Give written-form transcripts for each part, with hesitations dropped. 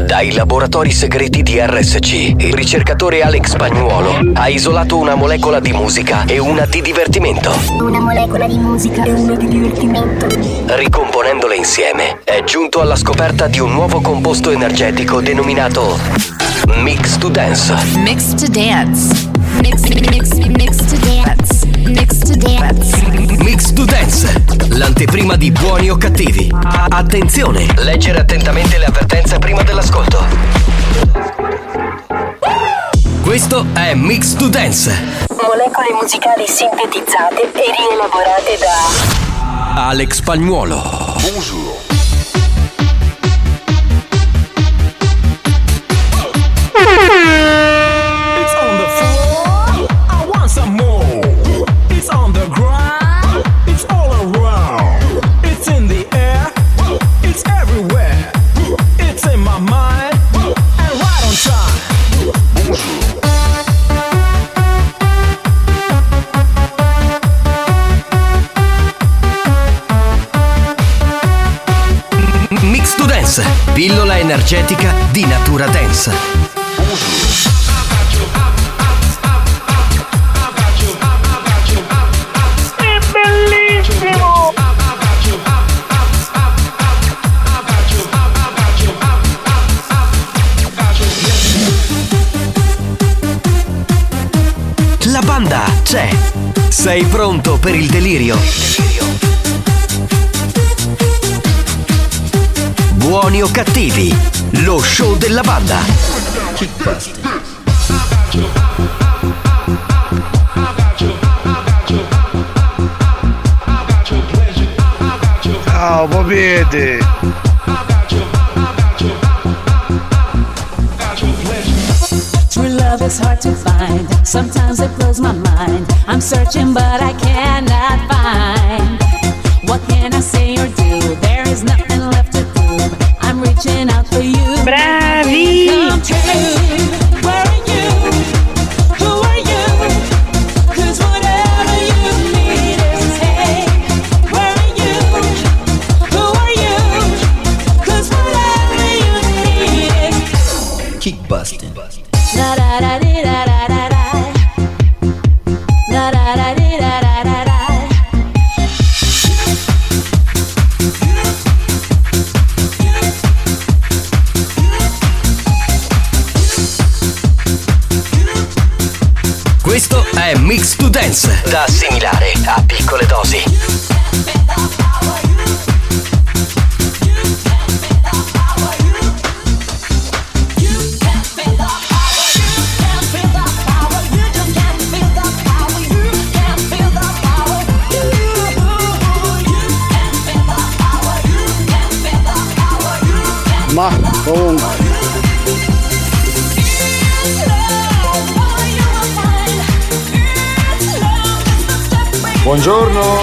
Dai laboratori segreti di RSC, il ricercatore Alex Spagnuolo ha isolato una molecola di musica e una di divertimento. Una molecola di musica e una di divertimento. Ricomponendole insieme, è giunto alla scoperta di un nuovo composto energetico denominato Mix to Dance. Mix to Dance. Mix to Dance. Mix to Dance. Mix to Dance, l'anteprima di Buoni o Cattivi. Attenzione, leggere attentamente le avvertenze prima dell'ascolto. Questo è Mix to Dance. Molecole musicali sintetizzate e rielaborate da Alex Spagnuolo. Bonjour. It's on the floor, I want some more. It's on the ground, it's all around. It's in the air, it's everywhere. It's in my mind, and right on time. Mix to Dance, pillola energetica di natura dance. La banda c'è. Sei pronto per il delirio? Buoni o Cattivi, lo show della banda. Ciao, popete. True love is hard to find. Sometimes it blows my mind. I'm searching but I cannot find. What can I say or do? There is nothing left to prove. I'm reaching out for you. Bravi! Come true. Where are you? Who are you? 'Cause whatever you need is hey. Where are you? Who are you? 'Cause whatever you need is Kick busting. da da da di da da da da. Da da da di da da da da. Questo è Mix to Dance, da assimilare a piccole dosi. Ma comunque. Buongiorno.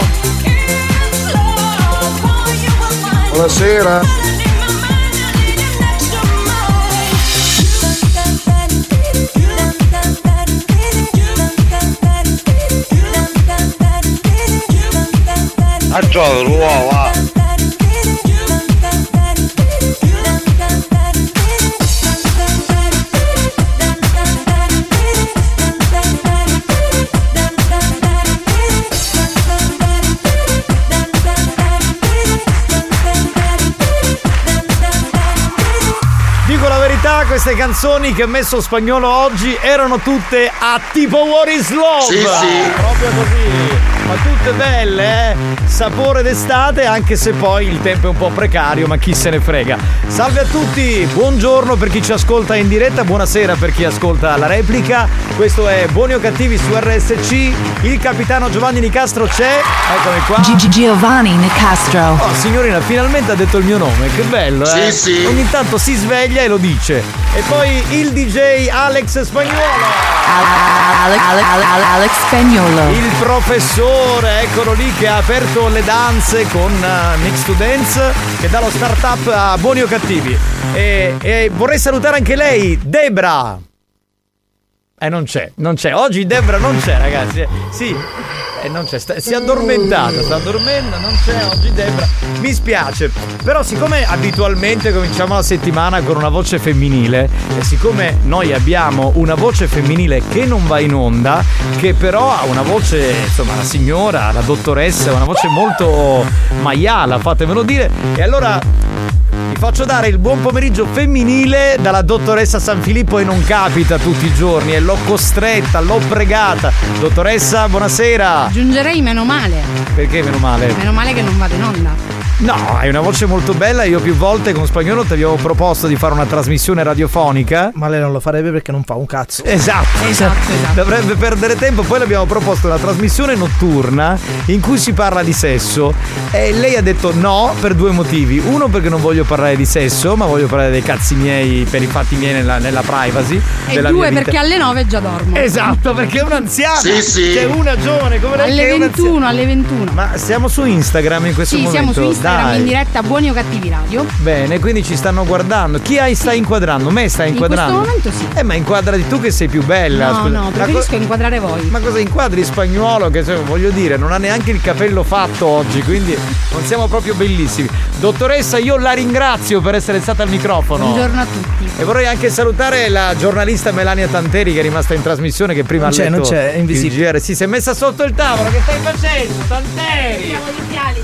Buonasera. A gioco l'uovo. Dico la verità, queste canzoni che ha messo Spagnuolo oggi erano tutte a tipo What is Love. Sì, sì. Proprio così. Ma tutte belle, eh? Sapore d'estate, anche se poi il tempo è un po' precario, ma chi se ne frega. Salve a tutti, buongiorno per chi ci ascolta in diretta, buonasera per chi ascolta la replica. Questo è Buoni o Cattivi su RSC. Il capitano Giovanni Nicastro c'è, eccomi qua. Giovanni Nicastro. Oh, signorina, finalmente ha detto il mio nome, che bello, eh? Sì, sì. Ogni tanto si sveglia e lo dice. E poi il DJ Alex Spagnuolo. Alex Spagnuolo. Il professore, eccolo lì, che ha aperto le danze con Mix to Dance, che dà lo start-up a Buoni o Cattivi. E vorrei salutare anche lei, Debra. Non c'è. Oggi Debra non c'è, ragazzi. Sì. Non c'è, si è addormentata, sta dormendo, non c'è oggi Debra. Mi spiace. Però siccome abitualmente cominciamo la settimana con una voce femminile, e siccome noi abbiamo una voce femminile che non va in onda, che però ha una voce, insomma, la signora, la dottoressa, una voce molto maiala, fatemelo dire, e allora vi faccio dare il buon pomeriggio femminile dalla dottoressa Sanfilippo, e non capita tutti i giorni, e l'ho costretta, l'ho pregata. Dottoressa, buonasera. Aggiungerei meno male. Perché meno male? Meno male che non vado in onda. No, hai una voce molto bella. Io più volte con Spagnolo ti avevo proposto di fare una trasmissione radiofonica. Ma lei non lo farebbe perché non fa un cazzo. Esatto. Dovrebbe perdere tempo. Poi le abbiamo proposto una trasmissione notturna in cui si parla di sesso, e lei ha detto no per due motivi. Uno, perché non voglio parlare di sesso, ma voglio parlare dei cazzi miei, per i fatti miei nella privacy. E due, perché alle 9 già dormo. Esatto, perché è un'anziana. Sì. C'è una giovane come lei. Alle 21. Ma siamo su Instagram in questo momento? Sì, siamo su Instagram. In diretta Buoni o Cattivi Radio. Bene, quindi ci stanno guardando. Chi sta inquadrando? Me sta inquadrando? In questo momento sì. Ma inquadrati tu che sei più bella. No, scusa. no, preferisco inquadrare voi. Ma cosa inquadri Spagnolo? Che voglio dire, non ha neanche il capello fatto oggi, quindi non siamo proprio bellissimi. Dottoressa, io la ringrazio per essere stata al microfono. Buongiorno a tutti. E vorrei anche salutare la giornalista Melania Tanteri, che è rimasta in trasmissione, che prima non c'è, è invisibile. il GR. Sì, si è messa sotto il tavolo. Che stai facendo, Tanteri? Cercavo gli occhiali.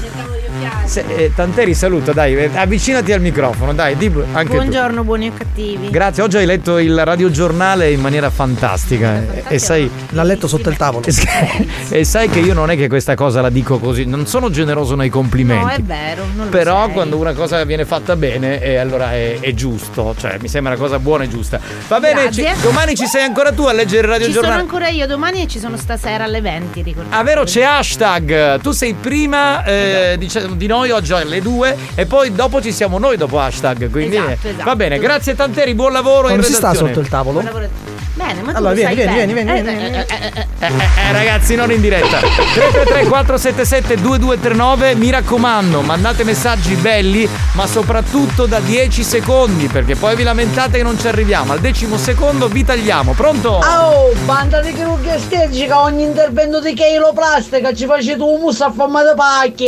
Tanteri, saluta, dai, avvicinati al microfono, dai, di anche Buongiorno, tu. Buoni o Cattivi. Grazie, oggi hai letto il radiogiornale in maniera fantastica, e sai, l'ha letto sotto il tavolo. e sai che io non è che questa cosa la dico così, non sono generoso nei complimenti. No, è vero, non lo però sei. quando una cosa viene fatta bene, allora è giusto, cioè mi sembra una cosa buona e giusta. Va bene, domani ci sei ancora tu a leggere il radiogiornale? Ci sono ancora io domani, e ci sono stasera alle 20, ricordate. Ah, vero, c'è hashtag. Tu sei prima di noi oggi alle 2, e poi dopo ci siamo noi dopo hashtag. Quindi esatto. va bene, grazie Tanteri, buon lavoro. Come in si sta redazione. sotto il tavolo? Bene, ma tu allora sai vieni. Ragazzi, non in diretta. 333 477 2239. Mi raccomando, mandate messaggi belli, ma soprattutto da 10 secondi, perché poi vi lamentate che non ci arriviamo. Al 10° secondo vi tagliamo. Pronto? Oh, banda di chirurgia estetica, ogni intervento di cheiroplastica ci face tu musso a forma di pacchi.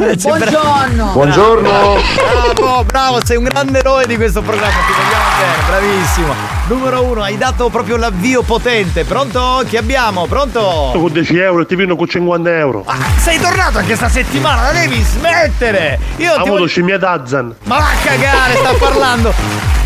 Buongiorno. Bravo, sei un grande eroe di questo programma, ti vogliamo bene, bravissimo. Numero 1, hai dato proprio l'avvio potente. Pronto? Chi abbiamo? Pronto? Con 10 euro ti vino con 50 euro. Sei tornato anche sta settimana, la devi smettere. Io ti voglio... scimmia Tarzan. Ma va a cagare, sta parlando.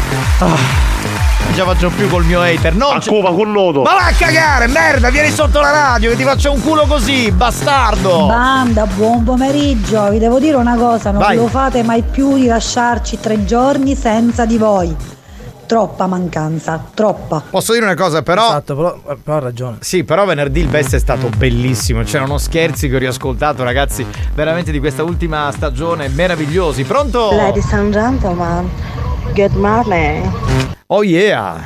Non ce la faccio più col mio hater. Non Cuba con nodo. Ma va a cagare, merda, vieni sotto la radio che ti faccio un culo così, bastardo. Banda, buon pomeriggio. Vi devo dire una cosa, non Vai. lo fate mai più di lasciarci 3 giorni senza di voi. Troppa mancanza, troppa. Posso dire una cosa, però. Esatto, però ha ragione. Sì, però venerdì il best è stato bellissimo. C'erano scherzi che ho riascoltato, ragazzi, veramente di questa ultima stagione, meravigliosi. Pronto? Ladies and gentlemen, good morning. Oh yeah!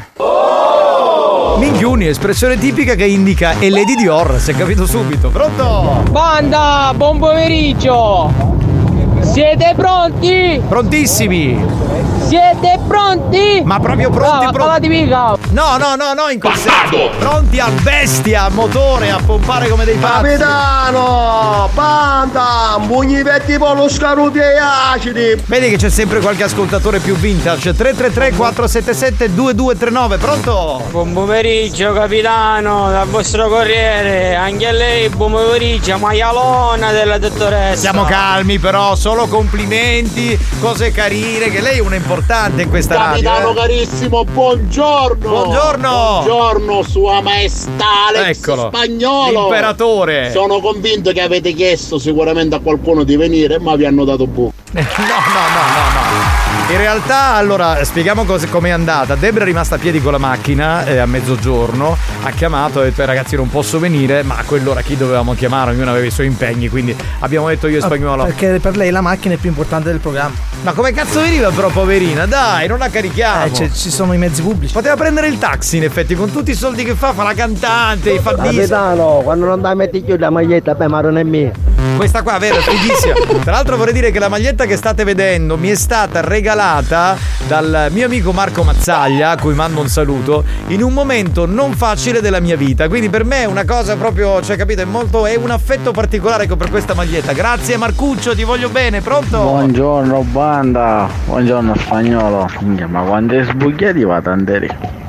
Minchiuni, espressione tipica che indica e Lady Dior, si è capito subito. Pronto? Banda, buon pomeriggio! Siete pronti? Prontissimi! Siete pronti? Ma proprio pronti, pronti? No, in quel senso. Pronti a bestia, a motore, a pompare come dei pazzi. Capitano, banda, bugni petti polo scaruti e acidi. Vedi che c'è sempre qualche ascoltatore più vintage. 333 477 2239, pronto? Buon pomeriggio capitano, dal vostro corriere. Anche a lei buon pomeriggio, maialona della dottoressa. Siamo calmi però, solo complimenti, cose carine, che lei è una importante in questa Capitano radio. carissimo, buongiorno. Buongiorno, sua maestà Alex Eccolo, Spagnolo. l'imperatore. Sono convinto che avete chiesto sicuramente a qualcuno di venire, ma vi hanno dato buco. No. In realtà, allora, spieghiamo com'è andata. Debra è rimasta a piedi con la macchina a mezzogiorno, ha chiamato e ha detto ragazzi non posso venire, ma a quell'ora chi dovevamo chiamare? Ognuno aveva i suoi impegni, quindi abbiamo detto io e Spagnolo. Perché per lei la macchina è più importante del programma. Ma come cazzo veniva però, poverina? Dai, non la carichiamo. Ci sono i mezzi pubblici. Poteva prendere il taxi, in effetti, con tutti i soldi che fa la cantante, fa Capitano, quando non dai metti chiudi la maglietta, beh, ma non è mia. Questa qua, vero, è fighissima. Tra l'altro vorrei dire che la maglietta che state vedendo mi è stata regalata dal mio amico Marco Mazzaglia, a cui mando un saluto, in un momento non facile della mia vita. Quindi per me è una cosa proprio, cioè capito, è un affetto particolare per questa maglietta. Grazie Marcuccio, ti voglio bene, pronto? Buongiorno banda, buongiorno Spagnolo. Ma quando è sbugliati va Tanteri?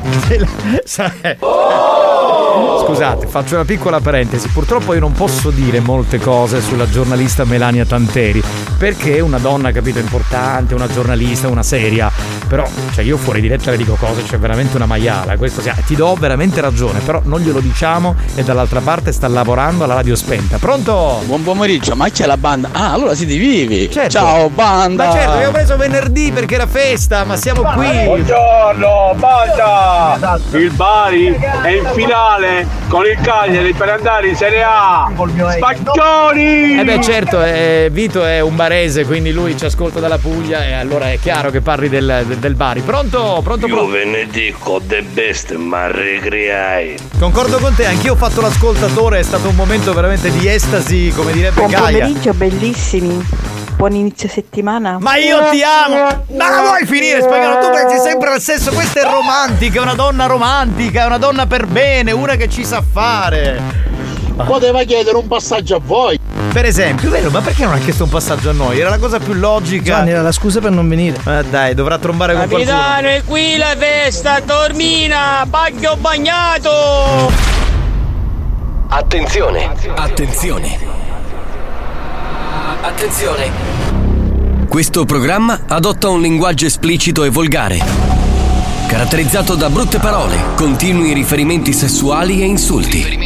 Scusate, faccio una piccola parentesi. Purtroppo io non posso dire molte cose sulla giornalista Melania Tanteri, perché è una donna, capito, importante, una giornalista, una seria. Però, cioè, io fuori diretta le dico cose, c'è veramente una maiala. Questo ti do veramente ragione, però non glielo diciamo e dall'altra parte sta lavorando alla radio spenta. Pronto? Buon pomeriggio, ma c'è la banda? Ah, allora siete vivi? Certo. Ciao banda! Ma certo, abbiamo preso venerdì perché era festa, ma siamo qui. Buongiorno banda! Il Bari è in finale con il Cagliari per andare in Serie A. Spacchioni! Eh beh certo, Vito è un barese, quindi lui ci ascolta dalla Puglia e allora è chiaro che parli del Bari. Pronto? Io ve ne dico the best, ma ricreai. Concordo con te, anch'io ho fatto l'ascoltatore, è stato un momento veramente di estasi, come direbbe Buon Gaia. pomeriggio, bellissimi. Buon inizio settimana. Ma io ti amo! Ma la vuoi finire, Spagnolo? Tu pensi sempre al sesso, questa è romantica, è una donna romantica, è una donna per bene, una che ci sa fare. Poteva chiedere un passaggio a voi. Per esempio, vero, ma perché non ha chiesto un passaggio a noi? Era la cosa più logica. Gianni, era la scusa per non venire. Dai, dovrà trombare con qualcuno. Capitano, è qui la festa, Tormina, Baglio bagnato. Attenzione. Attenzione. Attenzione. Questo programma adotta un linguaggio esplicito e volgare, caratterizzato da brutte parole, continui riferimenti sessuali e insulti.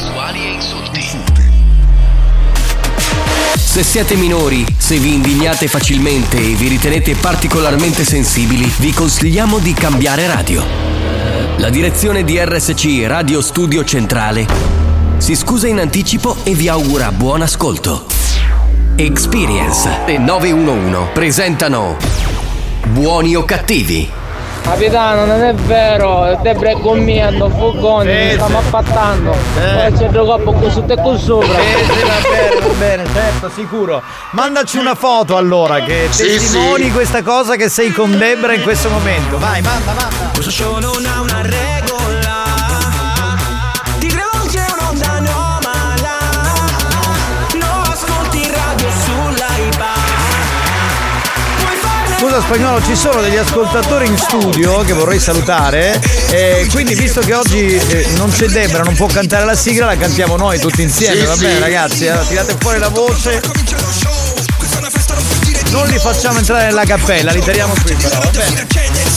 Se siete minori, se vi indignate facilmente e vi ritenete particolarmente sensibili, vi consigliamo di cambiare radio. La direzione di RSC Radio Studio Centrale si scusa in anticipo e vi augura buon ascolto. Experience e 911 presentano Buoni o Cattivi. Capitano, non è vero, Debra è con me, ando fugone, mi stiamo appattando. Poi c'è il coppo con sotto e con sopra. Va bene, certo, sicuro. Mandaci una foto allora che testimoni questa cosa che sei con Debra in questo momento. Vai, manda. Questo show non ha una regola, ti rivolge un'onda anomala, no ascolti radio sull'iPad. Scusa Spagnolo, ci sono degli ascoltatori in studio che vorrei salutare e quindi visto che oggi non c'è Debra, non può cantare la sigla, la cantiamo noi tutti insieme, va bene ragazzi? Allora, tirate fuori la voce. Non li facciamo entrare nella cappella, li tiriamo qui però, va bene?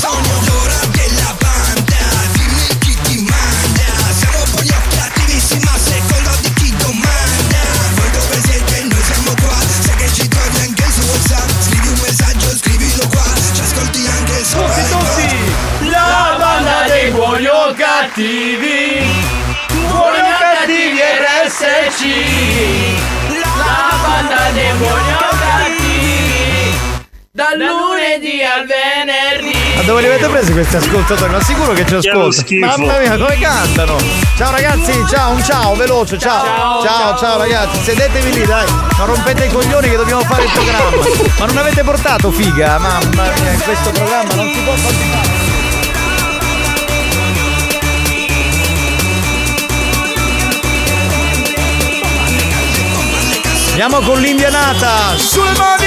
Tutti! La banda dei buoni o cattivi, buoni o cattivi RSC, la banda dei buoni o cattivi, dal lunedì al venerdì. Ma dove li avete presi questi ascoltatori? Ma sicuro che ci ascoltano? Mamma mia, come cantano! Ciao ragazzi, un ciao veloce, ciao ragazzi, sedetevi lì dai, non rompete i coglioni che dobbiamo fare il programma. Ma non avete portato figa? Mamma mia, in questo programma non si può continuare. Andiamo con l'indianata, sulle mani!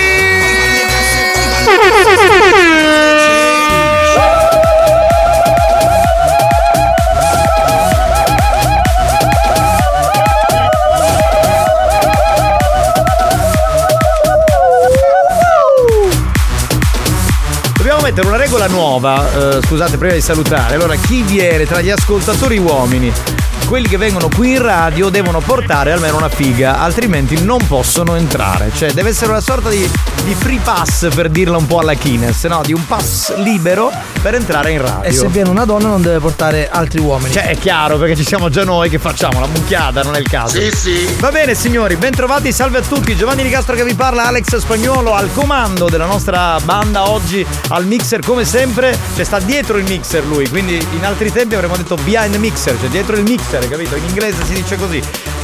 Dobbiamo mettere una regola nuova, scusate prima di salutare. Allora, chi viene tra gli ascoltatori uomini, quelli che vengono qui in radio devono portare almeno una figa, altrimenti non possono entrare. Cioè deve essere una sorta di free pass, per dirla un po' alla Kines, no? Di un pass libero per entrare in radio. E se viene una donna non deve portare altri uomini. Cioè è chiaro, perché ci siamo già noi che facciamo la mucchiata, non è il caso. Sì. Va bene signori, bentrovati, salve a tutti. Giovanni Nicastro che vi parla, Alex Spagnolo al comando della nostra banda oggi al mixer come sempre. Cioè sta dietro il mixer lui, quindi in altri tempi avremmo detto behind the mixer, cioè dietro il mixer. battere, capito? In inglese si dice così.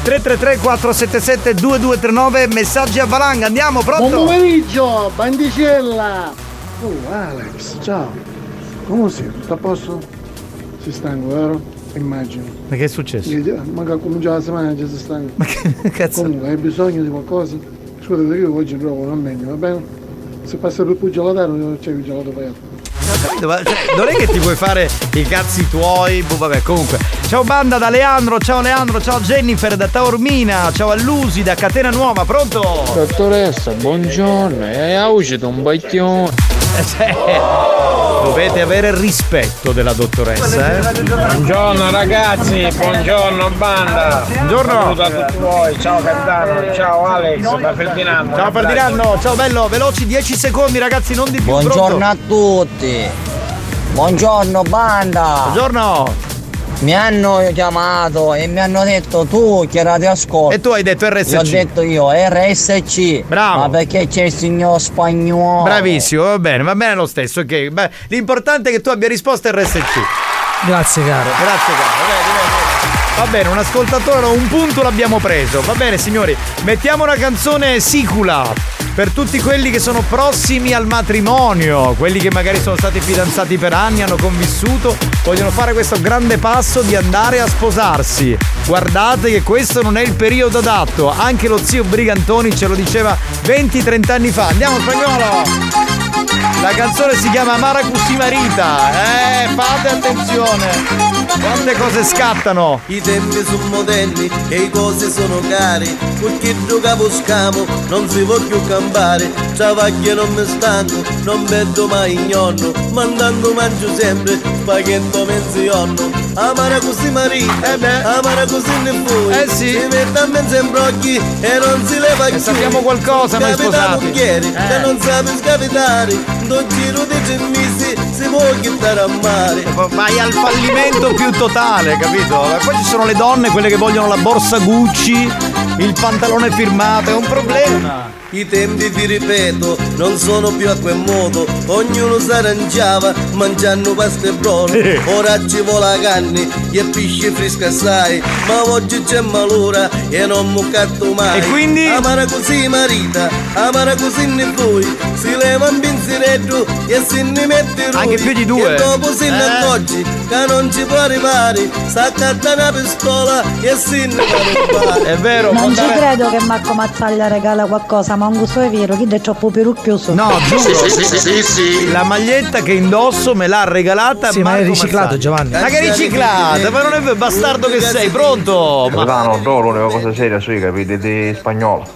333-477-2239, messaggi a valanga, andiamo, pronto? Buon pomeriggio, bandicella! Oh, Alex, ciao. Come sei? Tutto a posto? Sei stanco, vero? Immagino. Ma che è successo? Magari comincia la settimana già sei stanco. Ma che cazzo? Comunque, hai bisogno di qualcosa? Scusate che io oggi trovo un meglio, va bene? Se passa per più gelataro, c'è il gelato aperto. Ma, cioè, non è che ti puoi fare i cazzi tuoi, vabbè, comunque. Ciao banda da Leandro, ciao Jennifer da Taormina, ciao a Lusi da Catena Nuova, pronto? Dottoressa, buongiorno, è uscito un bacchione. Dovete avere rispetto della dottoressa, Buongiorno ragazzi, buongiorno banda. Buongiorno. Saluto a tutti voi, ciao capitano, ciao Alex, da Ferdinando. Ciao Ferdinando, ciao bello, veloci 10 secondi ragazzi, non di più. Buongiorno pronto? a tutti. Buongiorno banda. Buongiorno. Mi hanno chiamato e mi hanno detto tu che radio ascolti. E tu hai detto RSC. Io ho detto io RSC. Bravo. Ma perché c'è il signor spagnolo? Bravissimo, va bene lo stesso, ok. Beh, l'importante è che tu abbia risposto RSC. Grazie caro. Va bene, un ascoltatore, un punto l'abbiamo preso. Va bene signori, mettiamo una canzone sicula per tutti quelli che sono prossimi al matrimonio, quelli che magari sono stati fidanzati per anni, hanno convissuto, vogliono fare questo grande passo di andare a sposarsi. Guardate che questo non è il periodo adatto, anche lo zio Brigantoni ce lo diceva 20-30 anni fa. Andiamo spagnolo! La canzone si chiama Maracussi Marita, fate attenzione! Quante cose scattano! I tempi sono moderni e i cose sono cari, perché giocavo scamo, non si può più campare, travaglio non mi stanco, non vedo mai il nonno, mandando mangio sempre, spaghetto mezziorno. Amara così marita, amara così ne fu, si mette a mezzo imbrogli e non si leva più. E sappiamo qualcosa noi sposati. Che non sape scapitare, non giro di 3 mesi si può chittare a mare. Vai al fallimento più totale, capito? E poi ci sono le donne, quelle che vogliono la borsa Gucci, il pantalone firmato, è un problema. I tempi, vi ripeto, non sono più a quel modo, ognuno si arrangiava mangiando pasta e brodo. Ora ci vuole la carne e pesce fresco assai, ma oggi c'è malora e non mi catto mai. E quindi? Amara così marita, amara così ne voi, si leva un pensiretto e se ne mette lui. Anche più di 2. E dopo se ne accorgi che non ci può arrivare, s'accatta una pistola e se ne va. È vero. Non ci credo che Marco Mazzaglia regala qualcosa, ma un gusto è vero, chi è troppo perucchioso. No, giuro. Sì. La maglietta che indosso me l'ha regalata. Sì, ma è riciclato, Giovanni. Ma che riciclata? Ma non è vero, bastardo che sei, pronto? Capitano, do l'unica cosa seria sui capiti di spagnolo.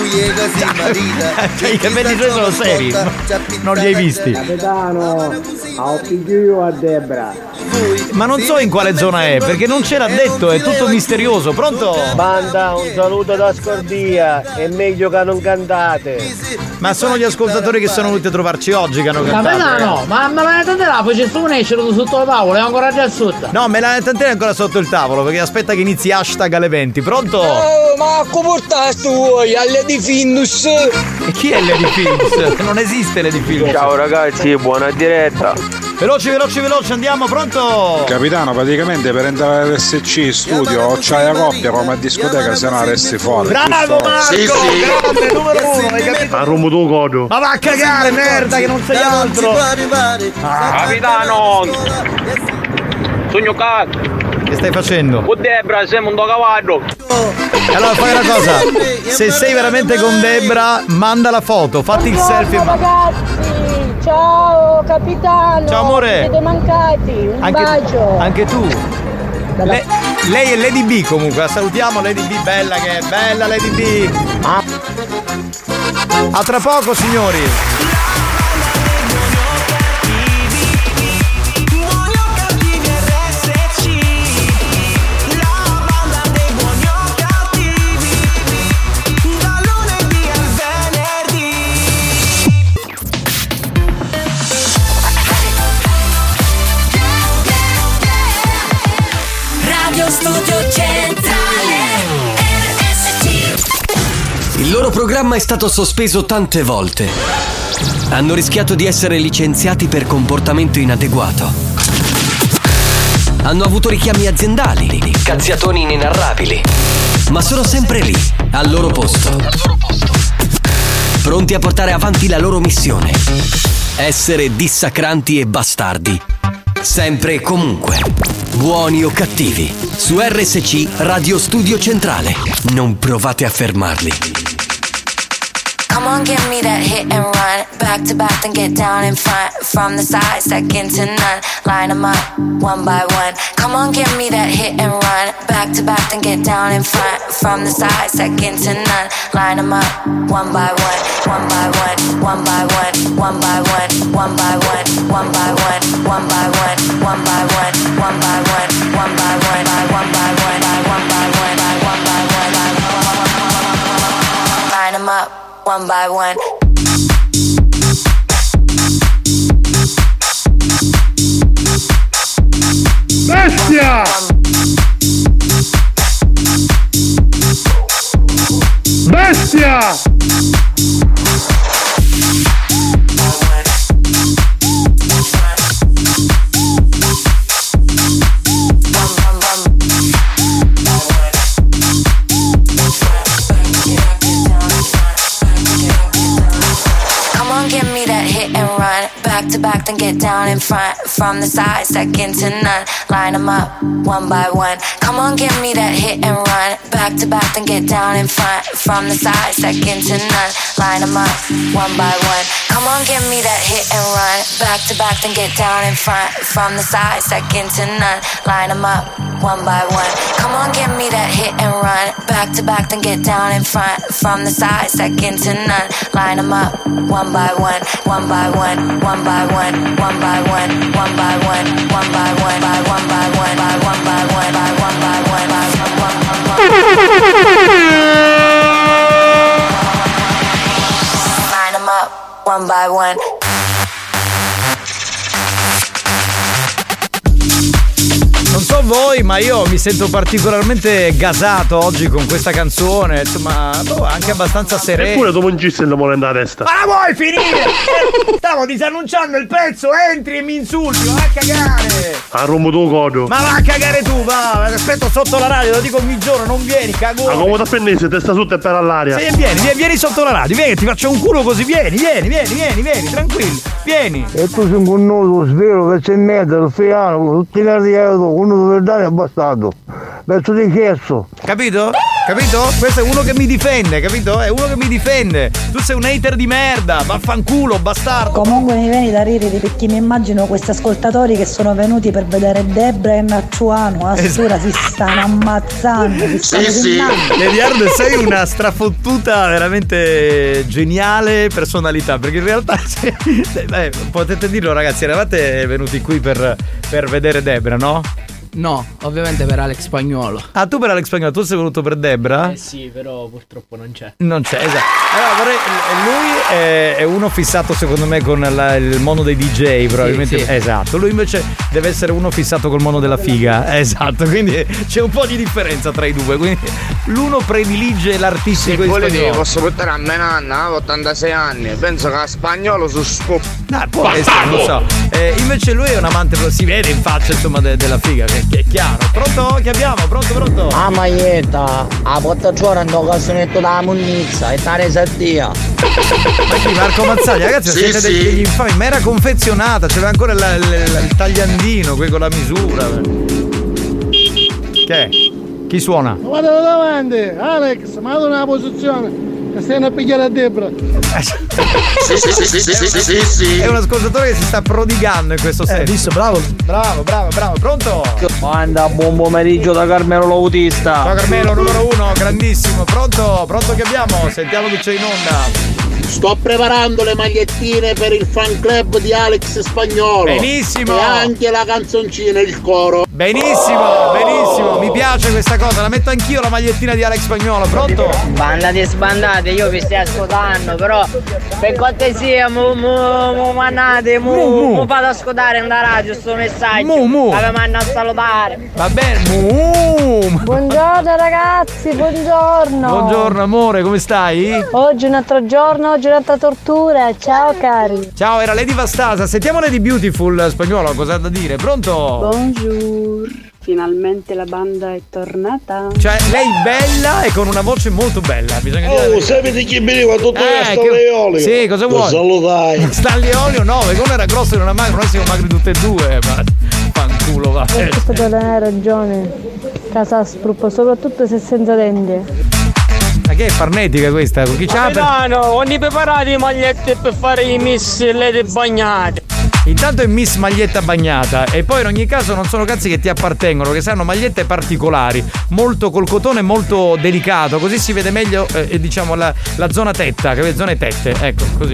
I capelli suoi sono seri, non li hai visti. Capitano, ho pigliato a Debra. Ma non so in quale zona è, perché non c'era detto, è tutto misterioso. Pronto? Banda, un saluto da Scordia, è meglio che non cantate. Ma sono gli ascoltatori che sono venuti a trovarci oggi che hanno cantato. Capitano, ma me la tantella facesse un escere sotto la tavola, è ancora già sotto. No, me la tantella è ancora sotto il tavolo, perché aspetta che inizi hashtag alle 20. Pronto? Ma come portaste voi all'Edi Findus? E chi è Lady Films? Non esiste Lady Films. Ciao ragazzi, buona diretta. Veloci, andiamo, pronto? Capitano, praticamente per entrare all'SC studio o c'hai la coppia come a discoteca, se no resti fuori. Bravo Marco! Sì. Grande, numero 1, hai capito? A rumbo tu codo. Ma va a cagare, merda, che non sei altro! Capitano! Sogno cazzo! Che stai facendo? Con Debra siamo un cavallo. Allora fai una cosa, se sei veramente con Debra, manda la foto, fatti il selfie. Ragazzi, ciao capitano. Ciao amore. Siete mancati, un bacio. Anche tu. Lei è Lady B comunque, la salutiamo Lady B, bella che è, bella Lady B. A tra poco signori. Studio Centrale RSC. Il loro programma è stato sospeso tante volte. Hanno rischiato di essere licenziati per comportamento inadeguato. hanno avuto richiami aziendali, cazziatoni inenarrabili, ma sono sempre lì, al loro posto, pronti a portare avanti la loro missione: essere dissacranti e bastardi, sempre e comunque, buoni o cattivi. Su RSC Radio Studio Centrale. Non provate a fermarli. Come on, give me that hit and run. Back to back, then get down in front. From the side, second to none. Line them up, one by one. Come on, give me that hit and run. Back to back, then get down in front. From the side, second to none. Line them up, one by one. One by one, one by one. One by one, one by one. One by one, one by one. One by one, one by one. One by one, one by one. One by one, one by one. Line them up. One by one. Bestia! Bestia! Give me that hit and run. Back to back, then get down in front. From the side, second to none. Line them up, one by one. Come on, give me that hit and run. Back to back, then get down in front. From the side, second to none. Line them up, one by one. Come on, give me that hit and run. Back to back, then get down in front. From the side, second to none. Line them up, one by one. Come on, give me that hit and run. Back to back, then get down in front. From the side, second to none. Line them up, one by one. One by one, one by one, one by one, one by one, one by one, by one by one, by one by one, by one by one, by one. Line them up, one by one. Non so voi, ma io mi sento particolarmente gasato oggi con questa canzone, insomma, anche abbastanza sereno. Eppure dopo un gist non vuole andare a testa. Ma la vuoi finire? Stavo disannunciando il pezzo, entri e mi insulti, va a cagare! A rombo tuo codo. Ma va a cagare tu, va! Aspetto sotto la radio, lo dico ogni giorno, non vieni, cagone! Ma come da pennese, testa sotto e per all'aria. Sì, vieni sotto la radio, vieni, ti faccio un culo così, vieni, tranquillo, vieni! E tu sei un connuto, svelo che c'è in mezzo, il fiano, tutti i nervi uno dove dare è bastato. Pezzo di chiesto. Capito? Questo è uno che mi difende, capito? È uno che mi difende. Tu sei un hater di merda, vaffanculo, bastardo. Comunque mi vieni da ridere perché mi immagino questi ascoltatori che sono venuti per vedere Debra e Nacciuano. A sera si stanno ammazzando. Sì. Lediardo, sei una strafottuta veramente geniale personalità. Perché in realtà potete dirlo, ragazzi, eravate venuti qui per vedere Debra, no? No, ovviamente per Alex Spagnuolo. Ah, tu per Alex Spagnuolo, tu sei venuto per Debra? Sì, però purtroppo non c'è. Non c'è, esatto. Allora, lui è uno fissato secondo me con il mondo dei DJ, probabilmente. Sì. Esatto, lui invece deve essere uno fissato col mondo della figa. Esatto, quindi c'è un po' di differenza tra i due. Quindi l'uno predilige l'artistico. Se volete posso portare a mia nonna, ho 86 anni. Penso che a Spagnuolo su scopo. Può essere, non so. Invece lui è un amante, si vede in faccia insomma della figa, che è chiaro. Pronto? Che abbiamo? Pronto? Ah, maglietta, a porta giorno hanno cassonetto da munnizza e tale sattia. Ma chi, Marco Mazzaglia? Ragazzi, siete degli infami, ma era confezionata, c'era ancora il tagliandino, qui con la misura. Che è? Chi suona? Guarda davanti, Alex, ma dove una posizione? Che stai a pigliare a Debra. Sì. È un ascoltatore che si sta prodigando in questo senso. Visto, bravo. Pronto? Manda, buon pomeriggio da Carmelo l'autista. Ciao Carmelo, numero 1, grandissimo. Pronto che abbiamo? Sentiamo chi c'è in onda. Sto preparando le magliettine per il fan club di Alex Spagnuolo. Benissimo. E anche la canzoncina, il coro. Benissimo. Mi piace questa cosa. La metto anch'io la magliettina di Alex Spagnuolo. Pronto? Banda di sbandate, io vi stai ascoltando, però per cortesia mandate, fate ascoltare in da radio sto messaggio. Aveva mandato a salutare. Va bene. Buongiorno ragazzi, buongiorno. Buongiorno amore, come stai? Oggi è un altro giorno giornata tortura, ciao cari. Ciao, era Lady Vastasa. Sentiamo Lady Beautiful, Spagnolo, cosa ha da dire? Pronto? Bonjour, finalmente la banda è tornata. Cioè, lei bella e con una voce molto bella. Bisogna dire. Sapete chi veniva tutto Stanley? Sì, cosa vuoi? Salutai. Stanley Olio, no, perché uno era grosso e non era magro, noi siamo magri tutte e due, ma fanculo, va. Questo non hai ragione. Casa spruppo, soprattutto se senza denti. Ma che è farnetica questa? Chi c'ha Capitano, ogni preparati magliette per fare i missillette bagnate. Intanto è Miss Maglietta Bagnata e poi in ogni caso non sono cazzi che ti appartengono, che sanno magliette particolari, molto col cotone molto delicato, così si vede meglio diciamo la zona tetta, che zone tette, ecco, così.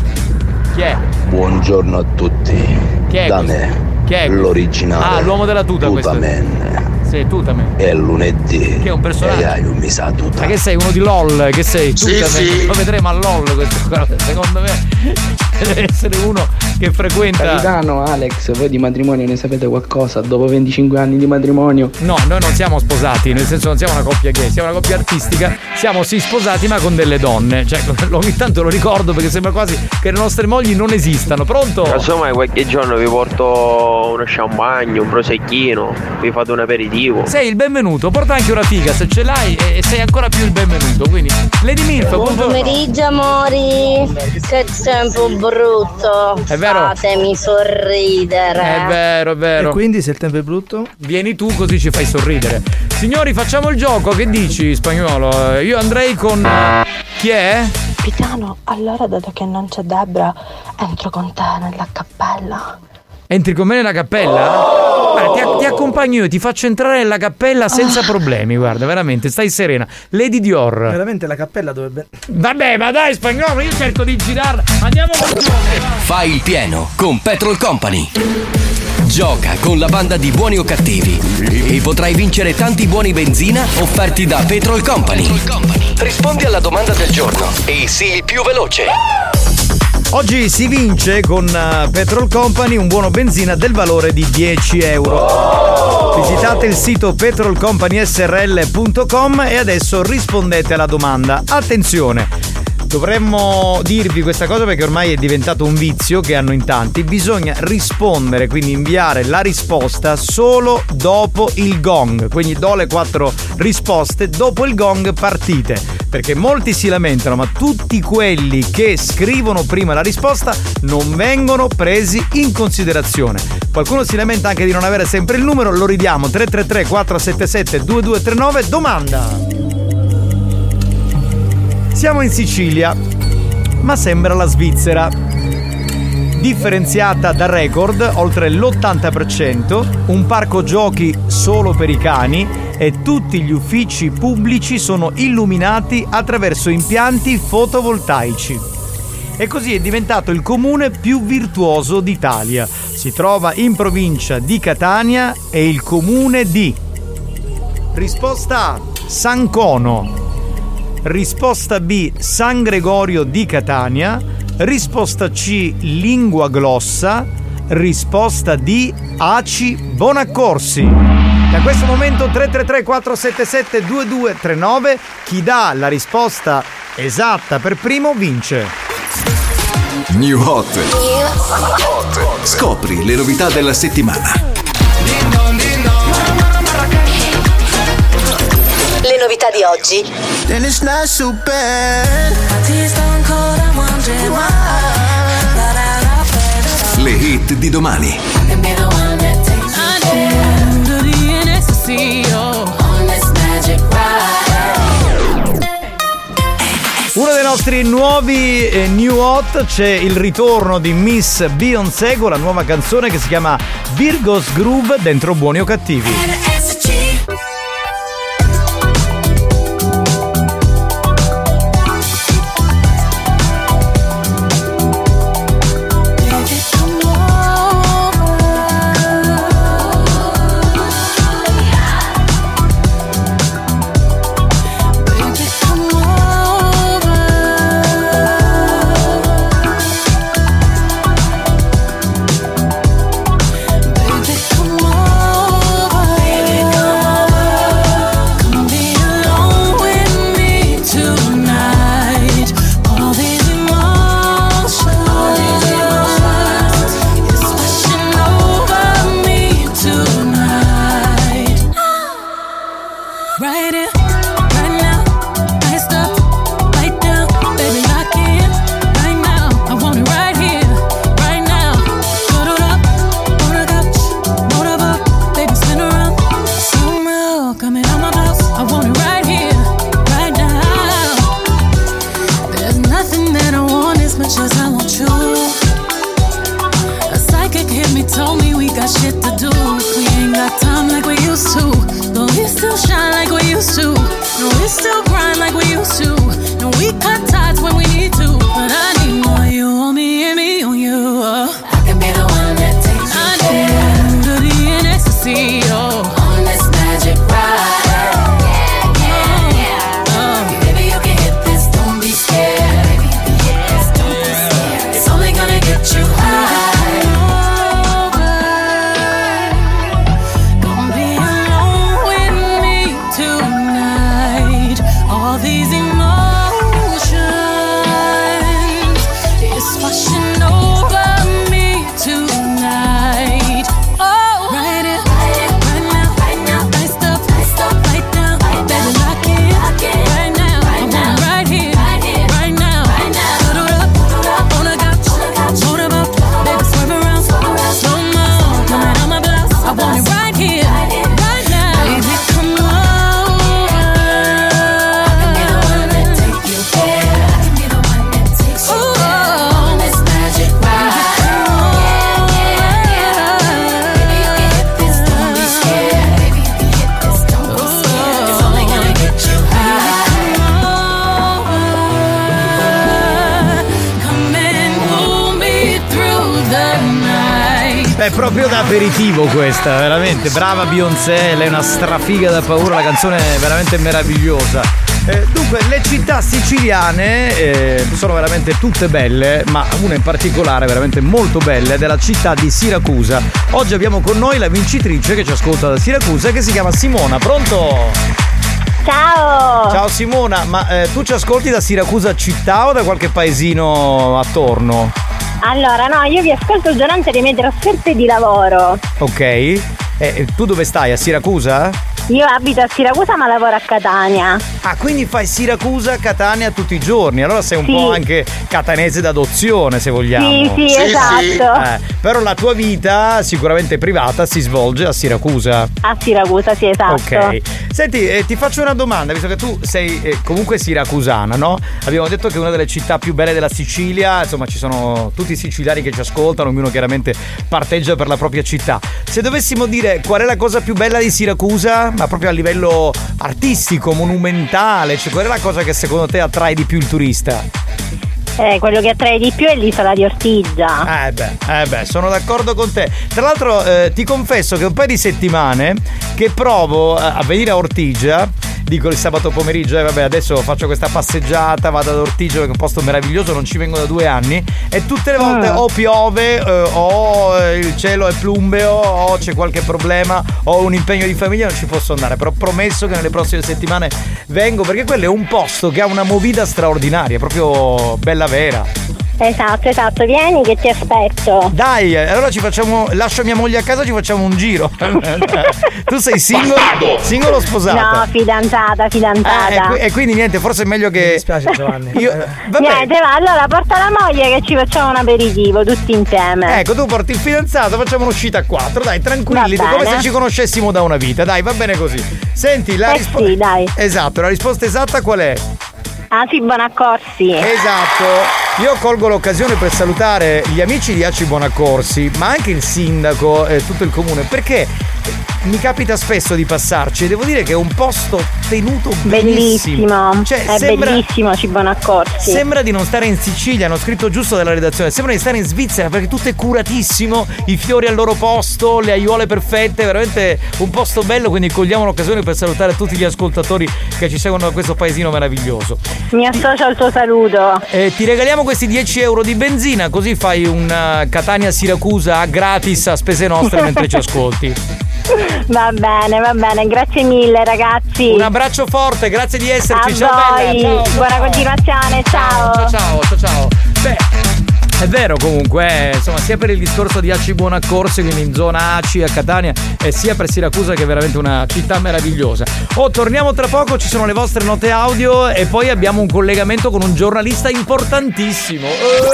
Chi è? Buongiorno a tutti. Chi è da questo? me. Chi è l'originale. Ah, l'uomo della tuta questo. Sì, Tutamen. È lunedì. Che è un personaggio. E hai un misa tuta. Ma che sei uno di LOL? Che sei? Tutamen. Sì. Lo vedremo a LOL questo qua. Secondo me deve essere uno che frequenta. Capitano, Alex, voi di matrimonio ne sapete qualcosa? Dopo 25 anni di matrimonio? No, noi non siamo sposati, nel senso non siamo una coppia gay, siamo una coppia artistica, siamo sì sposati ma con delle donne. Cioè, ogni tanto lo ricordo perché sembra quasi che le nostre mogli non esistano. Pronto? Casomai qualche giorno vi porto uno champagne, un prosecchino, vi fate un aperitivo. Sei il benvenuto, porta anche una figa se ce l'hai e sei ancora più il benvenuto. Quindi, Lady Milf, buon pomeriggio amori. Che tempo brutto. È vero? Fatemi sorridere. È vero, è vero. E quindi se il tempo è brutto? Vieni tu così ci fai sorridere. Signori, facciamo il gioco, che dici, Spagnolo? Io andrei con... chi è? Capitano, allora dato che non c'è Debra, entro con te nella cappella. Entri con me nella cappella? Guarda, ti accompagno io, ti faccio entrare nella cappella senza problemi, guarda, veramente, stai serena. Lady Dior. Veramente la cappella dovrebbe... Vabbè, ma dai, Spagnolo, io cerco di girarla. Andiamo con il Fai il pieno con Petrol Company. Gioca con la banda di Buoni o Cattivi e potrai vincere tanti buoni benzina offerti da Petrol Company. Rispondi alla domanda del giorno e sii il più veloce. Oggi si vince con Petrol Company un buono benzina del valore di 10 euro. Visitate il sito petrolcompanysrl.com e adesso rispondete alla domanda. Attenzione, dovremmo dirvi questa cosa perché ormai è diventato un vizio che hanno in tanti. Bisogna rispondere, quindi inviare la risposta solo dopo il gong. Quindi do le 4 risposte, dopo il gong partite. Perché molti si lamentano, ma tutti quelli che scrivono prima la risposta non vengono presi in considerazione. Qualcuno si lamenta anche di non avere sempre il numero, lo ridiamo: 333 477 2239. Domanda: siamo in Sicilia, ma sembra la Svizzera. Differenziata da record, oltre l'80%, un parco giochi solo per i cani e tutti gli uffici pubblici sono illuminati attraverso impianti fotovoltaici. E così è diventato il comune più virtuoso d'Italia. Si trova in provincia di Catania e il comune di... Risposta A: San Cono. Risposta B: San Gregorio di Catania. Risposta C: Lingua Glossa. Risposta D: Aci Bonaccorsi. Da questo momento 333 477 2239. Chi dà la risposta esatta per primo vince. New Hot. Scopri le novità della settimana. Le novità di oggi. Le hit di domani. Uno dei nostri nuovi New Hot, c'è il ritorno di Miss Beyoncé con la nuova canzone che si chiama Virgo's Groove dentro Buoni o Cattivi. told me we got shit to do. We ain't got time like we used to. No, we still shine like we used to. No, we still grind like we used to. No, we cut ties when we need to. But I need more you on me and me on you. I can be the one that takes you there. To the in ecstasy, oh. On this magic ride. You high gonna be alone with me tonight. All these emotions is washing over me tonight. Oh, right it, right now, right stop, right down, better lock it, right now, right here, right now, cuddle up on a couch. Baby, swerve around, slow mo, coming on my blouse. I want it right here, right now. Baby, come over. I can be the one that take you there. I can be the one that takes you there. On this magic ride. Baby, you can hit this, don't be scared. Baby, you can hit this, don't be scared. It's only gonna get you high. Come and pull me through the night. È proprio da aperitivo questa, veramente. Brava Beyoncé, lei è una strafiga da paura, la canzone è veramente meravigliosa. Dunque, le città siciliane sono veramente tutte belle, ma una in particolare veramente molto bella ed è la città di Siracusa. Oggi abbiamo con noi la vincitrice che ci ascolta da Siracusa, che si chiama Simona. Pronto? Ciao! Ciao Simona, ma tu ci ascolti da Siracusa città o da qualche paesino attorno? Allora, no, io vi ascolto durante le mie trasferte di lavoro. Ok. Tu dove stai? A Siracusa? Io abito a Siracusa ma lavoro a Catania. Ah, quindi fai Siracusa, Catania tutti i giorni. Allora sei un po' anche catanese d'adozione, se vogliamo. Sì, esatto. Però la tua vita sicuramente privata si svolge a Siracusa. A Siracusa, sì, esatto. Ok. Senti, ti faccio una domanda, visto che tu sei comunque siracusana, no? Abbiamo detto che è una delle città più belle della Sicilia, insomma ci sono tutti i siciliani che ci ascoltano, ognuno chiaramente parteggia per la propria città. Se dovessimo dire qual è la cosa più bella di Siracusa, ma proprio a livello artistico, monumentale, cioè qual è la cosa che secondo te attrae di più il turista? Quello che attrae di più è l'isola di Ortigia. Beh, sono d'accordo con te. Tra l'altro ti confesso che un paio di settimane che provo a venire a Ortigia, dico il sabato pomeriggio, vabbè adesso faccio questa passeggiata, vado ad Ortigia che è un posto meraviglioso, non ci vengo da 2 anni e tutte le volte o piove o il cielo è plumbeo o c'è qualche problema o un impegno di famiglia, non ci posso andare, però ho promesso che nelle prossime settimane vengo perché quello è un posto che ha una movida straordinaria, proprio bella vera. Esatto, vieni che ti aspetto. Dai, allora ci facciamo, lascio mia moglie a casa, ci facciamo un giro. Tu sei singolo o sposata? No, fidanzata. E quindi niente, forse è meglio che... Mi dispiace Giovanni. Niente, va, allora porta la moglie che ci facciamo un aperitivo tutti insieme. Ecco, tu porti il fidanzato, facciamo un'uscita a 4, dai, tranquilli, come se ci conoscessimo da una vita, dai, va bene così. Senti, la risposta... Sì, dai. Esatto, la risposta esatta qual è? Aci Bonaccorsi. Esatto. Io colgo l'occasione per salutare gli amici di Aci Bonaccorsi, ma anche il sindaco e tutto il comune, perché mi capita spesso di passarci e devo dire che è un posto tenuto benissimo. Cioè, bellissimo Aci Bonaccorsi. Sembra di non stare in Sicilia, hanno scritto giusto dalla redazione, sembra di stare in Svizzera perché tutto è curatissimo, i fiori al loro posto, le aiuole perfette, veramente un posto bello, quindi cogliamo l'occasione per salutare tutti gli ascoltatori che ci seguono da questo paesino meraviglioso. Mi associo al tuo saluto. Ti regaliamo questi 10 euro di benzina, così fai un Catania-Siracusa gratis a spese nostre mentre ci ascolti. Va bene, grazie mille ragazzi. Un abbraccio forte, grazie di esserci. Ciao bella. Ciao. Buona continuazione, ciao. Ciao. Beh, è vero comunque, insomma, sia per il discorso di Aci Bonaccorsi, quindi in zona Aci a Catania, e sia per Siracusa che è veramente una città meravigliosa. Torniamo tra poco, ci sono le vostre note audio e poi abbiamo un collegamento con un giornalista importantissimo.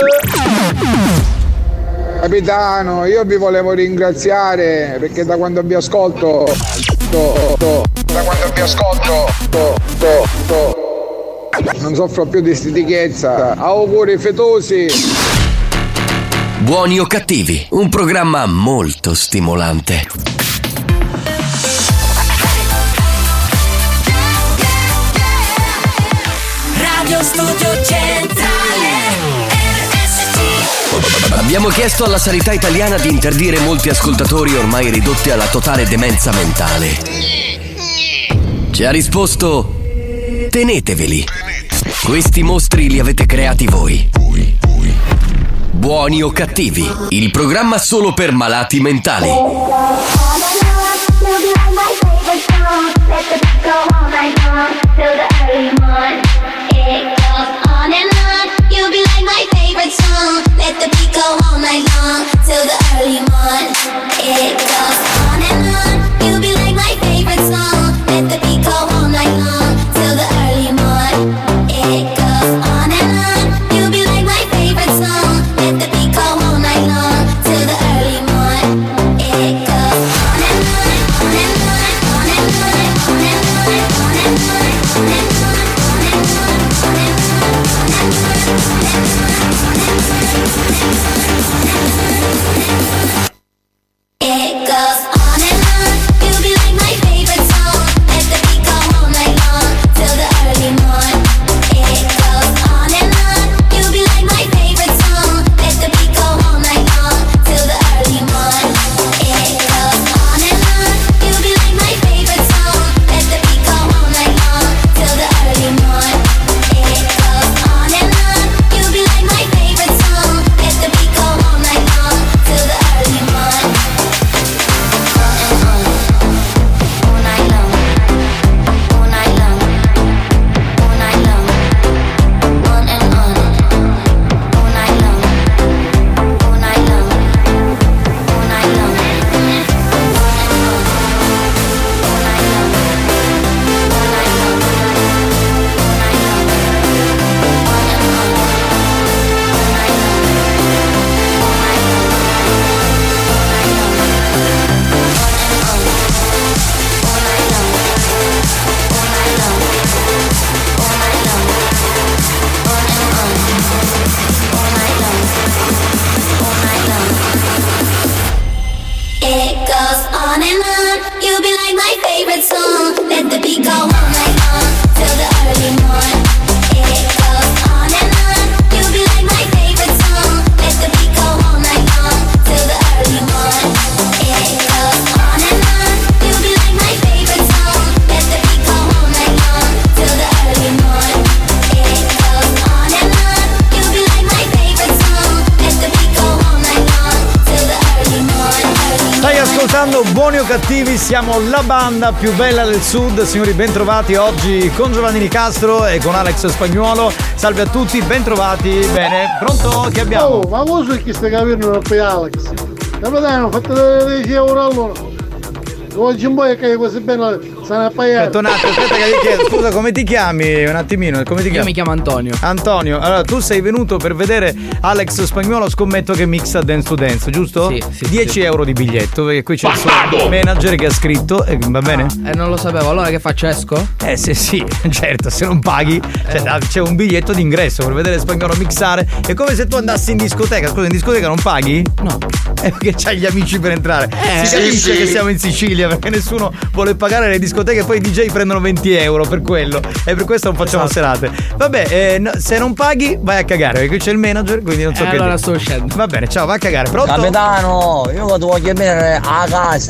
Capitano, io vi volevo ringraziare perché da quando vi ascolto non soffro più di stitichezza. Auguri fetosi. Buoni o cattivi, un programma molto stimolante. Radio Studio Centrale RSC. Abbiamo chiesto alla sanità italiana di interdire molti ascoltatori ormai ridotti alla totale demenza mentale. Ci ha risposto: teneteveli. Questi mostri li avete creati voi. Buoni o cattivi, il programma solo per malati mentali. Buoni o cattivi, siamo la banda più bella del sud. Signori, bentrovati oggi con Giovanni Nicastro e con Alex Spagnuolo. Salve a tutti, bentrovati. Bene, pronto? Che abbiamo? Oh, ma voi su chi stai capendo per Alex? Capitano, fate 10 euro all'ora. Oggi in poi che così bene stanno a pagare. Aspetta un attimo, aspetta che ti chiedo. Scusa, come ti chiami? Un attimino, come ti chiami? Io mi chiamo Antonio. Antonio, allora tu sei venuto per vedere Alex Spagnuolo, scommetto che mixa Dance to Dance, giusto? Sì. 10 euro di biglietto, perché qui c'è il suo manager che ha scritto, va bene? Non lo sapevo, allora che faccio, esco? Sì, certo, se non paghi c'è un biglietto d'ingresso per vedere Spagnuolo mixare. È come se tu andassi in discoteca. Scusa, in discoteca non paghi? No. Perché c'hai gli amici per entrare. Si capisce che siamo in Sicilia, perché nessuno vuole pagare le discoteche, poi i DJ prendono 20 euro per quello. E per questo non facciamo serate. Vabbè, se non paghi vai a cagare, perché qui c'è il manager, quindi non so che allora dire. sto uscendo. Va bene, ciao, va a cagare. Pronto? Capitano, io ti voglio bere a casa.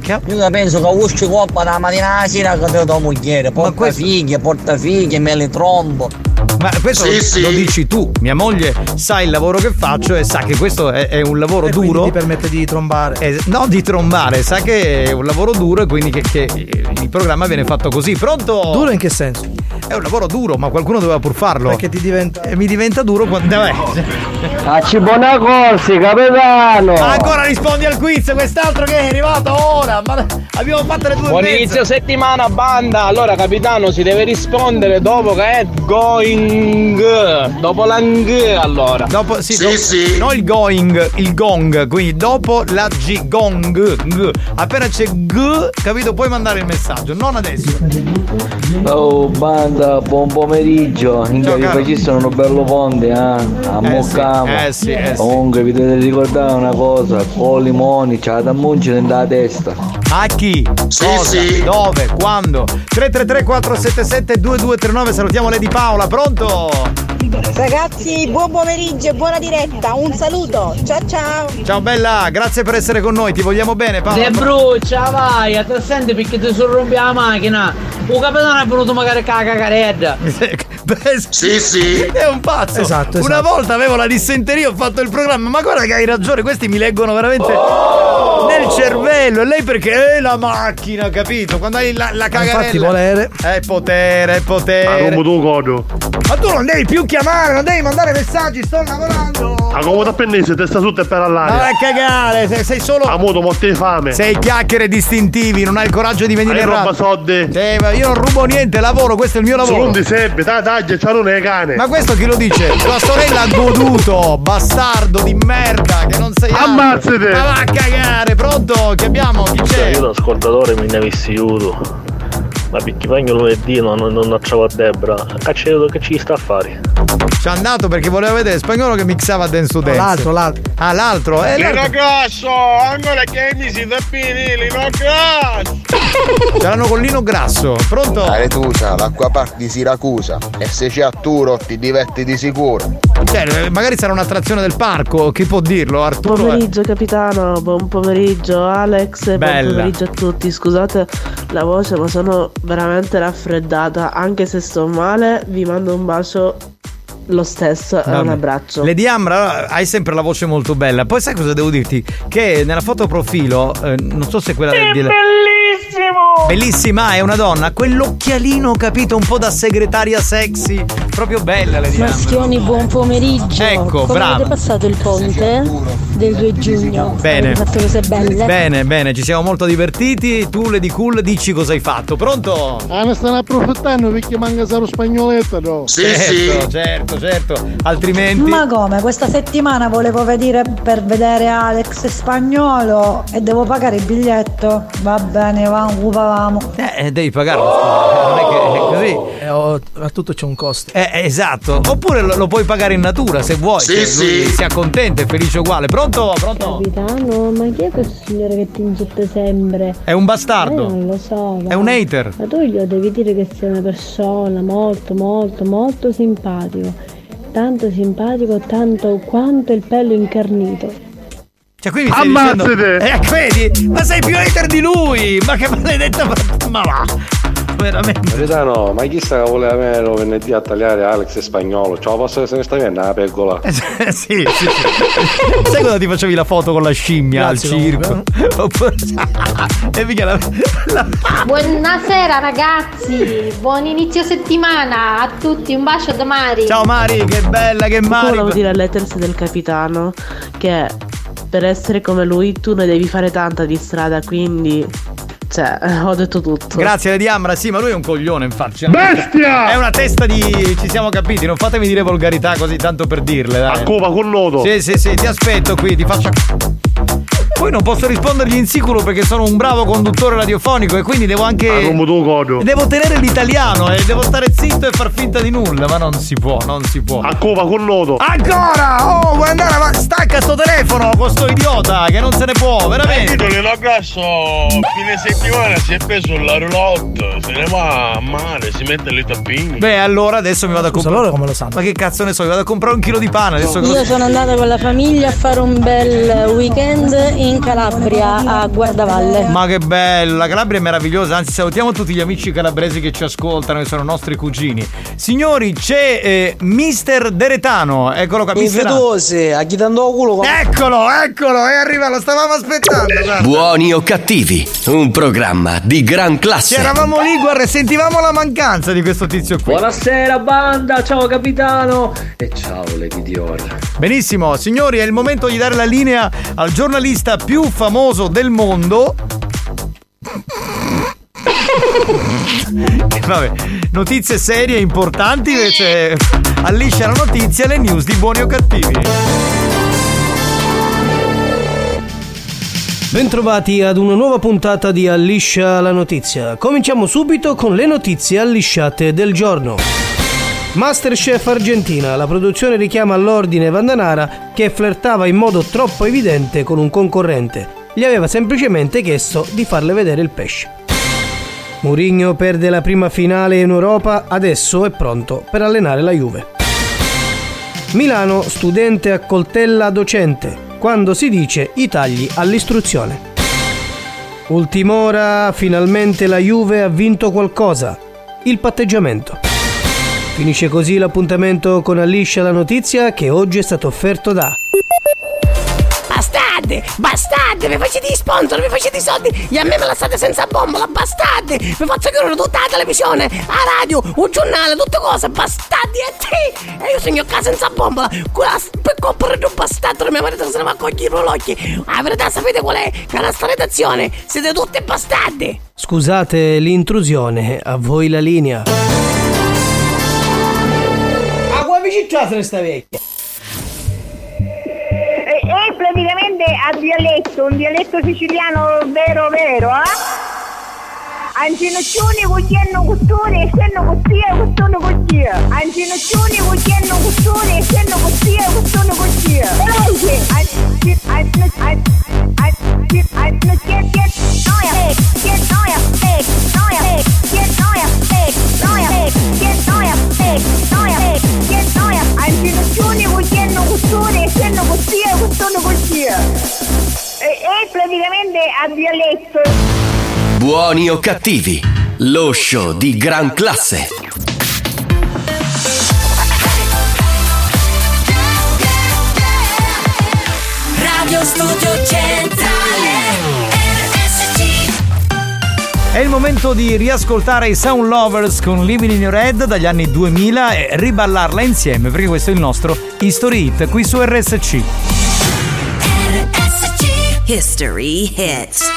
Io penso che usci coppa da mattina alla sera che te tua moglie porta figlie, me le trombo. Ma questo lo dici tu. Mia moglie sa il lavoro che faccio e sa che questo è un lavoro duro. Ti permette di trombare. No, di trombare, sa che è un lavoro duro e quindi che il programma viene fatto così. Pronto? Duro in che senso? È un lavoro duro, ma qualcuno doveva pur farlo. Perché ti diventa. Mi diventa duro quando. Facci buona corsi, capitano! Ma ancora rispondi al quiz, quest'altro che è arrivato ora! Ma abbiamo fatto le 2:30. Buon inizio settimana, banda! Allora, capitano, si deve rispondere dopo che è going. Dopo l'ang, allora. Dopo, sì. No, il going, il gong, quindi dopo la G, gong. Appena c'è g, capito, puoi mandare il messaggio, non adesso. Oh, banda. banda, buon pomeriggio. In che vi facessero un bello ponte, a Moccamo. Sì. Comunque vi dovete ricordare una cosa, con limoni c'ha da mungere nella testa. A chi? Sì. Dove? Quando? 333-477-2239. Salutiamo Lady Paola, pronto? Ragazzi, buon pomeriggio e buona diretta. Un saluto. Ciao. Ciao bella, grazie per essere con noi, ti vogliamo bene Paola. Se brucia vai, a te senti perché ti sorrompi la macchina. Un capitano è venuto magari con la cacaredda. Sì. È un pazzo. Esatto. Una volta avevo la dissenteria, ho fatto il programma, ma guarda che hai ragione, questi mi leggono veramente nel cervello. E lei perché è la macchina, capito? Quando hai la cagarella. Infatti volere. È potere. A come tu codo. Ma tu non devi più chiamare, non devi mandare messaggi, sto lavorando. A come da pennese, testa sotto e per all'aria. Ma vai a cagare, sei solo. A moto morte di fame. Sei chiacchiere distintivi, non hai il coraggio di venire in roba soldi. Io non rubo niente, lavoro, questo è il mio lavoro. Non ti serve, taglia, c'ha non è cane. Ma questo chi lo dice? Tua sorella ha goduto, bastardo di merda, che non sei. Ammazzate! Ma va a cagare, pronto? Che abbiamo? Chi c'è? Io da ascoltatore mi ne avessi aiuto. Ma perché pagno lunedì non acciavo a Debra. Cacciato che ci sta a fare. Ci è andato perché voleva vedere Spagnolo che mixava Dance to Dance. L'altro. Ah, l'altro? Lino Grasso, ancora che mi si tappini, Lino Grasso. Ce l'hanno con Lino Grasso, pronto? Aretusa, l'acquapark di Siracusa. E se c'è Arturo ti diverti di sicuro. Cioè, magari sarà un'attrazione del parco, chi può dirlo? Arturo. Buon pomeriggio capitano, buon pomeriggio Alex, Bella. buon pomeriggio a tutti. Scusate la voce ma sono veramente raffreddata, anche se sto male vi mando un bacio lo stesso e un abbraccio. Lady Ambra, hai sempre la voce molto bella. Poi sai cosa devo dirti? Che nella foto profilo, non so se quella del bellissima, è una donna, quell'occhialino, capito, un po' da segretaria sexy, proprio bella Lady Ambra. Maschioni, buon pomeriggio. Ecco, come brava. avete passato il ponte del 2 giugno? Bene. Avete fatto cose belle? Bene, ci siamo molto divertiti. Tu Lady Cool, dici cosa hai fatto, pronto? Ne stanno approfittando perché manca solo spagnoletto, no? Certo, altrimenti. Ma come? Questa settimana volevo vedere per vedere Alex Spagnolo e devo pagare il biglietto. Va bene, vamo. Devi pagarlo, non è che è così. A tutto c'è un costo. Esatto. Oppure lo puoi pagare in natura se vuoi. Lui si accontenta, è felice uguale. Pronto? Capitano, ma chi è questo signore che ti insulta sempre? È un bastardo. Non lo so. È un hater. Ma tu glielo devi dire che sei una persona molto simpatico. Tanto simpatico, tanto quanto il pelo incarnito. Cioè qui mi stai dicendo, vedi? Ma sei più hater di lui! Ma che maledetta. Ma va! Veramente. Capitano, ma chi sta che voleva venire venerdì a tagliare Alex e Spagnolo? Ciao, posso essere sta vendo una pergola? Sì. Sai quando ti facevi la foto con la scimmia al circo? Oppure e mica Buonasera ragazzi, buon inizio settimana a tutti, un bacio da Mari. Ciao Mari, che bella che Mari. Volevo dire all'haters del capitano che per essere come lui tu ne devi fare tanta di strada, quindi ho detto tutto. Grazie Lady Ambra, sì, ma lui è un coglione, infatti. Bestia! È una testa di. Ci siamo capiti, non fatemi dire volgarità così tanto per dirle, dai. A copa con nodo. Sì, ti aspetto qui, ti faccio. Poi non posso rispondergli in sicuro perché sono un bravo conduttore radiofonico e quindi devo anche. Devo tenere l'italiano e devo stare zitto e far finta di nulla, ma non si può. A copa con nodo. Ancora! Oh, vuoi andare avanti? Stacca sto telefono con sto idiota che non se ne può, veramente. Lino Grasso, fine settimana si è preso la roulotte, se ne va a mare, si mette le tappini. Beh, allora adesso mi vado a comprare. Loro come lo sanno? Ma che cazzo ne so, mi vado a comprare 1 chilo di pane adesso. Io sono andata con la famiglia a fare un bel weekend in Calabria a Guardavalle. Ma che bella, la Calabria è meravigliosa, anzi salutiamo tutti gli amici calabresi che ci ascoltano, che sono nostri cugini. Signori, c'è Mister Deretano, eccolo qua, Mister a chi dando culo. Eccolo, è arrivato, lo stavamo aspettando. Guarda. Buoni o cattivi, un programma di gran classe. Eravamo lì, guarda, sentivamo la mancanza di questo tizio qui. Buonasera banda, ciao capitano e ciao Lady Dior. Benissimo, signori, è il momento di dare la linea al giornalista più famoso del mondo. Vabbè, notizie serie e importanti, invece alliscia la notizia, le news di Buoni o Cattivi. Bentrovati ad una nuova puntata di Alliscia la notizia. Cominciamo subito con le notizie allisciate del giorno. Masterchef Argentina, la produzione richiama all'ordine Vandanara che flirtava in modo troppo evidente con un concorrente. Gli aveva semplicemente chiesto di farle vedere il pesce. Mourinho perde la prima finale in Europa, adesso è pronto per allenare la Juve. Milano, studente accoltella docente quando si dice i tagli all'istruzione. Ultim'ora, finalmente la Juve ha vinto qualcosa, il patteggiamento. Finisce così l'appuntamento con Alliscia la notizia, che oggi è stato offerto da... Bastardi, mi facete i sponsor, mi facete i soldi e a me me la state senza bombola, bastardi, mi faccio chiudere tutta la televisione, la radio, un giornale, tutte cose, bastardi e io sono qua senza bombola, per comprare un bastardo mio marito se ne va a cogliere l'occhio, la verità sapete qual è? Che la nostra redazione siete tutti bastardi. Scusate l'intrusione, a voi la linea. A qua vicino se ne sta vecchia. È praticamente un dialetto siciliano vero, Ancinoccioni cucchiano costone e senno costia, costone costia. Ancinoccioni cucchiano costone e senno costia, costone costia. Ancinoccioni cucchiano costone e senno costia, costone costia. È praticamente a dialetto. Buoni o cattivi, lo show di gran classe. Radio Studio Centrale RSC. È il momento di riascoltare i Sound Lovers con Living in Your Head dagli anni 2000 e riballarla insieme, perché questo è il nostro History Hit qui su RSC. RSC History Hits.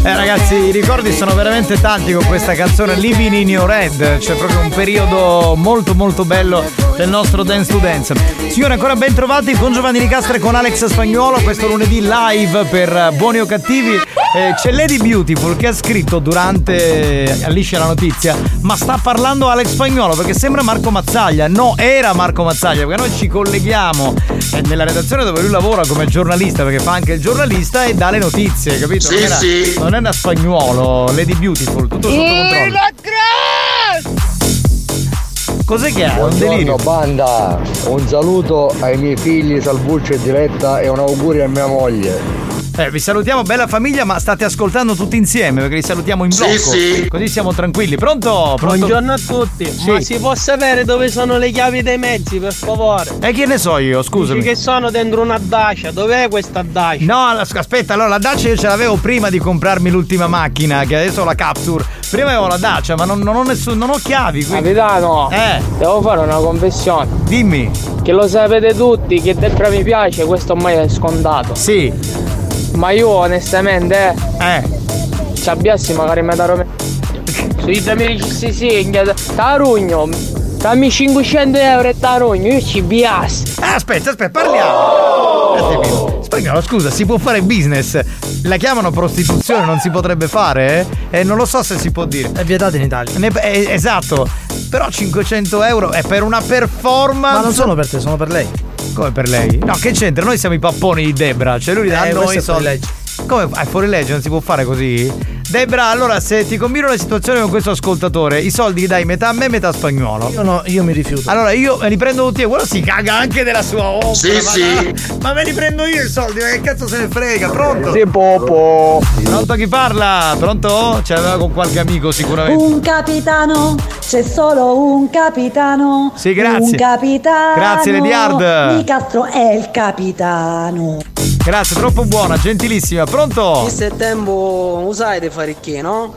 Ragazzi, i ricordi sono veramente tanti con questa canzone Living in Your Head. C'è proprio un periodo molto molto bello del nostro Dance to Dance. Signori, ancora ben trovati con Giovanni Nicastra e con Alex Spagnuolo. Questo lunedì live per Buoni o Cattivi. C'è Lady Beautiful che ha scritto durante Alliscia la notizia: ma sta parlando Alex Spagnuolo, perché sembra Marco Mazzaglia. No, era Marco Mazzaglia, perché noi ci colleghiamo nella redazione dove lui lavora come giornalista, perché fa anche il giornalista e dà le notizie, capito? Sì, Non è da Spagnuolo. Lady Beautiful, tutto sotto controllo. Cos'è che ha? Un delirio. Banda, un saluto ai miei figli Salvuccio e Diletta e un augurio a mia moglie. Vi salutiamo, bella famiglia, ma state ascoltando tutti insieme perché li salutiamo in blocco. Sì. Così siamo tranquilli. Pronto? Buongiorno a tutti. Sì. Ma si può sapere dove sono le chiavi dei mezzi, per favore? E che ne so io, scusami. Dici che sono dentro una Dacia. Dov'è questa Dacia? No, aspetta, allora la Dacia io ce l'avevo prima di comprarmi l'ultima macchina, che adesso ho la Capture. Prima avevo la Dacia, ma non ho chiavi. Quindi... Capitano, devo fare una confessione. Dimmi. Che lo sapete tutti, che Debra mi piace, questo ormai è scontato. Sì. Ma io onestamente ci abbiassi magari me da sui 3.000 sì, Tarugno, dammi 500 euro e Tarugno, io ci biassi. Aspetta, parliamo. Spagnolo, scusa, si può fare business? La chiamano prostituzione, non si potrebbe fare? Non lo so se si può dire. È vietato in Italia. Esatto. Però 500 euro è per una performance. Ma non sono per te, sono per lei. Come per lei? No, che c'entra? Noi siamo i papponi di Debra, cioè lui li dà a noi i soldi. Come? È fuori legge, non si può fare così? Debra, allora se ti combino la situazione con questo ascoltatore, i soldi li dai metà a me e metà a Spagnuolo. Io mi rifiuto. Allora io me li prendo tutti e quello si caga anche della sua opera. Sì. Ma me li prendo io i soldi, ma che cazzo se ne frega? Pronto? Sì, Popo. Pronto, chi parla? Pronto? Ce l'aveva con qualche amico sicuramente. Un capitano, c'è solo un capitano. Sì, grazie. Un capitano. Grazie, Lady Hard. Nicastro è il capitano. Grazie, troppo buona, gentilissima. Pronto? Questo è tempo, usai di fare che, no?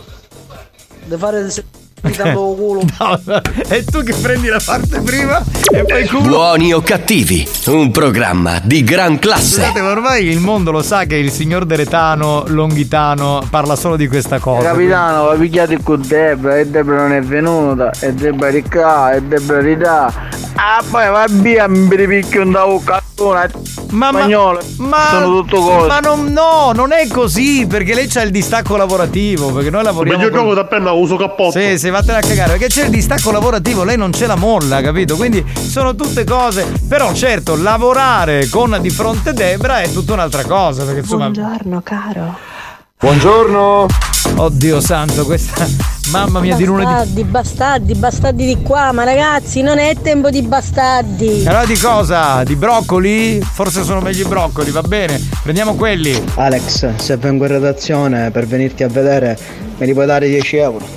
Di fare il tempo culo. No, e tu che prendi la parte prima e poi culo. Buoni o cattivi, un programma di gran classe. Scusate, ma ormai il mondo lo sa che il signor Deletano, Longhitano, parla solo di questa cosa. Capitano, va pigliato con Debra e Debra non è venuta e Debra di qua e Debra di là. Ah, poi va via, mi ripicchio un da cazzone. Spagnolo, sono tutto cose. Ma non è così, perché lei c'ha il distacco lavorativo, perché noi lavoriamo. Io gioco da penna, uso cappotto. Sì, vattene a cagare, perché c'è il distacco lavorativo, lei non ce la molla, capito? Quindi sono tutte cose. Però certo, lavorare con di fronte Debra è tutta un'altra cosa, perché insomma. Buongiorno caro. Buongiorno. Oddio santo, questa mamma mia, Bastardi di qua, ma ragazzi, non è tempo di bastardi. Allora di cosa? Di broccoli? Forse sono meglio i broccoli, va bene. Prendiamo quelli. Alex, se vengo in redazione per venirti a vedere, me li puoi dare 10 euro?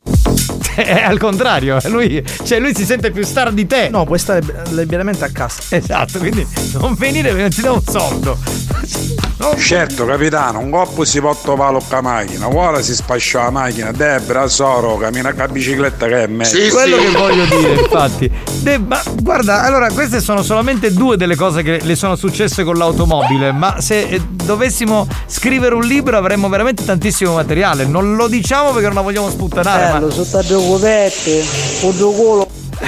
Al contrario, lui si sente più star di te. No, puoi stare liberamente a casa. Esatto, quindi non venire perché non ti do un soldo. Certo, capitano, un coppo si porta palo con la macchina, ora si spascia la macchina, Debra, Soro, cammina con la bicicletta che è meglio. Quello che voglio dire, infatti. Ma guarda, allora queste sono solamente due delle cose che le sono successe con l'automobile, ma se dovessimo scrivere un libro avremmo veramente tantissimo materiale. Non lo diciamo perché non la vogliamo sputtanare. Lo so sta copette, foto culo.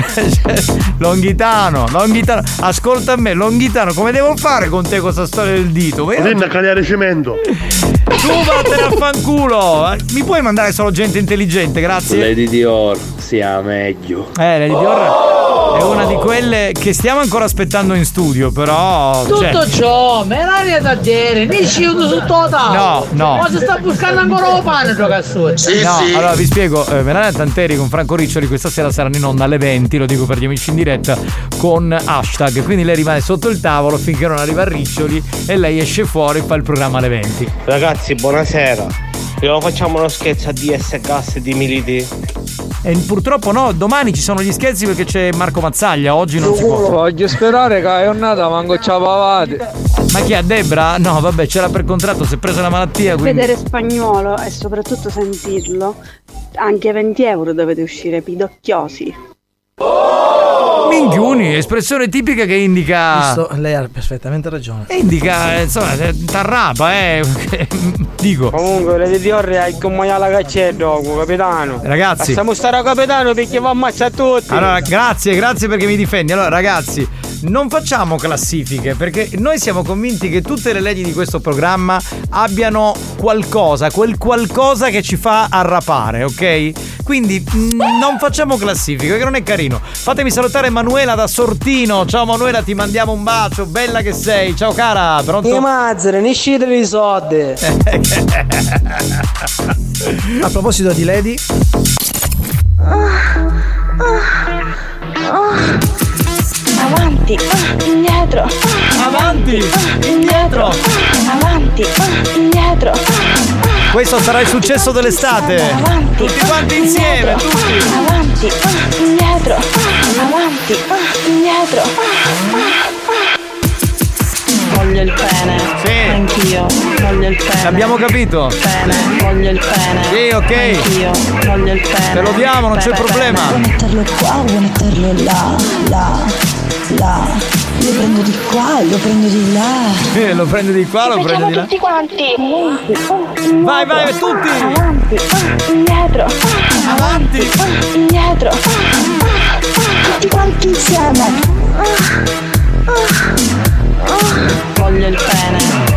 Longhitano, ascolta a me, Longhitano, come devo fare con te questa storia del dito? Vieni a cagliare cemento. Tu vattene a fanculo. Mi puoi mandare solo gente intelligente, grazie. Lady Dior sia meglio. Lady Dior è una di quelle che stiamo ancora aspettando in studio, però tutto ciò, me l'aria da dire, mi sciuto su totale. No. Ma si sta buscando ancora lo pane, giocassone. Allora vi spiego, Melania Tanteri con Franco Riccioli questa sera saranno in onda alle 20, lo dico per gli amici in diretta, con hashtag, quindi lei rimane sotto il tavolo finché non arriva Riccioli e lei esce fuori e fa il programma alle 20. Ragazzi, buonasera. Facciamo uno scherzo a DS Gas di Militi. E purtroppo no, domani ci sono gli scherzi perché c'è Marco Mazzaglia, oggi non si può. Voglio sperare che è nata manco ci pavate. Ma chi è Debra? No, vabbè, c'era per contratto, si è presa la malattia, quindi. Vedere Spagnuolo e soprattutto sentirlo, anche 20 euro dovete uscire pidocchiosi. minchioni, espressione tipica che indica. Visto, lei ha perfettamente ragione. Indica, insomma, t'arrapa, dico. Comunque, le di Orri hai come la caccetto, capitano. Ragazzi. Facciamo stare a capitano perché va ammazza a tutti. Allora, grazie perché mi difendi. Allora, ragazzi, non facciamo classifiche perché noi siamo convinti che tutte le leggi di questo programma abbiano qualcosa, quel qualcosa che ci fa arrapare, ok? Quindi non facciamo classifiche perché non è carino. Fatemi salutare Manuela da Sortino. Ciao Manuela, ti mandiamo un bacio, bella che sei. Ciao cara, pronto? E mazzere, ne scite i soldi. A proposito di Lady, Avanti, indietro. Avanti, indietro. Avanti, indietro. Questo sarà il successo dell'estate. Avanti, tutti quanti insieme, tutti. Avanti, indietro. Avanti, indietro. Voglio il pene. Sì. Anch'io. Voglio il pene. Abbiamo capito. Pene. Voglio il pene. Sì, ok. Anch'io. Voglio il pene. Te lo diamo, non c'è problema. Vuoi metterlo qua o vuoi metterlo là? Lo prendo di qua e lo prendo di là. Lo prendo di qua, lo prendo di là. Tutti quanti. Vai, tutti. Avanti, indietro. Avanti, indietro. Tutti quanti insieme. Voglio il pene.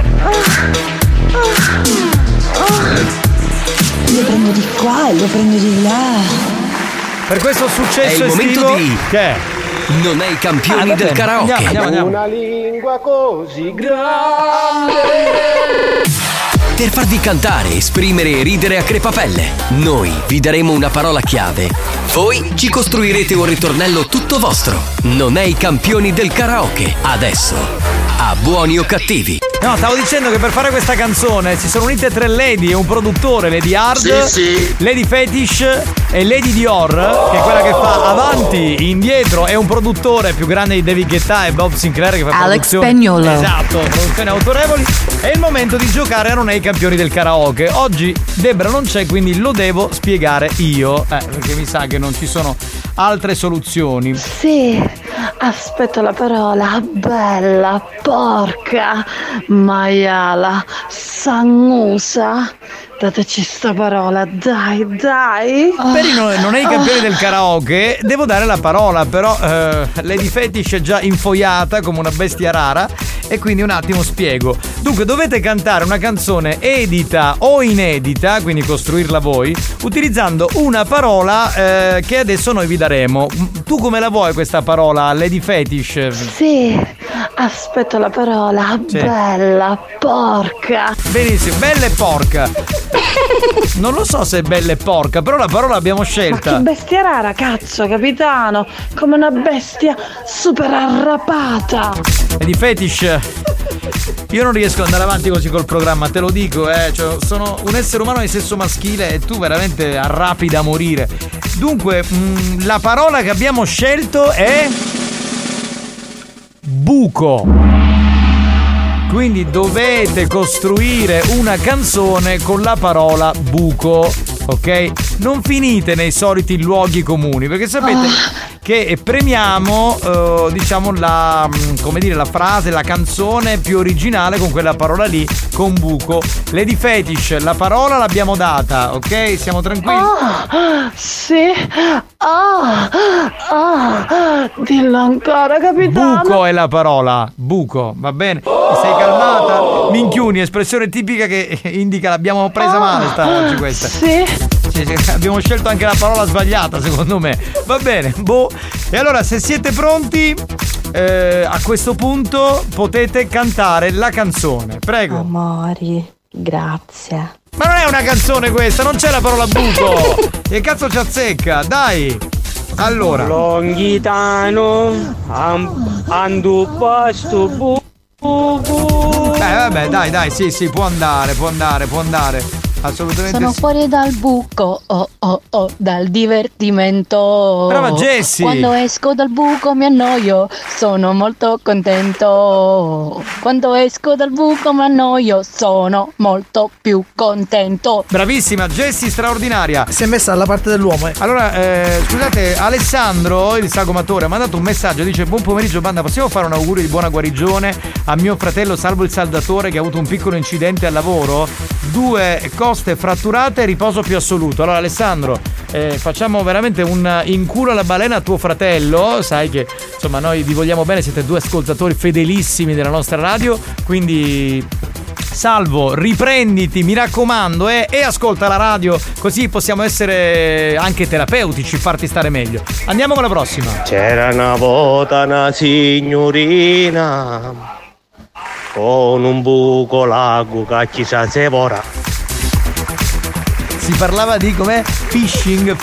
Lo prendo di qua e lo prendo di là. Per questo successo è il estivo momento di che Non è i campioni del karaoke. Andiamo. Una lingua così grande. Per farvi cantare, esprimere e ridere a crepapelle, noi vi daremo una parola chiave. Voi ci costruirete un ritornello tutto vostro. Non è i campioni del karaoke. Adesso, a buoni o cattivi. No, stavo dicendo che per fare questa canzone si sono unite 3 lady e un produttore, Lady Hard, Sì. Lady Fetish e Lady Dior, che è quella che fa avanti, indietro, è un produttore più grande di David Guetta e Bob Sinclair che fa Alex produzioni. Spagnuolo. Esatto, produzioni autorevoli. È il momento di giocare a Non è i campioni del karaoke. Oggi Debra non c'è, quindi lo devo spiegare io, perché mi sa che non ci sono altre soluzioni. Sì, aspetto la parola bella, porca, maiala, sangusa. Dateci sta parola, dai. Per i Non è i campioni del karaoke devo dare la parola, però Lady Fetish è già infoiata come una bestia rara e quindi un attimo spiego. Dunque dovete cantare una canzone edita o inedita, quindi costruirla voi, utilizzando una parola che adesso noi vi daremo. Tu come la vuoi questa parola, Lady Fetish? Sì, aspetto la parola bella, porca. Benissimo, bella e porca. Non lo so se è bella e porca, però la parola l'abbiamo scelta. Ma che bestia rara, cazzo, capitano. Come una bestia super arrapata. Lady Fetish, io non riesco ad andare avanti così col programma, te lo dico, cioè, sono un essere umano di sesso maschile e tu veramente arrapi da morire. Dunque, la parola che abbiamo scelto è buco. Quindi dovete costruire una canzone con la parola buco, ok? Non finite nei soliti luoghi comuni, perché sapete che premiamo diciamo la frase, la canzone più originale con quella parola lì, con buco. Lady Fetish, la parola l'abbiamo data, ok? Siamo tranquilli? Sì. Dillo ancora, capitano. Buco è la parola, buco, va bene? Ti sei calmata? Minchiuni, espressione tipica che indica l'abbiamo presa male oggi questa. Sì. Abbiamo scelto anche la parola sbagliata, secondo me. Va bene, E allora, se siete pronti, a questo punto potete cantare la canzone. Prego. Amori, grazie. Ma non è una canzone questa, non c'è la parola buco. Che cazzo ci azzecca? Dai. Allora. Longhitano, andu pasto buco. Vabbè, dai, sì, può andare. Assolutamente Sono sì. fuori dal buco, dal divertimento. Brava Jessie. Quando esco dal buco mi annoio, sono molto contento. Quando esco dal buco mi annoio, sono molto più contento. Bravissima, Jessie straordinaria. Si è messa dalla parte dell'uomo. Allora, scusate, Alessandro, il sagomatore, ha mandato un messaggio, dice: buon pomeriggio banda, possiamo fare un augurio di buona guarigione a mio fratello Salvo il Saldatore che ha avuto un piccolo incidente al lavoro? 2 coste fratturate e riposo più assoluto. Allora Alessandro, facciamo veramente un in culo alla balena a tuo fratello, sai che insomma noi vi vogliamo bene, siete 2 ascoltatori fedelissimi della nostra radio, quindi Salvo, riprenditi, mi raccomando, e ascolta la radio, così possiamo essere anche terapeutici, farti stare meglio. Andiamo con la prossima. C'era una volta una signorina con un buco lago che ci sa sevora. Si parlava di com'è? Fisting.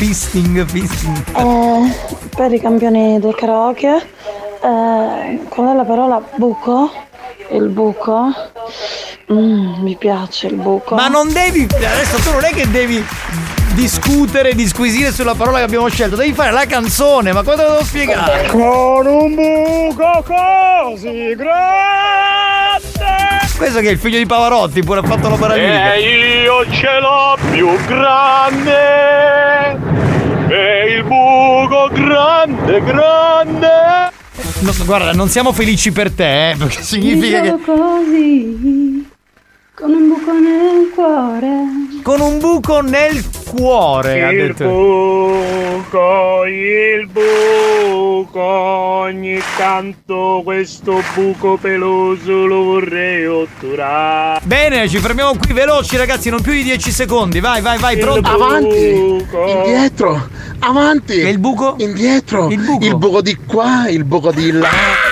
Per i campioni del karaoke, qual è la parola buco? Il buco? Mi piace il buco. Ma non devi, adesso tu non è che devi discutere, disquisire sulla parola che abbiamo scelto, devi fare la canzone, ma cosa devo spiegare? Con un buco così grande. Questo che è il figlio di Pavarotti, pure ha fatto l'opera lirica. E io ce l'ho più grande. E il buco grande. No, guarda, non siamo felici per te, perché significa che così, con un buco nel cuore. con un buco nel cuore, ha detto. Il buco, ogni tanto questo buco peloso lo vorrei otturare. Bene, ci fermiamo qui veloci ragazzi, non più di 10 secondi. Vai, pronto? Avanti, indietro, avanti. E il buco? Indietro. Il buco di qua, il buco di là.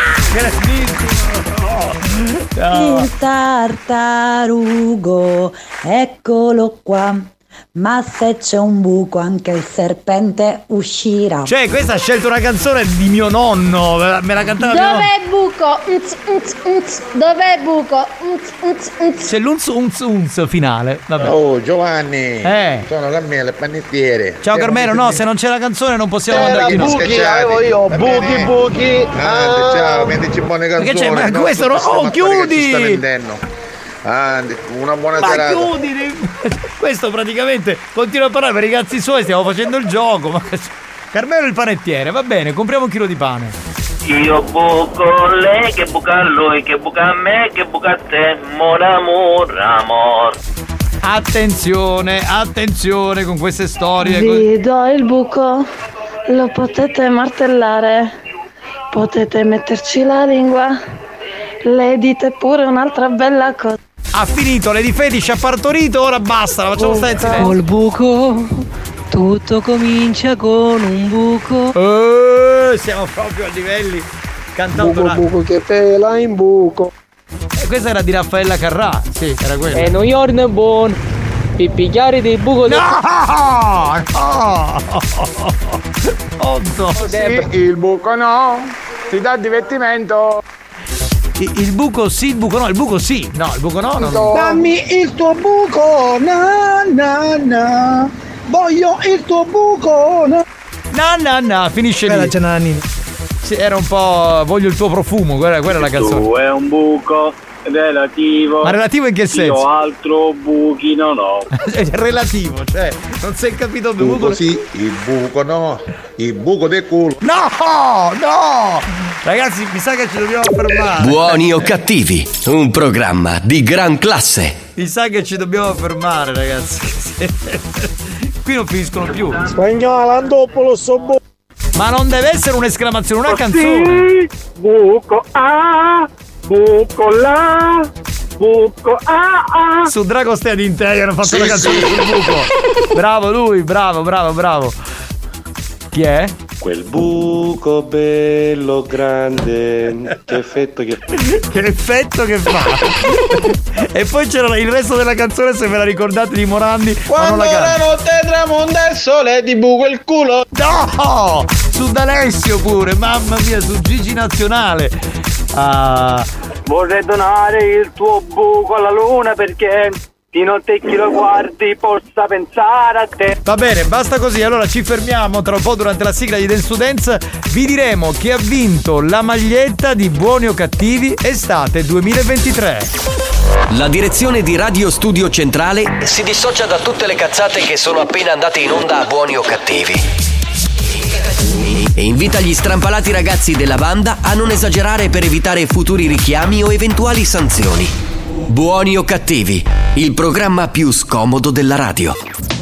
Il tartarugo, eccolo qua. Ma se c'è un buco anche il serpente uscirà. Cioè, questa ha scelto una canzone di mio nonno, me la cantava mio nonno. Dov'è il buco? Dov'è il buco? C'è l'unz finale. Vabbè. Oh Giovanni, sono Carmelo il panettiere. Ciao Carmelo, no, se non c'è la canzone non possiamo andare in buchi, avevo io, buchi. Ciao, mettici buone canzoni. Perché c'è? Ma questo no, chiudi! Una buona serata. Ma chiudi! Questo praticamente continua a parlare per i cazzi suoi, stiamo facendo il gioco. Ma Carmelo il panettiere, va bene, compriamo un chilo di pane. Io buco lei, che buca a lui, che buca a me, che buca a te, mon amor. Attenzione con queste storie. Vi do il buco, lo potete martellare, potete metterci la lingua, le dite pure un'altra bella cosa. Ha finito, Lady Fetish ha partorito, ora basta, la facciamo stare in silenzio. Col buco, tutto comincia con un buco. Siamo proprio a livelli cantautorali. Buco che pela in buco. Questa era di Raffaella Carrà, sì, era quella. E New York è buono, pippigliare dei buco. No! Sì, il buco no, ti dà divertimento. Il buco sì, il buco no, il buco sì. No, il buco no. Dammi il tuo buco, na. Voglio il tuo buco, na. Finisce lì. Bella Giannini. Sì, era un po'. Voglio il tuo profumo, quella è la canzone. Tu è un buco relativo. Ma relativo in che senso? Io altro buchi non ho. Relativo, cioè, non si è capito il buco sì, il buco no, il buco del culo. No! Ragazzi, mi sa che ci dobbiamo fermare. Buoni o cattivi, un programma di gran classe. Mi sa che ci dobbiamo fermare, ragazzi. Qui non finiscono più. Spagnola, dopo lo so. Ma non deve essere un'esclamazione, una canzone. Buco A, buco là, buco A. Su Drago Stea di Interior hanno fatto la canzone sul buco. Bravo lui, bravo. Chi è? Quel buco bello grande, che effetto che fa. E poi c'era il resto della canzone, se ve la ricordate, di Morandi. Quando la notte tramonta il sole ti buco il culo. No! Su D'Alessio pure, mamma mia, su Gigi Nazionale. Vorrei donare il tuo buco alla luna perché Chi non te chi lo guardi possa pensare a te. Va bene, basta così, allora ci fermiamo. Tra un po' durante la sigla di Dance to Dance vi diremo chi ha vinto la maglietta di Buoni o Cattivi estate 2023. La direzione di Radio Studio Centrale si dissocia da tutte le cazzate che sono appena andate in onda a Buoni o Cattivi e invita gli strampalati ragazzi della banda a non esagerare per evitare futuri richiami o eventuali sanzioni. Buoni o Cattivi, il programma più scomodo della radio.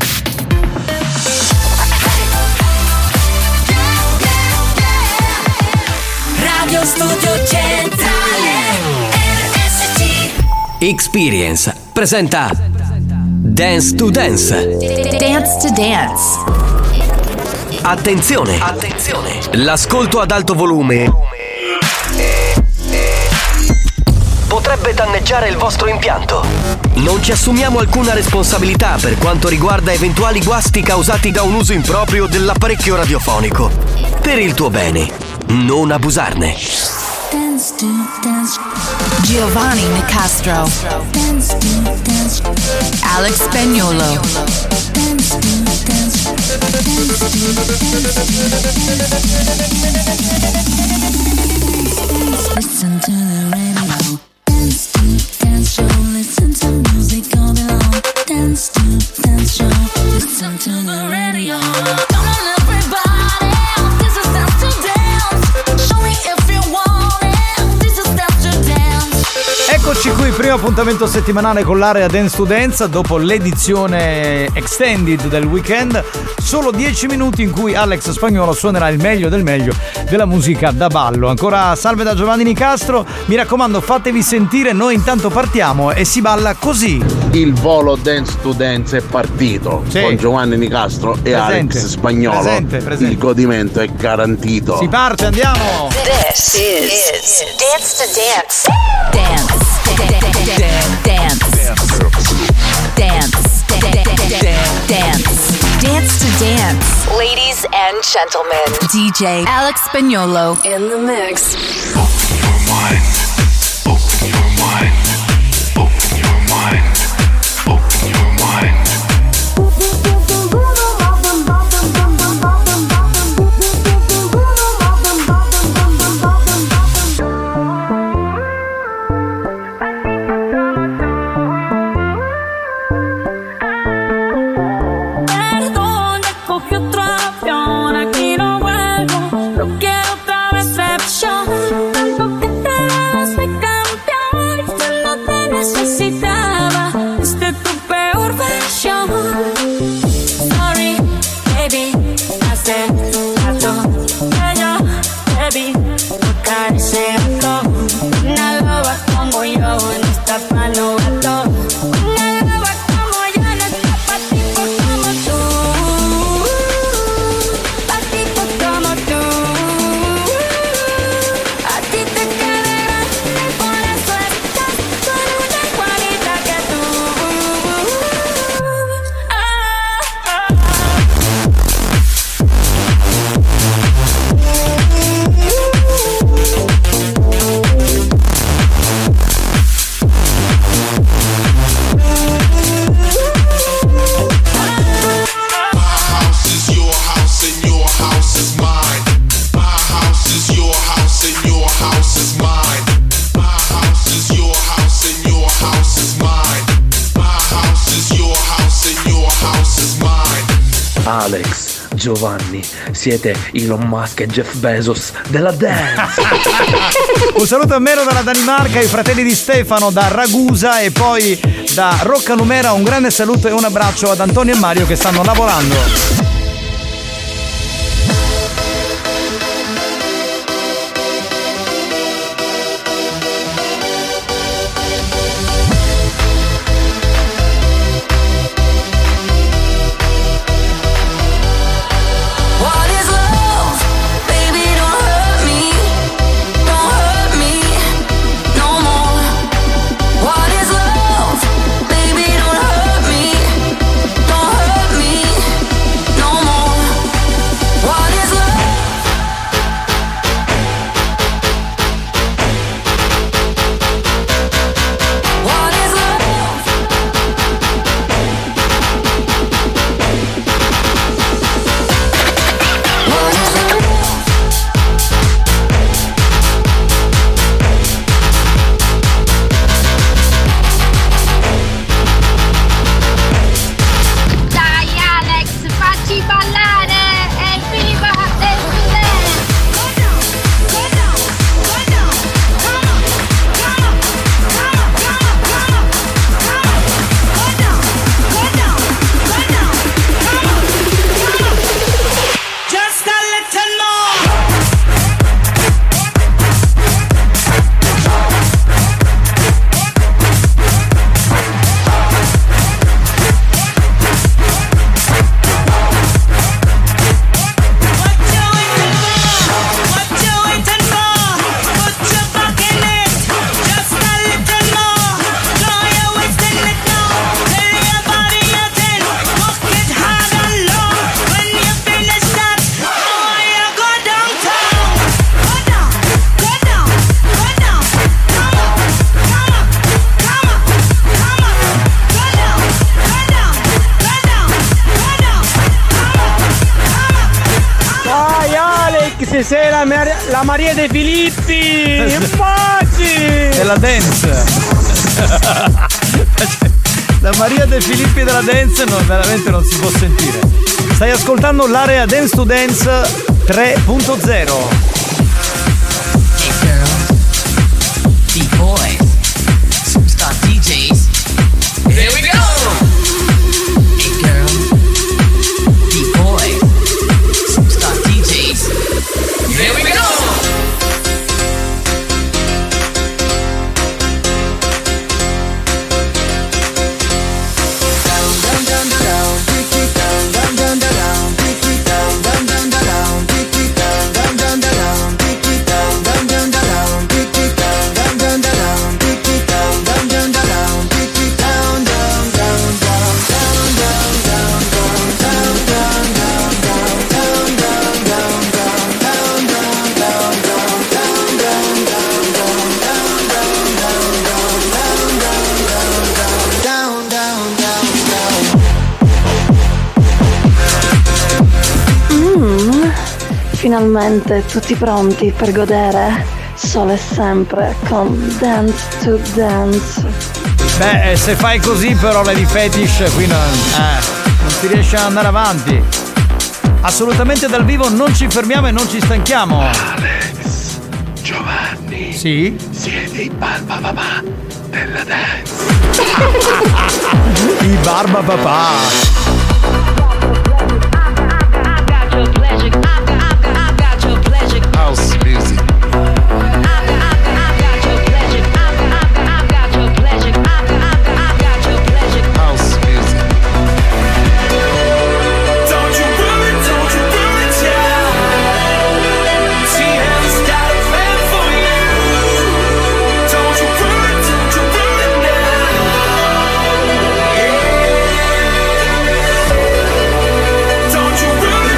Radio Studio Centrale RSC. Experience presenta Dance to Dance. Dance to Dance. Attenzione, attenzione. L'ascolto ad alto volume potrebbe danneggiare il vostro impianto. Non ci assumiamo alcuna responsabilità per quanto riguarda eventuali guasti causati da un uso improprio dell'apparecchio radiofonico. Per il tuo bene, non abusarne. Dance to Dance. Giovanni Nicastro. Dance to Dance. Alex Spagnuolo. Dance to Dance. Listen to the radio. Dance to Dance Show. Listen to music all day long. Dance to Dance Show. Listen to the radio. Come on everybody, this is Dance to Dance. Show me if you want it. This is Dance to Dance. Eccoci qui, primo appuntamento settimanale con l'area Dance to Dance dopo l'edizione extended del weekend. Solo 10 minuti in cui Alex Spagnuolo suonerà il meglio del meglio della musica da ballo. Ancora salve da Giovanni Nicastro. Mi raccomando, fatevi sentire, noi intanto partiamo e si balla così. Il volo Dance to Dance è partito, sì, con Giovanni Nicastro e presente. Alex Spagnuolo. Presente. Il godimento è garantito. Si parte, andiamo. This is Dance to Dance. Dance. Dance to Dance. Ladies and gentlemen, DJ Alex Spagnuolo in the mix. Open your mind. Open your mind. Open your mind. Open your mind. Alex, Giovanni, siete Elon Musk e Jeff Bezos della dance. Un saluto a Mero dalla Danimarca, i fratelli di Stefano da Ragusa e poi da Rocca Numera un grande saluto e un abbraccio ad Antonio e Mario che stanno lavorando. No Giovanni, sei la Maria De Filippi! Infatti! Della dance! La Maria De Filippi della dance veramente non si può sentire. Stai ascoltando l'area Dance to Dance 3.0. D-Boys, Superstar DJs. Here we go! Hey girl, D-Boys, Superstar DJs. Here we go! Finalmente tutti pronti per godere solo e sempre con Dance to Dance. Beh, se fai così però Lady Fetish qui non si riesce ad andare avanti. Assolutamente dal vivo non ci fermiamo e non ci stanchiamo. Alex, Giovanni. Sì? Siete i barba papà della dance. I barba papà. House music. House music. Don't you worry, child. She has got a plan for you. Don't you worry now. Don't you worry,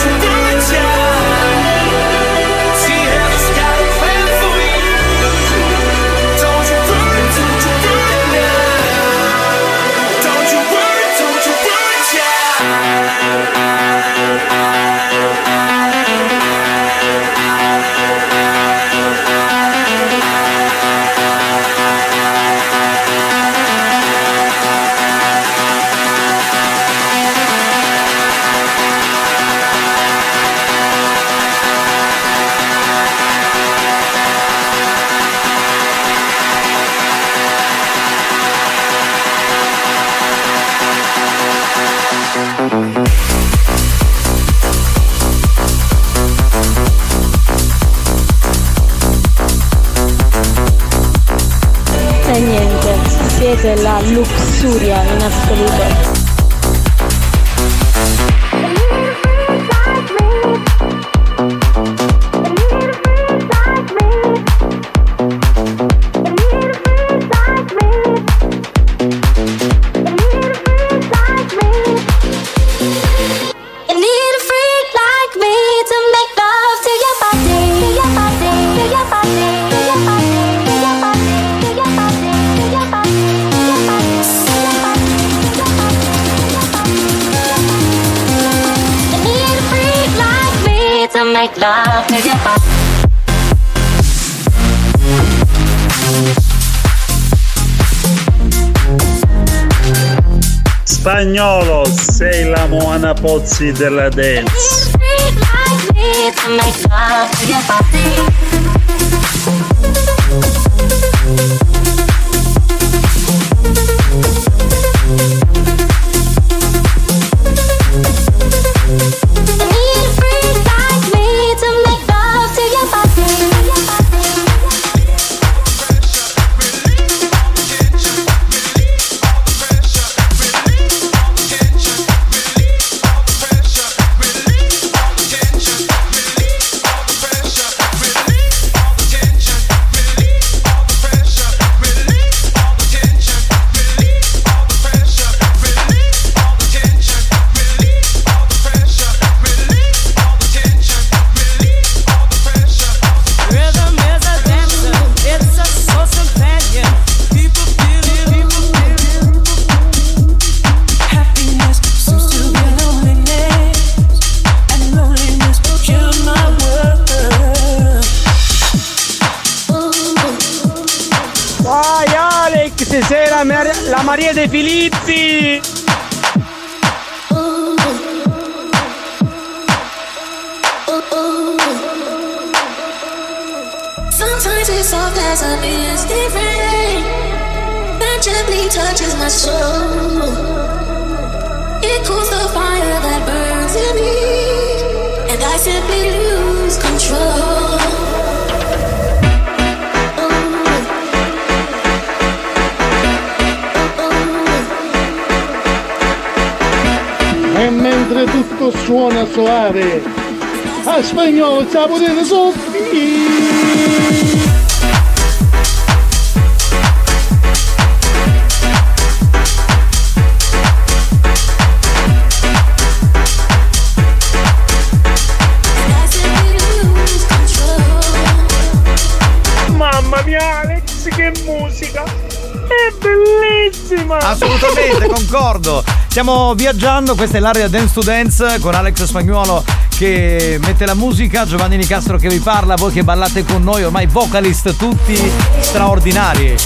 child. She has got a plan for you. Don't you worry now. Don't you worry, E niente, siete la luxuria in assoluto. Make love to your body. Spagnolo, sei la Moana Pozzi della dance. To make love to your body. Maria De Filippi! Sometimes it's so pleasant, it's different. That gently touches my soul. It cools the fire that burns in me, and I simply lose control. E mentre tutto suona soave, a spagnolo sta potendo soffrire. Mamma mia Alex, che musica! È bellissima! Assolutamente, concordo. Stiamo viaggiando, questa è l'area Dance to Dance con Alex Spagnuolo che mette la musica, Giovanni Nicastro che vi parla, voi che ballate con noi, ormai vocalist tutti straordinari.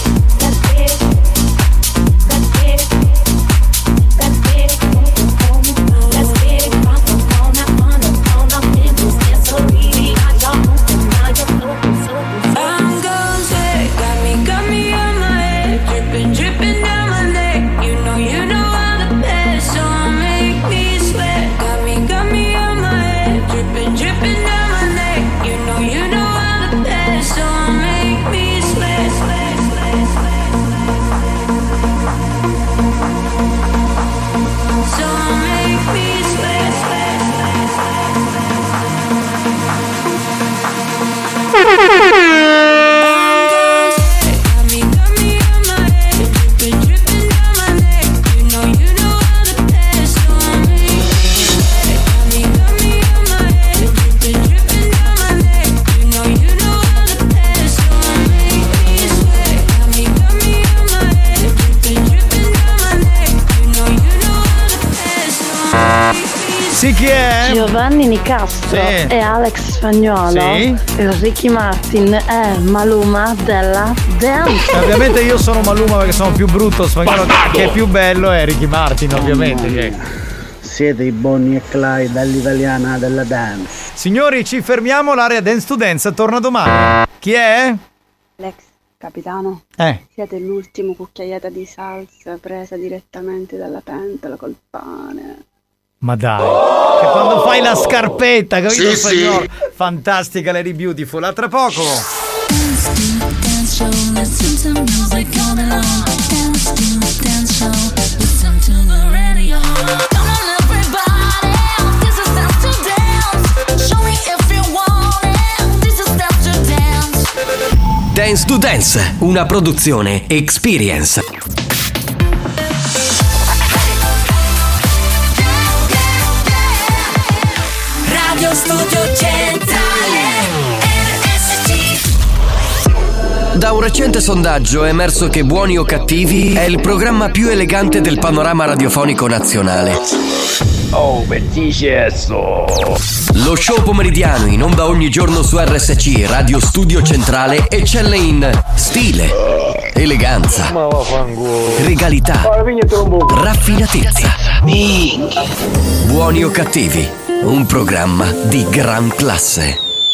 Sì, chi è? Giovanni Nicastro e Alex Spagnuolo. Sì. E Ricky Martin è Maluma della Dance. Ovviamente io sono Maluma perché sono più brutto, Spagnuolo che è più bello è Ricky Martin, ovviamente. Siete i Bonnie e Clyde dall'italiana della Dance. Signori, ci fermiamo, l'area Dance to Dance torna domani. Chi è? Alex, capitano. Siete l'ultimo cucchiaiata di salsa presa direttamente dalla pentola col pane. Ma dai, che quando fai la scarpetta, capito? Sì. Fantastica Lady Beautiful, a tra poco. Dance to Dance, una produzione Experience. Radio Studio Centrale RSC. Da un recente sondaggio è emerso che Buoni o Cattivi è il programma più elegante del panorama radiofonico nazionale. Oh, bellissimo! Lo show pomeridiano in onda ogni giorno su RSC Radio Studio Centrale eccelle in stile, eleganza, regalità, raffinatezza. Buoni o Cattivi, un programma di gran classe.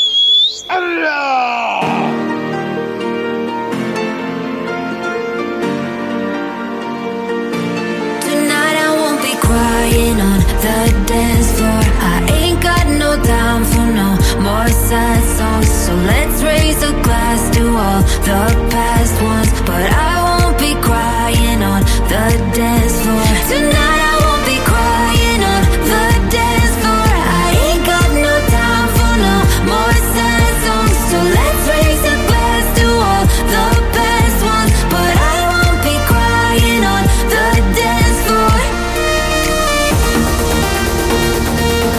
Tonight I won't be crying on the dance floor. I ain't got no time for no more sad songs. So let's raise a glass to all the past ones. But I won't be crying on the dance floor. Tonight I won't be crying on the dance floor. I ain't got no time for no more sad songs. So let's raise a glass to all the past ones. But I won't be crying on the dance floor.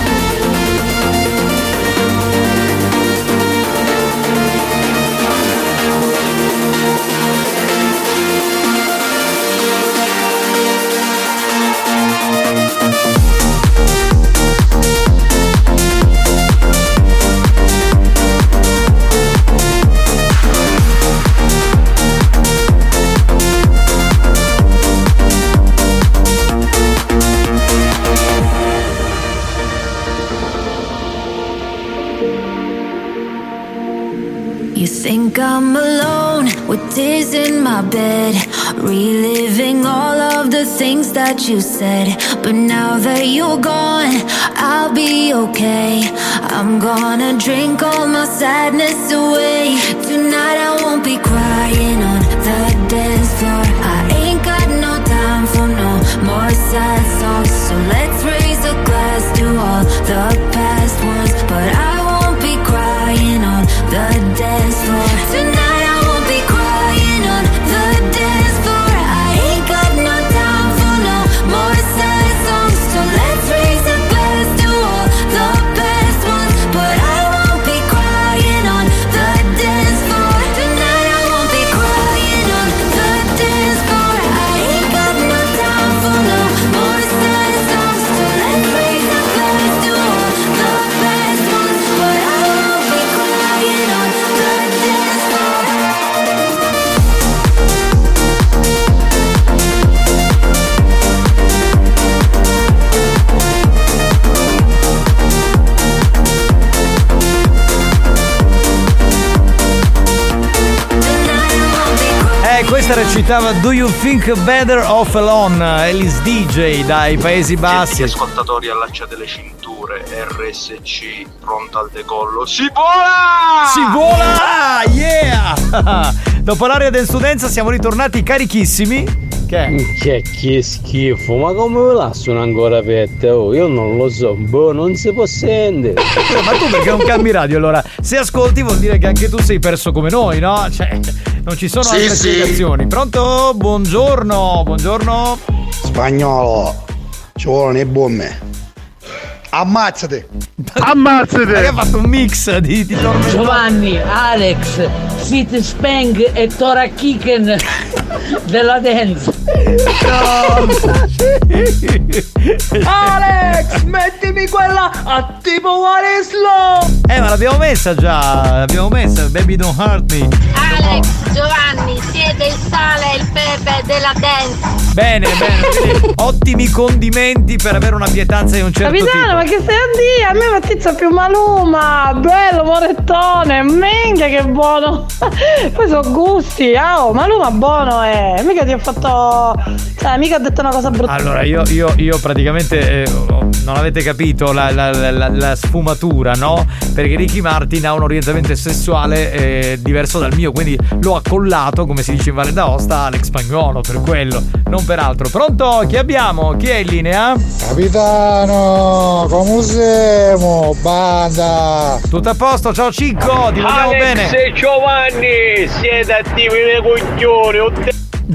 think I'm alone with tears in my bed, reliving all of the things that you said. But now that you're gone, I'll be okay. I'm gonna drink all my sadness away. Tonight I won't be crying on the dance floor. I ain't got no time for no more sad songs. So let's raise a glass to all the past ones. But I won't be crying on the dance floor. Tonight I won't be crying on the dance floor. I ain't got no time for no more sad songs. So let's raise a glass to all the past ones. But I won't be crying on the dance floor. Tonight I won't be crying on the dance floor. I ain't got no time for no more sad songs. So let's raise a glass to all the past ones. But I won't be crying on the dance floor. Questa recitava Do You Think Better Off Alone, Alice DJ dai Paesi Bassi. Ascoltatori, allacciate le cinture, RSC pronta al decollo. Si vola! Si vola! Yeah! Dopo l'area del Studenza siamo ritornati carichissimi. Che schifo, ma come ve la sono ancora aperta? Oh, io non lo so, non si può sentire. Ma tu perché non cambi radio allora? Se ascolti vuol dire che anche tu sei perso come noi, no? Cioè, non ci sono altre spiegazioni. Pronto? Buongiorno. Spagnolo, ci vogliono le bombe. Ammazzate! Hai fatto un mix di tormento. Giovanni, Alex, Fit Spang e Tora Kiken della dance. Alex, mettimi quella a tipo What is Love. Ma l'abbiamo messa già. Baby Don't Hurt Me. Alex, Giovanni, siete il sale e il pepe della dance. Bene, ottimi condimenti per avere una pietanza di un certo Capitano, tipo. ma che stai a dire? A me Mattizia più Maluma. Bello, morettone. Minchia che buono. Poi sono gusti. Maluma buono mica ti ha fatto. Cioè, mica ha detto una cosa brutta. Allora, io praticamente non avete capito la sfumatura, no? Perché Ricky Martin ha un orientamento sessuale diverso dal mio, quindi l'ho accollato, come si dice in Valle d'Aosta, Alex Spagnolo, per quello, non per altro. Pronto? Chi abbiamo? Chi è in linea? Capitano, come siamo? Banda! Tutto a posto, ciao Cicco, ti vogliamo bene? Alex e Giovanni, siete attivi nei coglioni.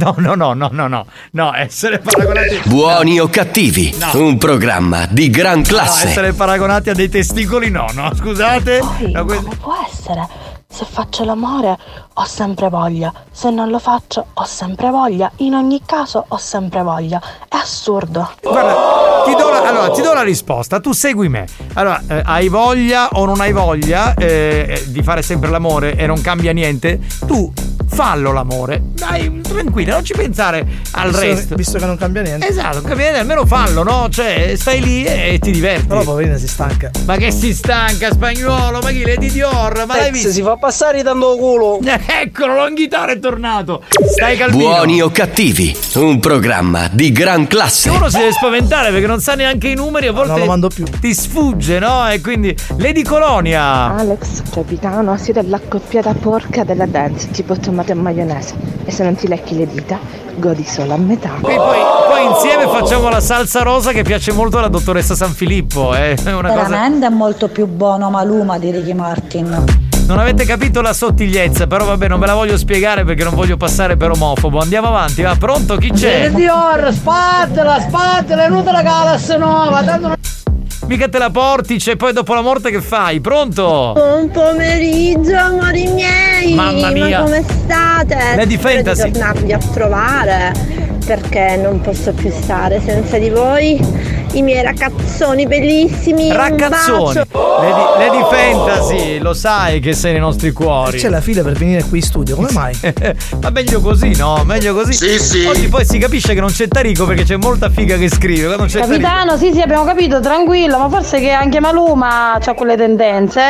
No, essere paragonati. Buoni o cattivi, un programma di gran classe. No, essere paragonati a dei testicoli no, scusate. Poi, come può essere? Se faccio l'amore ho sempre voglia, se non lo faccio ho sempre voglia, in ogni caso ho sempre voglia. È assurdo. Guarda, ti do la risposta, tu segui me. Allora, hai voglia o non hai voglia di fare sempre l'amore e non cambia niente? Tu fallo l'amore, dai, tranquilla, non ci pensare al resto. Visto che non cambia niente. Esatto, non cambia niente, almeno fallo, no? Cioè, stai lì e ti diverti. Però poverina si stanca. Ma che si stanca, Spagnolo? Ma chi? Lady Dior? Ma l'hai visto? Si fa passare dando culo. Eccolo, Longhitano è tornato. Stai calmino. Buoni o cattivi, un programma di gran classe. Uno si deve spaventare perché non sa neanche i numeri, a volte non lo mando più. Ti sfugge, no? E quindi Lady Colonia. Alex, capitano, siete l'accoppiata porca della dance, tipo tomate e maionese. E se non ti lecchi le dita, godi solo a metà. E poi insieme facciamo la salsa rosa che piace molto alla dottoressa Sanfilippo. È una veramente è molto più buono Maluma di Ricky Martin. Non avete capito la sottigliezza, però vabbè, non ve la voglio spiegare perché non voglio passare per omofobo. Andiamo avanti, va, pronto? Chi c'è? Dior, spatela, è venuta la Galaxy nuova, tanto non... Mica te la porti, c'è poi dopo la morte che fai? Pronto? Buon pomeriggio, amori miei. Mamma mia. Ma come state? Lady Fantasy. Spero di tornarvi a trovare, perché non posso più stare senza di voi. I miei ragazzoni bellissimi. Ragazzoni. Lady Fantasy, lo sai che sei nei nostri cuori. C'è la fila per venire qui in studio, come mai? Ma meglio così, no? Meglio così. Sì. Oggi poi si capisce che non c'è Tarico perché c'è molta figa che scrive. Quando c'è Capitano, Tarico... sì, abbiamo capito, tranquillo, ma forse che anche Maluma c'ha quelle tendenze.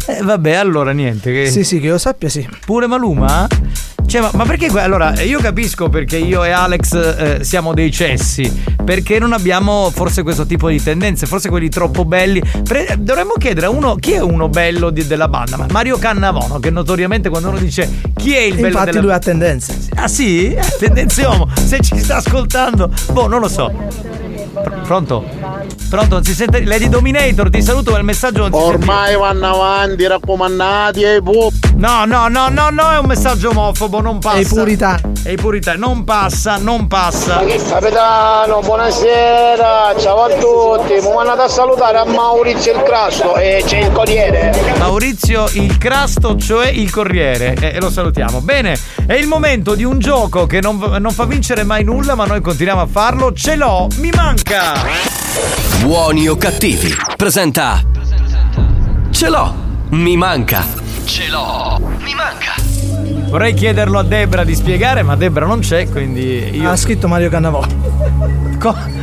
Vabbè, allora niente. Sì, che io sappia, sì. Pure Maluma? Cioè, ma perché allora io capisco perché io e Alex siamo dei cessi, perché non abbiamo forse questo tipo di tendenze, forse quelli troppo belli. Dovremmo chiedere a uno chi è uno bello della banda, ma Mario Cannavono, che notoriamente quando uno dice chi è il bello infatti lui ha tendenze. Ah sì? Tendenze uomo. Se ci sta ascoltando, non lo so. Pronto? Non si sente? Lady Dominator, ti saluto, ma il messaggio non si sente. Ormai vanno avanti, raccomandati ai No, è un messaggio omofobo, non passa. È i puritani. Non passa. Capitano, buonasera, ciao a tutti. Mi andate a salutare a Maurizio il Crasto e c'è il Corriere. Maurizio il Crasto, cioè il Corriere, e lo salutiamo. Bene, è il momento di un gioco che non fa vincere mai nulla, ma noi continuiamo a farlo. Ce l'ho, mi manca. Buoni o cattivi, presenta Ce l'ho, mi manca. Ce l'ho, mi manca. Vorrei chiederlo a Debra di spiegare, ma Debra non c'è, quindi io... Ha scritto Mario Cannavono.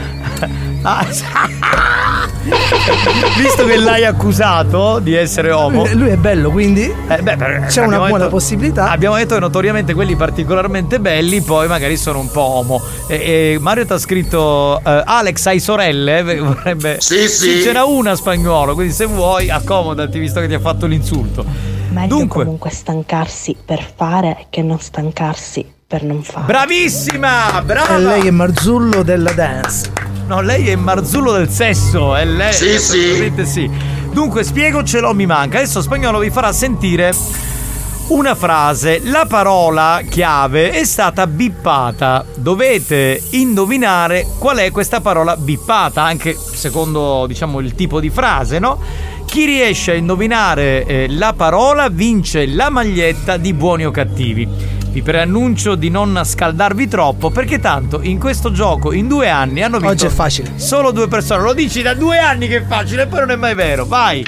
Visto che l'hai accusato di essere uomo, lui è bello, quindi c'è una buona possibilità. Abbiamo detto che notoriamente quelli particolarmente belli poi magari sono un po' homo. E Mario ti ha scritto Alex, hai sorelle? Vorrebbe... Sì, ce n'ha una spagnolo, quindi se vuoi accomodati visto che ti ha fatto l'insulto. Meglio comunque stancarsi per fare che non stancarsi per non fare. Bravissima, brava. E lei è Marzullo della dance. No, lei è Marzullo del sesso. È lei. Sì. Dunque, spiego, ce l'ho, mi manca. Adesso Spagnolo vi farà sentire una frase. La parola chiave è stata bippata. Dovete indovinare qual è questa parola bippata, anche secondo, diciamo, il tipo di frase, no? Chi riesce a indovinare la parola vince la maglietta di Buoni o Cattivi. Vi preannuncio di non scaldarvi troppo, perché tanto in questo gioco in 2 anni hanno vinto. Oggi è facile. Solo 2 persone. Lo dici da 2 anni che è facile, poi non è mai vero. Vai.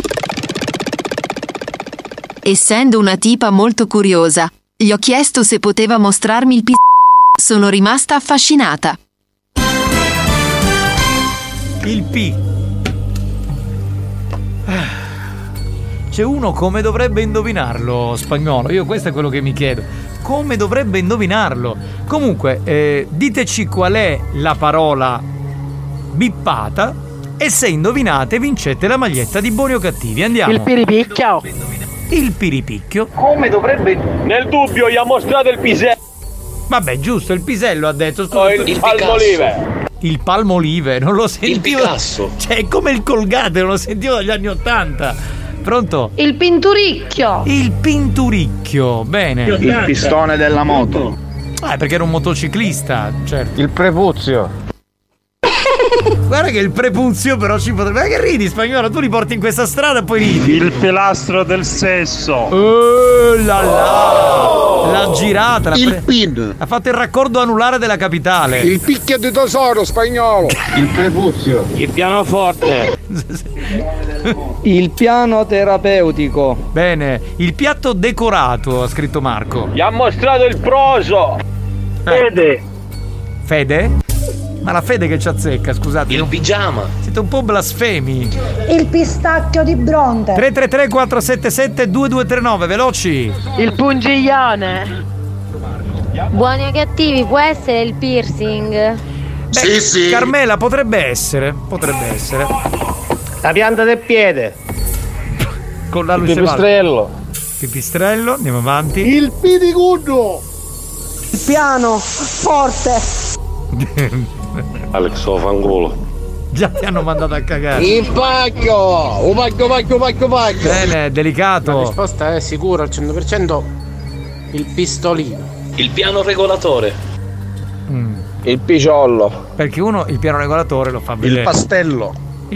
Essendo una tipa molto curiosa, gli ho chiesto se poteva mostrarmi il Sono rimasta affascinata. Il P. C'è uno come dovrebbe indovinarlo, Spagnolo? Io questo è quello che mi chiedo. Come dovrebbe indovinarlo? Comunque, diteci qual è la parola bippata e se indovinate vincete la maglietta di Buoni o Cattivi. Andiamo. Il piripicchio. Il piripicchio. Come dovrebbe... Nel dubbio gli ha mostrato il pisello. Vabbè, giusto, il pisello ha detto. Il palmolive. Il palmolive, non lo sentivo. Il Picasso. Cioè, è come il Colgate, non lo sentivo dagli anni '80. Pronto? Il pinturicchio. Il pinturicchio, bene. Il pistone della moto. Perché era un motociclista, certo. Il prepuzio. Guarda che il prepuzio però ci potrebbe... Ma che ridi, Spagnolo? Tu li porti in questa strada e poi ridi. Il pilastro del sesso. L'ha girata. Il PIN. Ha fatto il raccordo anulare della capitale. Il picchio di tesoro, Spagnolo. Il prepuzio. Il pianoforte. Il piano terapeutico. Bene. Il piatto decorato, ha scritto Marco. Gli ha mostrato il proso. Fede? Ma la Fede che ci azzecca, scusate. Il pigiama. Siete un po' blasfemi. Il pistacchio di Bronte. 333 477 2239, veloci. Il pungiglione. Buoni o Cattivi, può essere il piercing? Sì. Carmela, potrebbe essere. La pianta del piede. Con la luce. Pipistrello, andiamo avanti. Il pidiguddo. Il piano forte. Alex Fangolo. Già ti hanno mandato a cagare. Il pacchio. Bene, delicato. La risposta è sicura al 100%. Il pistolino. Il piano regolatore. Il picciollo. Perché uno il piano regolatore lo fa vedere. Il pastello.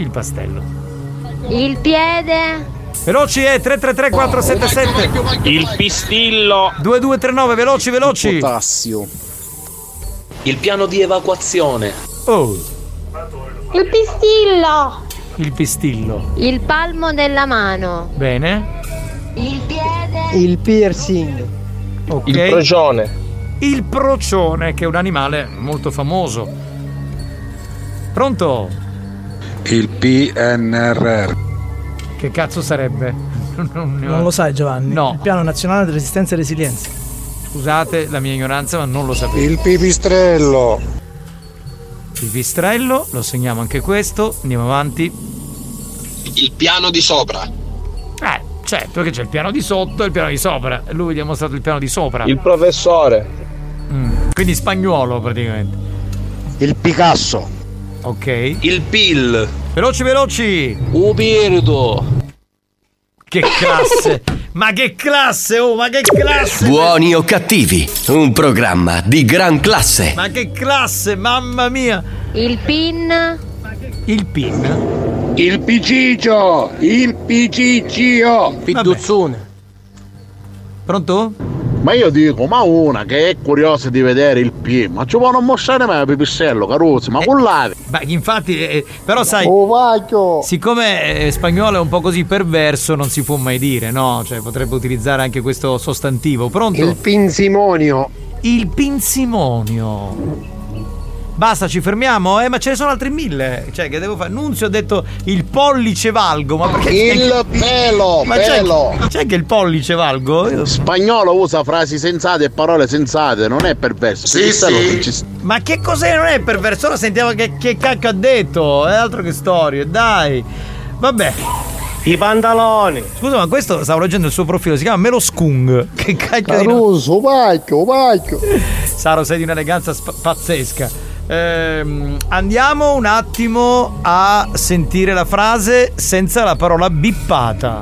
Il piede. Veloci 333 477. Il pistillo. 2239, veloci. Potassio. Il piano di evacuazione. Il pistillo. Il pistillo. Il palmo della mano. Bene. Il piede. Il piercing. Ok. Il procione. Il procione, che è un animale molto famoso. Pronto? Il PNRR. Che cazzo sarebbe? Non lo sai, Giovanni? No. Il Piano Nazionale di Resistenza e Resilienza. Scusate la mia ignoranza, ma non lo sapevo. Il pipistrello. Pipistrello, lo segniamo anche questo. Andiamo avanti. Il piano di sopra. Certo, perché c'è il piano di sotto e il piano di sopra. Lui gli ha mostrato il piano di sopra. Il professore. Quindi spagnolo praticamente. Il Picasso. Ok. Il PIL. Veloci. Upirdo. Che classe. Ma che classe, ma che classe. Buoni o cattivi, un programma di gran classe. Ma che classe, mamma mia. Il PIN. Il PIN. Il Piciccio. Il Piciccio. Pidduzzone. Pronto? Ma io dico, ma una che è curiosa di vedere il P, ma ci può mostrare mai il pipistrello, Caruzzi, ma cullate. Beh, infatti, però sai, vacchio. Siccome spagnolo è un po' così perverso, non si può mai dire, no? Cioè, potrebbe utilizzare anche questo sostantivo. Pronto? Il pinsimonio. Il pinsimonio. Basta, ci fermiamo? Ma ce ne sono altri 1000. Cioè, che devo fare? Nunzio ha detto il pollice valgo. Ma perché? Il pelo, ma pelo. C'è che il pollice valgo? Spagnolo usa frasi sensate e parole sensate, non è perverso. Sì. Ma che cos'è? Non è perverso. Ora sentiamo che cacchio ha detto. È altro che storie, dai. Vabbè. I pantaloni. Scusa, ma questo stavo leggendo il suo profilo, si chiama Meloskung. Che cacchio di Caruso, vacchio. Saro, sei di un'eleganza pazzesca. Andiamo un attimo a sentire la frase senza la parola bippata.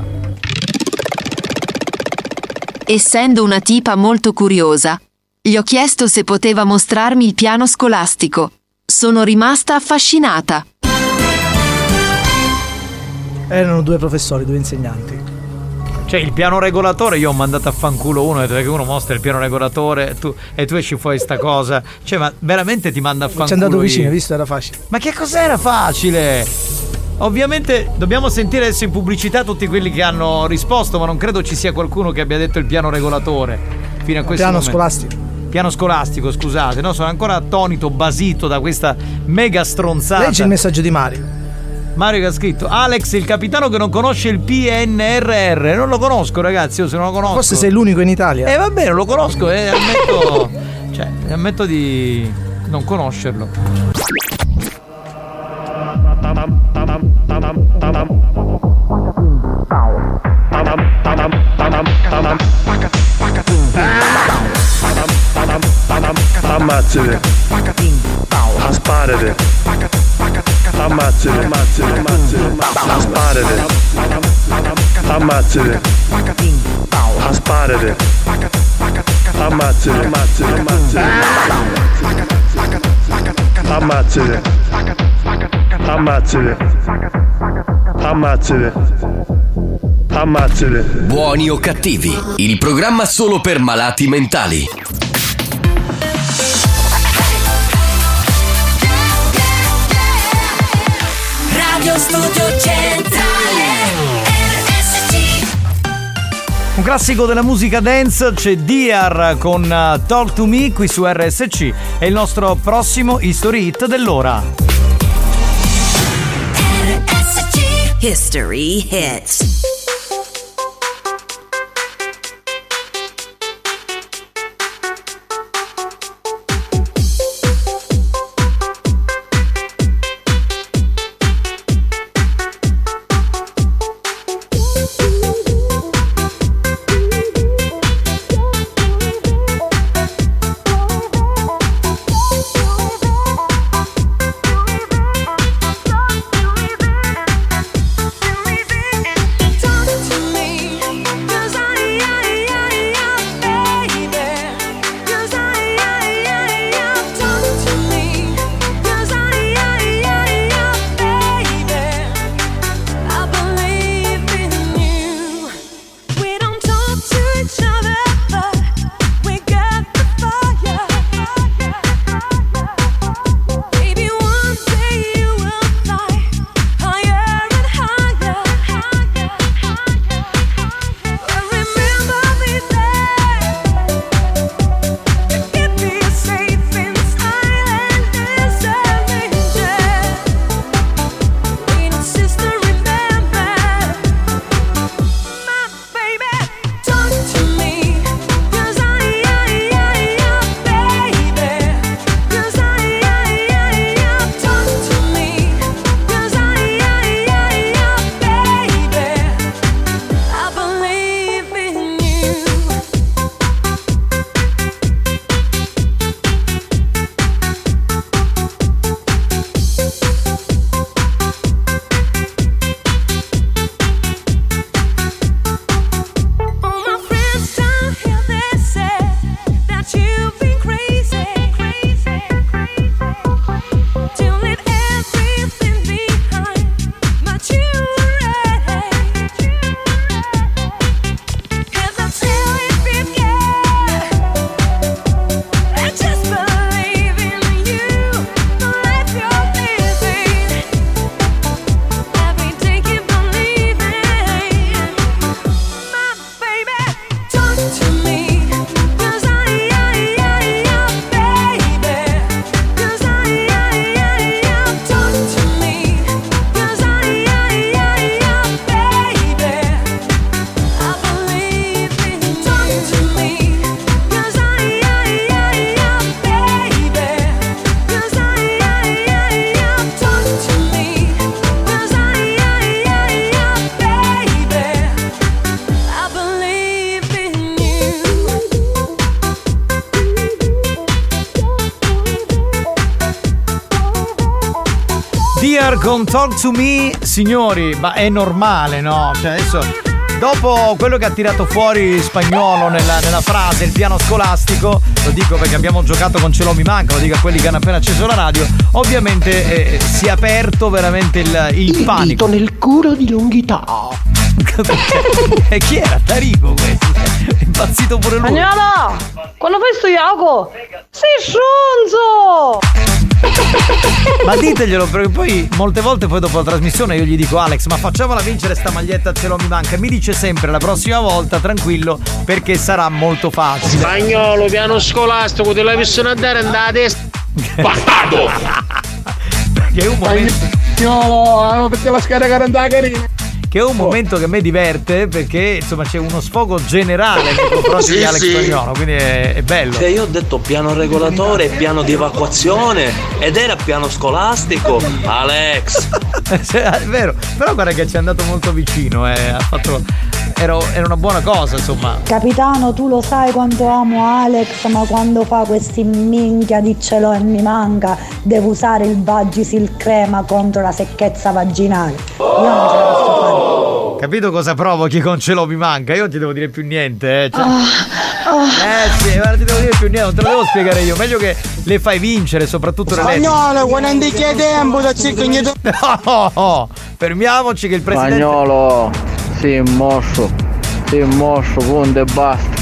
Essendo una tipa molto curiosa, gli ho chiesto se poteva mostrarmi il piano scolastico. Sono rimasta affascinata. Erano 2 professori, 2 insegnanti. Cioè, il piano regolatore, io ho mandato a fanculo uno, perché uno mostra il piano regolatore e tu esci fuori sta cosa. Cioè, ma veramente ti manda a fanculo? Ci è andato vicino, hai visto? Era facile. Ma che cos'era facile? Ovviamente dobbiamo sentire adesso in pubblicità tutti quelli che hanno risposto, ma non credo ci sia qualcuno che abbia detto il piano regolatore fino a questo momento. Scolastico. Piano scolastico, scusate, no? Sono ancora attonito, basito da questa mega stronzata. Leggi il messaggio di Mario. Mario che ha scritto: Alex, il capitano che non conosce il PNRR. Non lo conosco, ragazzi, io se non lo conosco. Forse sei l'unico in Italia. Va bene, lo conosco e ammetto di non conoscerlo. Ammazzate. Sparate. Ammazzate. Sparate. Ammazzate. Sparate. Ammazzate. Ammazzate. Ammazzate. Buoni o cattivi, il programma solo per malati mentali. Radio Studio Centrale RSC. Un classico della musica dance, c'è Diar con Talk to Me qui su RSC. È il nostro prossimo History Hit dell'ora. RSC History Hits. Dear con Talk to Me, signori, ma è normale, no? Cioè adesso, dopo quello che ha tirato fuori Spagnolo nella frase, il piano scolastico, lo dico perché abbiamo giocato con Ce lo mi manca, lo dico a quelli che hanno appena acceso la radio, ovviamente si è aperto veramente il panico. Nel culo di lunghità. E chi era? Tarico questo? È impazzito pure lui. Spagnolo! Quando fai sto Iaco? Sei stronzo! Ma diteglielo, perché poi molte volte poi dopo la trasmissione io gli dico: Alex, ma facciamola vincere sta maglietta, ce lo mi manca. E mi dice sempre la prossima volta, tranquillo, perché sarà molto facile. Spagnolo, piano scolastico, te la persona a dare andare a destra. Bastardo! Che è un momento. No, perché la scarica andava carina. Che è un momento che a me diverte, perché insomma c'è uno sfogo generale nei confronti di Alex Spagnolo, quindi è bello. Cioè io ho detto piano regolatore, piano di evacuazione ed era piano scolastico. Alex! È vero, però guarda che ci è andato molto vicino, ha fatto. Era una buona cosa, insomma. Capitano, tu lo sai quanto amo Alex, ma quando fa questi minchia di ce l'ho e mi manca, devo usare il Vagisil crema contro la secchezza vaginale. Io non ce la posso fare. Capito cosa provochi con ce l'ho mi manca? Io non ti devo dire più niente, Cioè... sì, guarda, ti devo dire più niente, non te lo devo spiegare io. Meglio che le fai vincere, soprattutto le Spagnolo, quando indichi tempo da cicchigno. No, fermiamoci che il presidente. Spagnolo, sì, mosso, punto e basta.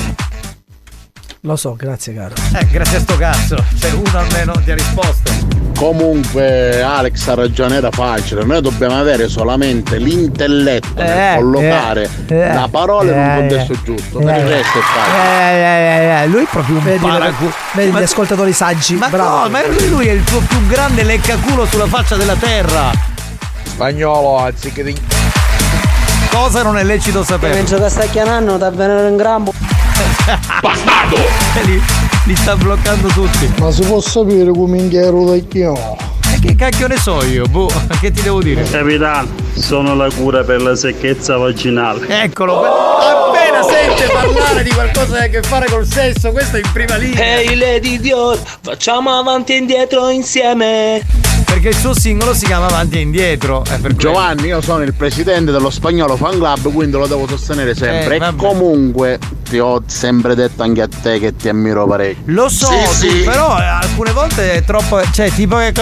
Lo so, grazie caro. Grazie a sto cazzo, cioè uno almeno ti ha risposto. Comunque Alex ha ragione, era facile. Noi dobbiamo avere solamente l'intelletto per collocare la parola in un contesto giusto. Per il resto è facile. Lui è proprio un paraculo. Vedi gli ascoltatori saggi. Ma bravo. no, ma lui è il tuo più grande leccaculo sulla faccia della terra. Spagnolo, anziché di... Cosa non è lecito sapere? Penso che sta chiamando da venire in grambo. Bastardo! Li sta bloccando tutti. Ma si può sapere come inghero da chiamo? E che cacchio ne so io? Boh, che ti devo dire? Capitano, sono la cura per la secchezza vaginale. Eccolo, appena sente parlare di qualcosa che ha a che fare col sesso, questo è in prima linea. Hey Lady Dior, facciamo avanti e indietro insieme. Perché il suo singolo si chiama Avanti e Indietro. Giovanni, io sono il presidente dello Spagnolo Fan Club, quindi lo devo sostenere sempre. E comunque ti ho sempre detto anche a te che ti ammiro parecchio. Lo so, sì. Però alcune volte è troppo. Cioè, tipo che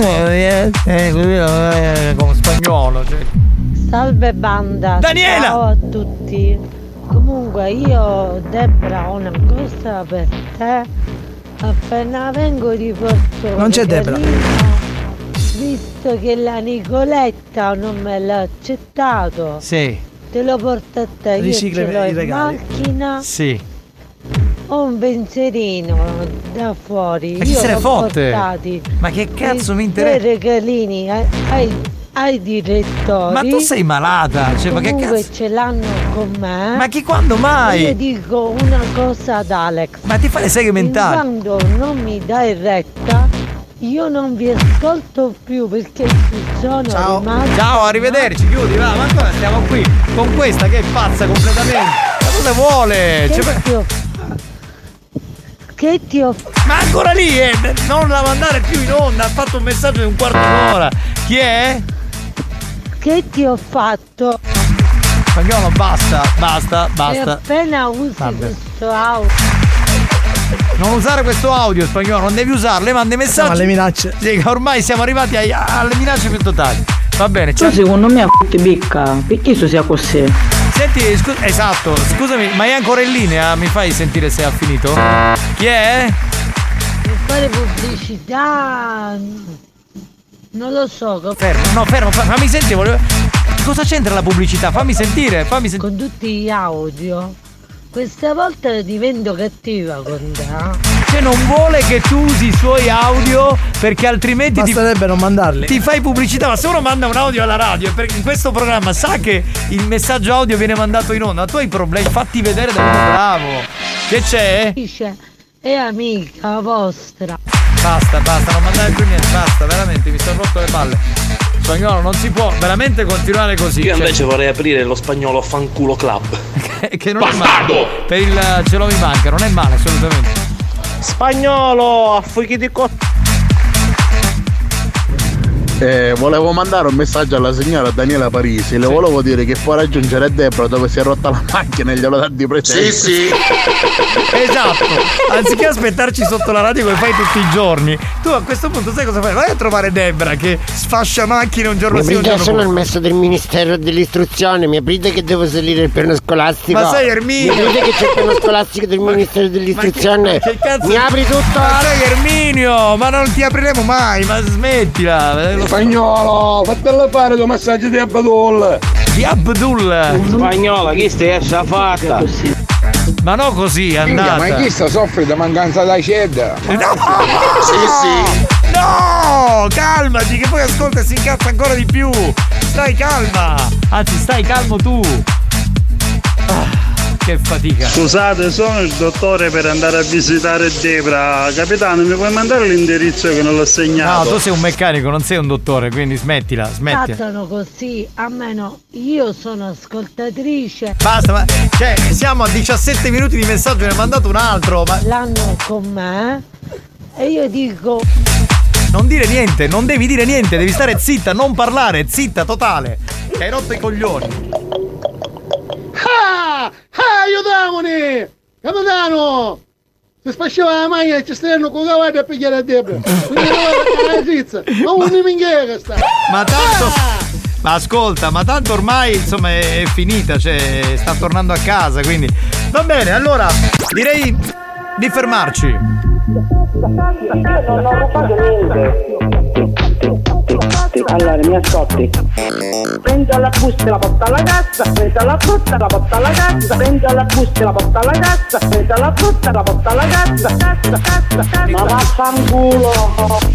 con Spagnolo. Cioè. Salve banda. Daniela! Ciao a tutti. Comunque io, Debra, ho una cosa per te. Appena vengo di Porto. Non c'è Debra. Visto che la Nicoletta non me l'ha accettato, sì, te lo porto a te. Io ce l'ho in macchina. Sì. Ho un pensierino da fuori. Ma chi io se ne l'ho fotte? portati. Ma che cazzo mi interessa? Due regalini ai direttori. Ma tu sei malata, cioè, ma che cazzo? Ce l'hanno con me. Ma chi quando mai? Io dico una cosa ad Alex. Ma ti fai le seghe mentali? Quando non mi dai retta, io non vi ascolto più perché ci sono rimasti. Ciao, arrivederci, chiudi, va, ma ancora stiamo qui con questa che è pazza completamente. Ma cosa vuole? Che ti ho Ma ancora lì, non la mandare più in onda, ha fatto un messaggio di un quarto d'ora. Chi è? Che ti ho fatto? Spagnolo, basta. E appena usi questo audio. Non usare questo audio, Spagnolo, non devi usarlo, le mandi messaggi. Siamo alle minacce. Sì, ormai siamo arrivati alle minacce più totali. Va bene, ciao. Secondo me a tutti picca, perché tu sia così? Senti, esatto, scusami, ma è ancora in linea? Mi fai sentire se ha finito? Chi è? Per fare pubblicità. Non lo so. Fermo, fammi sentire. Cosa c'entra la pubblicità? Fammi sentire. Con tutti gli audio. Questa volta divento cattiva con te. Cioè non vuole che tu usi i suoi audio perché altrimenti basterebbe non mandarli. Ti fai pubblicità, ma se uno manda un audio alla radio perché in questo programma sa che il messaggio audio viene mandato in onda, tu hai problemi, fatti vedere da uno bravo. Che c'è? Dice, è amica vostra. Basta, non mandare più niente, basta, veramente mi sono rotto le palle. Spagnolo, non si può veramente continuare così. Io invece vorrei aprire lo Spagnolo Fanculo Club. che non Bastardo! È male. Per il ce lo mi manca, non è male assolutamente. Spagnolo, a fuochi di Volevo mandare un messaggio alla signora Daniela Parisi. Le volevo dire che può raggiungere Debra dove si è rotta la macchina e glielo dà di presente. Sì. Esatto. Anziché aspettarci sotto la radio come fai tutti i giorni, tu a questo punto sai cosa fai? Vai a trovare Debra che sfascia macchine un giorno sì un giorno sono il messo del Ministero dell'Istruzione. Mi aprite che devo salire il piano scolastico. Ma sei Erminio? Mi aprite che c'è il piano scolastico del Ministero dell'Istruzione. Che cazzo? Mi apri tutto. Ma sei Erminio? Ma non ti apriremo mai, ma smettila. Spagnolo, fatelo fare tuo massaggio di Abdul. Di Abdul? Spagnola, chi stai fatta? Ma no così, è andata. Ma chi sta soffre di mancanza di cedda? No! Sì. No! Calmati che poi ascolta e si incazza ancora di più. Stai calma. Anzi, stai calmo tu. Che fatica. Scusate, sono il dottore per andare a visitare Debra. Capitano, mi puoi mandare l'indirizzo che non l'ho segnato? No, tu sei un meccanico, non sei un dottore, quindi smettila. Trattano così, a meno io sono ascoltatrice. Basta, ma cioè, siamo a 17 minuti di messaggio, ne ha mandato un altro. Ma l'hanno con me e io dico. Non dire niente, non devi dire niente, devi stare zitta, non parlare, zitta totale. Che hai rotto i coglioni. Aiutamone! Capitano! Se spasciava la maglia e ci stanno con cavalli a pigliare a Debra. Quindi la zizza. Ma un minghia sta. Ma tanto. Ma ascolta, ma tanto ormai insomma è finita, cioè sta tornando a casa, quindi. Va bene, allora direi di fermarci. Non ho rubato niente. Allora mi ascolti. Prendi la busta e la porta alla cassa, prendi la frutta e la porta alla cassa, prendi la busta e la porta alla cassa, prendi la frutta e la porta alla cassa, cassa. Ma vaffanculo.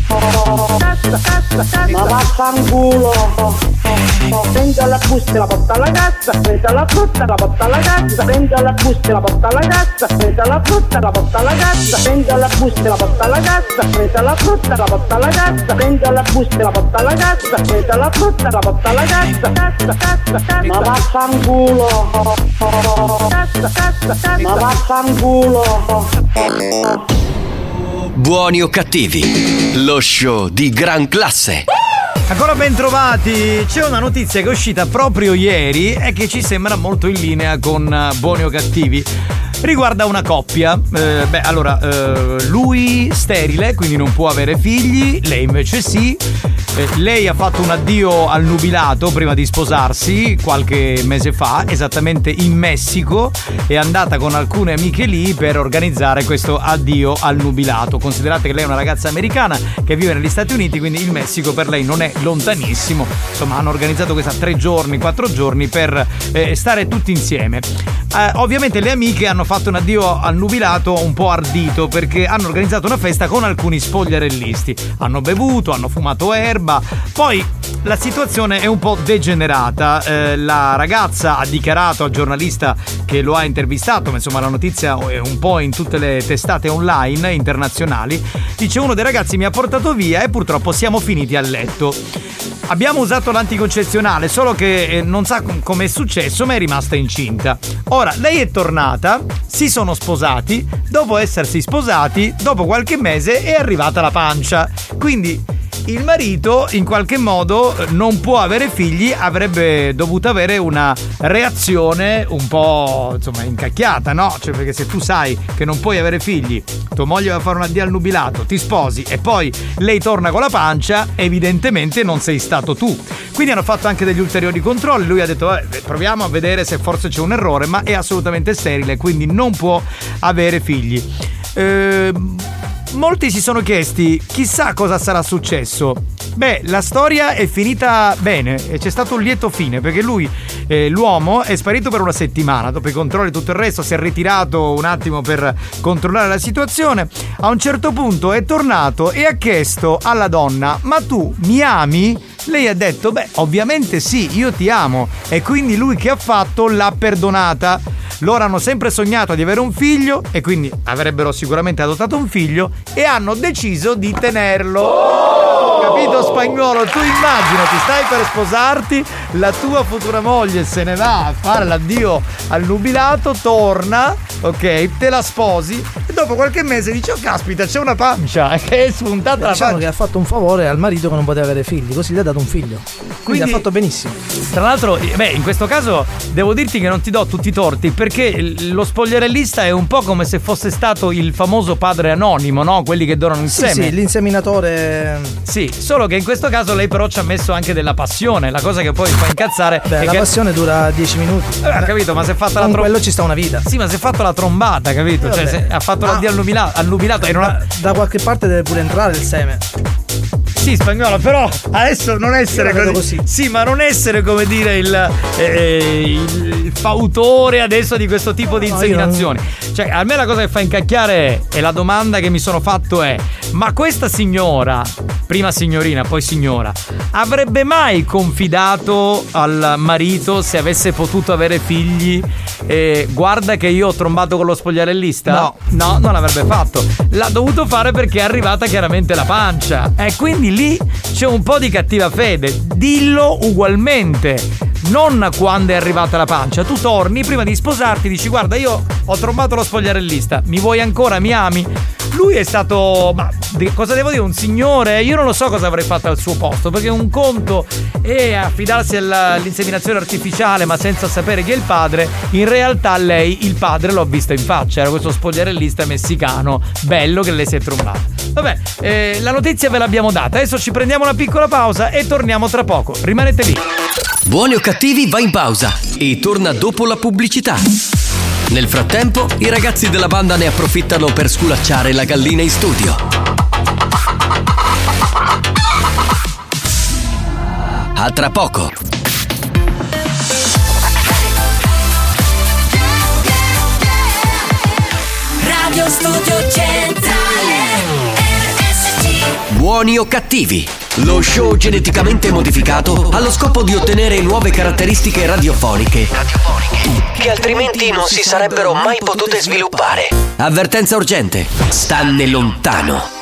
Ma vaffanculo. Prendi la busta e la porta alla cassa, prendi la frutta e la porta alla cassa, prendi la busta e la porta alla cassa, prendi la frutta e la porta alla cassa, prendi la busta e la porta alla cassa, prendi la frutta e la porta alla cassa, prendi la busta e la porta alla cassa, prendi la frutta e la porta alla cassa, cassa. Ma vaffanculo. Ma vaffanculo. Buoni o cattivi, lo show di gran classe. Ancora ben trovati. C'è una notizia che è uscita proprio ieri e che ci sembra molto in linea con Buoni o cattivi. Riguarda una coppia. Lui sterile, quindi non può avere figli, lei invece sì. Lei ha fatto un addio al nubilato prima di sposarsi qualche mese fa, esattamente in Messico. È andata con alcune amiche lì per organizzare questo addio al nubilato. Considerate che lei è una ragazza americana che vive negli Stati Uniti, quindi il Messico per lei non è lontanissimo. Insomma, hanno organizzato questa 3 giorni, 4 giorni per stare tutti insieme. Ovviamente le amiche hanno fatto un addio al nubilato un po' ardito, perché hanno organizzato una festa con alcuni spogliarellisti. Hanno bevuto, hanno fumato erba. Poi la situazione è un po' degenerata. La ragazza ha dichiarato al giornalista che lo ha intervistato, ma insomma la notizia è un po' in tutte le testate online internazionali. Dice: uno dei ragazzi mi ha portato via e purtroppo siamo finiti a letto. Abbiamo usato l'anticoncezionale, solo che non sa come è successo, ma è rimasta incinta. Ora lei è tornata, si sono sposati, dopo essersi sposati, dopo qualche mese è arrivata la pancia. Quindi il marito in qualche modo non può avere figli, avrebbe dovuto avere una reazione un po' insomma incacchiata, no? Cioè, perché se tu sai che non puoi avere figli, tua moglie va a fare un addio al nubilato, ti sposi e poi lei torna con la pancia, evidentemente non sei stato tu. Quindi hanno fatto anche degli ulteriori controlli. Lui ha detto proviamo a vedere se forse c'è un errore, ma è assolutamente sterile, quindi non può avere figli. Molti si sono chiesti chissà cosa sarà successo. Beh, la storia è finita bene e c'è stato un lieto fine, perché lui, l'uomo, è sparito per una settimana. Dopo i controlli e tutto il resto si è ritirato un attimo per controllare la situazione. A un certo punto è tornato e ha chiesto alla donna: ma tu mi ami? Lei ha detto: beh, ovviamente sì, io ti amo. E quindi lui che ha fatto? L'ha perdonata. Loro hanno sempre sognato di avere un figlio e quindi avrebbero sicuramente adottato un figlio e hanno deciso di tenerlo. Capito, Spagnolo? Tu immaginati, stai per sposarti, la tua futura moglie se ne va a fare l'addio al nubilato, torna, ok, te la sposi e dopo qualche mese dici: oh caspita, c'è una pancia che è spuntata la pancia. Che ha fatto un favore al marito che non poteva avere figli, così gli ha dato un figlio. Quindi ha fatto benissimo. Tra l'altro, in questo caso devo dirti che non ti do tutti i torti, perché lo spogliarellista è un po' come se fosse stato il famoso padre anonimo, no? Quelli che donano il seme. Sì, l'inseminatore. Sì, solo che in questo caso lei però ci ha messo anche della passione. La cosa che poi fa incazzare è la che passione dura 10 minuti. Capito, ma se è fatta con quello ci sta una vita. Sì, ma si è fatto la trombata, capito? Cioè, se ha fatto l'addio al nubilato e non ha... Da qualche parte deve pure entrare il seme. Sì, Spagnolo, però adesso non essere così. Sì, ma non essere, come dire, il fautore adesso di questo tipo di inseminazioni. Cioè, a me la cosa che fa incacchiare e la domanda che mi sono fatto è: ma questa signora, prima signorina, poi signora, avrebbe mai confidato al marito, se avesse potuto avere figli, guarda che io ho trombato con lo spogliarellista? No, non l'avrebbe fatto. L'ha dovuto fare perché è arrivata chiaramente la pancia. E quindi lì c'è un po' di cattiva fede. Dillo ugualmente, non quando è arrivata la pancia. Tu torni prima di sposarti, dici: guarda, io ho trombato lo spogliarellista, mi vuoi ancora, mi ami? Lui è stato, ma cosa devo dire, un signore. Io non lo so cosa avrei fatto al suo posto, perché un conto è affidarsi all'inseminazione artificiale ma senza sapere chi è il padre. In realtà lei il padre l'ho visto in faccia, era questo spogliarellista messicano bello che lei si è trombata. Vabbè, la notizia ve l'abbiamo data. Adesso ci prendiamo una piccola pausa e torniamo tra poco. Rimanete lì. Buoni o cattivi va in pausa e torna dopo la pubblicità. Nel frattempo, i ragazzi della banda ne approfittano per sculacciare la gallina in studio. A tra poco. Radio Studio Centrale RSC. Buoni o cattivi? Lo show geneticamente modificato ha lo scopo di ottenere nuove caratteristiche radiofoniche che altrimenti non si sarebbero mai potute sviluppare. Avvertenza urgente: stanne lontano.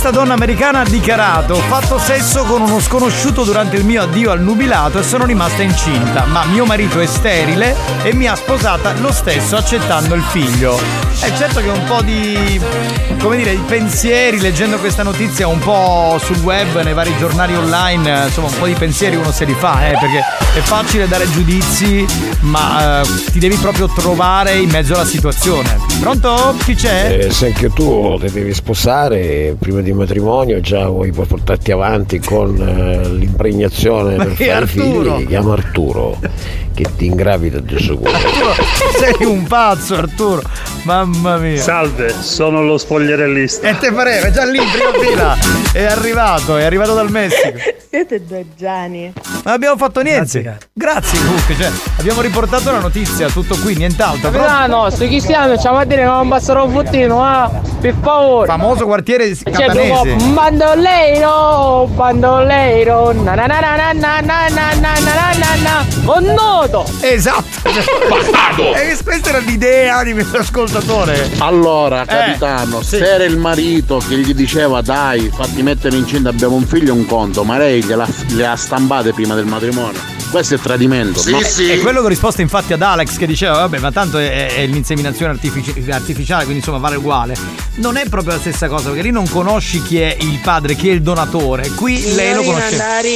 Questa donna americana ha dichiarato: ho fatto sesso con uno sconosciuto durante il mio addio al nubilato e sono rimasta incinta, ma mio marito è sterile e mi ha sposata lo stesso accettando il figlio. È certo che un po' di, come dire, di pensieri leggendo questa notizia un po' sul web, nei vari giornali online, insomma un po' di pensieri uno se li fa, perché è facile dare giudizi, ma ti devi proprio trovare in mezzo alla situazione. Pronto? Chi c'è? Se anche tu ti devi sposare prima di matrimonio, già vuoi portarti avanti con l'impregnazione per fare figli, chiama Arturo che ti ingravida di sicuro. Sei un pazzo, Arturo, mamma mia. Salve, sono lo spogliarellista. E te pareva, è già lì in prima fila. È arrivato dal Messico. Siete due geni. Non abbiamo fatto niente. Grazie comunque, cioè, abbiamo riportato la notizia, tutto qui, nient'altro. No, sto cristiano, ci va a dire che non passano un fottino, per favore. Famoso quartiere catanese. Bandoleiro, na na na na na na na na na na na, un noto. Esatto. Bastardo. E questa era l'idea di questo ascoltatore. Allora, capitano, se era il marito che gli diceva dai, fatti mettere incinta, abbiamo un figlio, un conto, ma lei le ha stampate prima del matrimonio. Questo è tradimento. Sì, no? Sì. È quello che ho risposto infatti ad Alex, che diceva vabbè, ma tanto è l'inseminazione artificiale, quindi insomma vale uguale. Non è proprio la stessa cosa, perché lì non conosci chi è il padre, chi è il donatore. Qui lei lo conosce.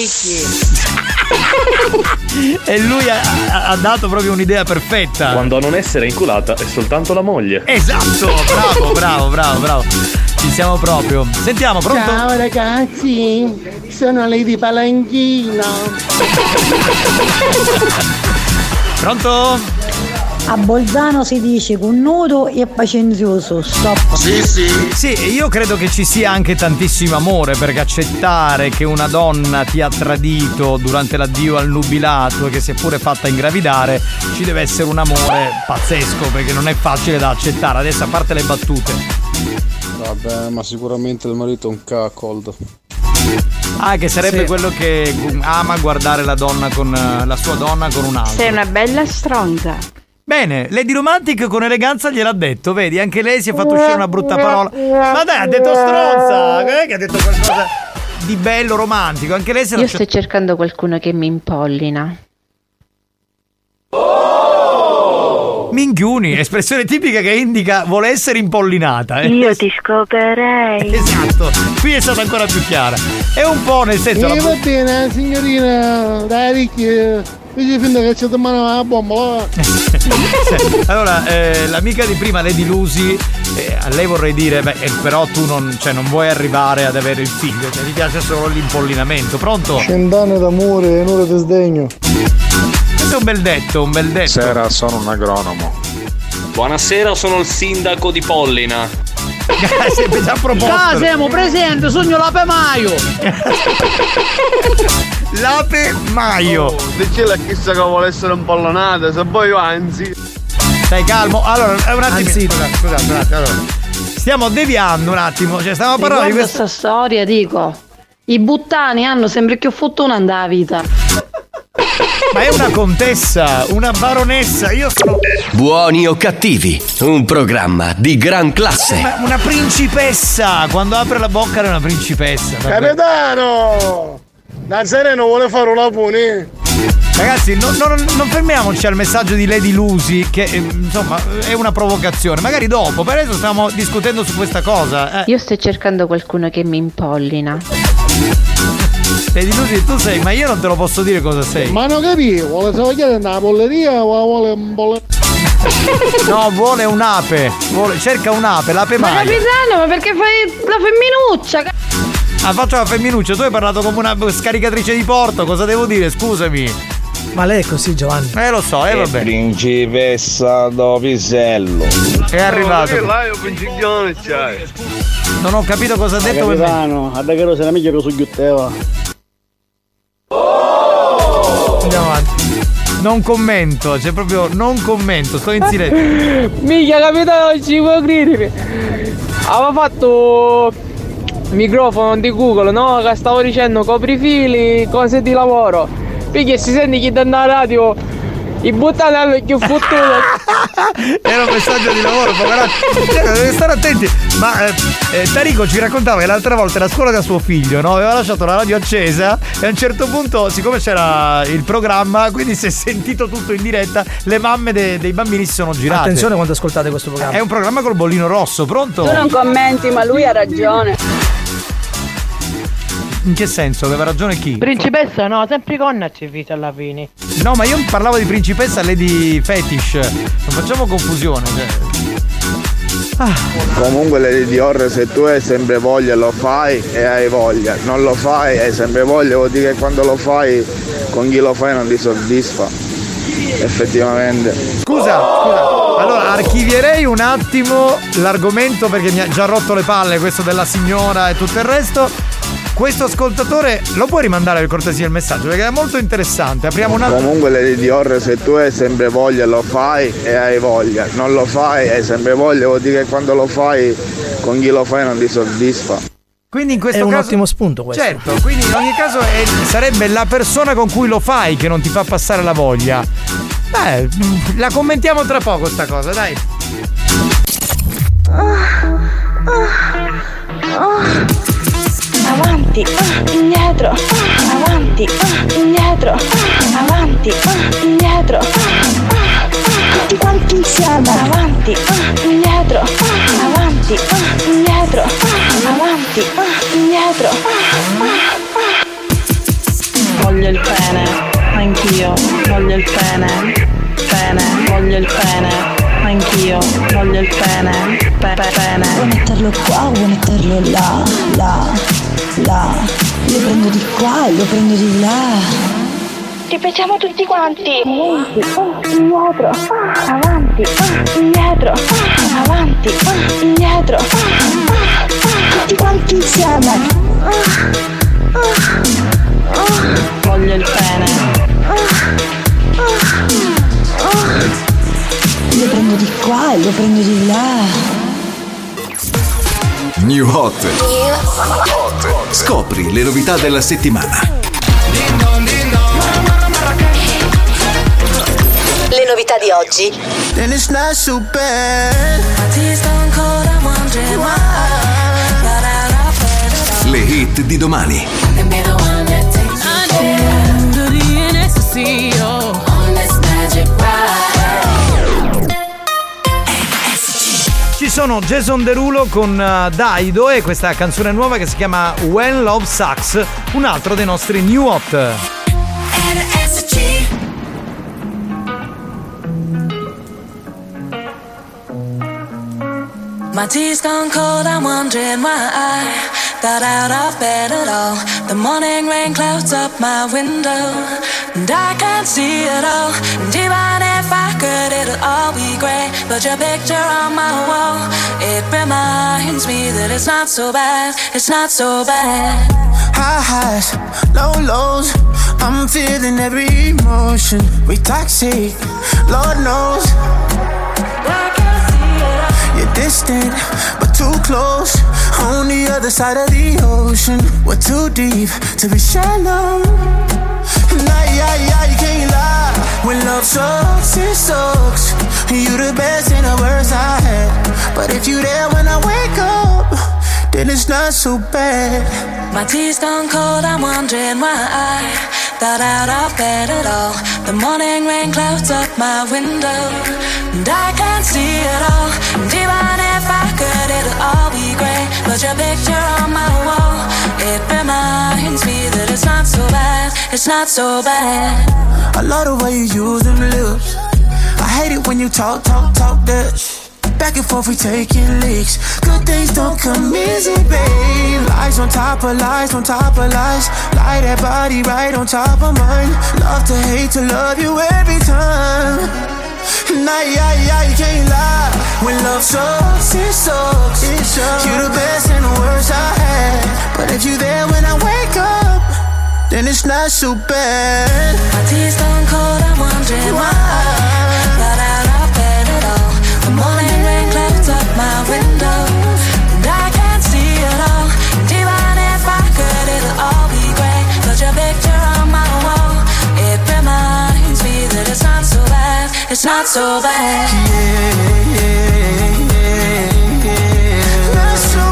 E lui ha dato proprio un'idea perfetta. Quando a non essere inculata è soltanto la moglie. Esatto, bravo. Ci siamo proprio. Sentiamo, pronto? Ciao ragazzi, sono Lady Palanchino. Pronto? A Bolzano si dice con nudo e pacenzioso. Stop. Sì, io credo che ci sia anche tantissimo amore, perché accettare che una donna ti ha tradito durante l'addio al nubilato e che si è pure fatta ingravidare, ci deve essere un amore pazzesco, perché non è facile da accettare. Adesso, a parte le battute. Vabbè, ma sicuramente il marito è un cuckold. Ah, che sarebbe quello che ama guardare la donna con la sua donna con un altro. Sei una bella stronza. Bene, Lady Romantic con eleganza gliel'ha detto, vedi, anche lei si è fatto uscire una brutta parola. Ma dai, ha detto stronza, non è che ha detto qualcosa di bello, romantico, anche lei se Io sto cercando qualcuno che mi impollina. Minchiuni, espressione tipica che indica vuole essere impollinata. Io ti scoperei. Esatto, qui è stata ancora più chiara. È un po' nel senso. Va bene, signorina, dai Ricchi. Vedi finta che c'è mano la bomba. Allora, l'amica di prima, Lady Lucy, a lei vorrei dire, però tu non vuoi arrivare ad avere il figlio, ti piace solo l'impollinamento. Pronto? 100 anni d'amore e un'ora di sdegno. Questo è un bel detto. Sera, sono un agronomo. Buonasera, sono il sindaco di Pollina. Sempre già proposto. Ah, siamo presenti, sogno l'ape maio. L'ape maio. Dice la chissà che vuole essere impollonata, se poi anzi. Stai calmo. Allora, un attimo. Scusate un attimo. Allora, stiamo deviando un attimo. Cioè, stiamo parlando di questa storia, dico. I buttani hanno sempre più fortuna nella vita. Ma è una contessa, una baronessa, io sono... Buoni o cattivi, un programma di gran classe. Ma una principessa, quando apre la bocca è una principessa. Capitano! Nazareno vuole fare una pune. Ragazzi, non fermiamoci al messaggio di Lady Lucy, che insomma è una provocazione. Magari dopo, per adesso stiamo discutendo su questa cosa. Io sto cercando qualcuno che mi impollina. Lady Lucy, tu sei, ma io non te lo posso dire cosa sei. Ma non capivo, vuole travagliare nella polleria o vuole un polleria? No, vuole un'ape. Cerca un'ape, l'ape Ma maio. capitano, ma perché fai la femminuccia? Ah, faccio la femminuccia, tu hai parlato come una scaricatrice di porto, cosa devo dire? Scusami. Ma lei è così, Giovanni. Lo so, vabbè. Principessa do pisello. È arrivato. Non ho capito cosa ha detto. Capitano, a da che se la mica che su ghiutteva. Andiamo avanti. Non commento, cioè proprio non commento, sto in silenzio. Miglia, capitano, non ci può credere. Aveva fatto microfono di Google, no? Che stavo dicendo coprifili, cose di lavoro. Perché si sente chi dà la radio I buttano hanno più futuro. Era un messaggio di lavoro, deve stare attenti. Ma Tarico ci raccontava che l'altra volta la scuola da suo figlio, no? Aveva lasciato la radio accesa e a un certo punto, siccome c'era il programma, quindi si è sentito tutto in diretta, le mamme dei bambini si sono girate. Attenzione quando ascoltate questo programma. È un programma col bollino rosso, pronto? Tu non commenti, ma lui ha ragione. In che senso? Aveva ragione chi? Principessa no, sempre con c'è vita alla fine. No, ma io parlavo di principessa Lady Fetish. Non facciamo confusione. Comunque Lady Dior, se tu hai sempre voglia lo fai e hai voglia, non lo fai hai sempre voglia, vuol dire che quando lo fai con chi lo fai non ti soddisfa. Effettivamente. Scusa. Allora archivierei un attimo l'argomento perché mi ha già rotto le palle questo della signora e tutto il resto. Questo ascoltatore lo puoi rimandare per cortesia il messaggio perché è molto interessante. Apriamo un attimo. Comunque Lady Dior, se tu hai sempre voglia lo fai e hai voglia, non lo fai hai sempre voglia, vuol dire che quando lo fai con chi lo fai non ti soddisfa. Quindi in questo caso è un ottimo spunto questo. Certo, quindi in ogni caso sarebbe la persona con cui lo fai che non ti fa passare la voglia. Beh, la commentiamo tra poco sta cosa, dai. Avanti, indietro, avanti, indietro, avanti, indietro, tutti quanti insieme, avanti, indietro, avanti, indietro, avanti, indietro. Voglio il pene, anch'io, voglio il pene, voglio il pene. Anch'io voglio il pene. Vuoi metterlo qua o vuoi metterlo là? Lo prendo di qua e lo prendo di là. Ripetiamo tutti quanti. Indietro, avanti, indietro, avanti, indietro. Tutti quanti insieme. Voglio il pene. Lo prendo di qua e lo prendo di là. New Hot. Scopri le novità della settimana. Le novità di oggi. Le hit di domani. Ci sono Jason Derulo con Daido e questa canzone nuova che si chiama When Love Sucks, un altro dei nostri New Hot. My tea's gone cold, I'm wondering why I got out of bed at all. The morning rain clouds up my window, and I can't see it all. And even if I could, it'll all be grey. But your picture on my wall, it reminds me that it's not so bad, it's not so bad. High highs, low lows, I'm feeling every emotion. We toxic, Lord knows. You're distant, but too close. On the other side of the ocean. We're too deep to be shallow. Nah, yeah, you can't lie. When love sucks, it sucks. You the best and the worst I had. But if you there when I wake up, then it's not so bad. My tea's gone cold, I'm wondering why I got out of bed at all. The morning rain clouds up my window, and I can't see it all. And even if I could, it'll all be grey. But your picture on my wall, it reminds me that it's not so bad, it's not so bad. I love the way you use them lips. I hate it when you talk that. Back and forth we taking leaks. Good things don't come easy, babe. Lies on top of lies on top of lies. Lie that body right on top of mine. Love to hate to love you every time. Nah, yeah, you can't lie. When love sucks, it sucks. It sucks. You the best and the worst I had. But if you there when I wake up, then it's not so bad. My tea's gone cold, I'm wondering why I got out of bed at all. The morning rain clouds up my window, and I can't see it all. And even if I could, it'll all be grey. But your picture on my wall, it reminds me that it's not so bad. so bad. Not so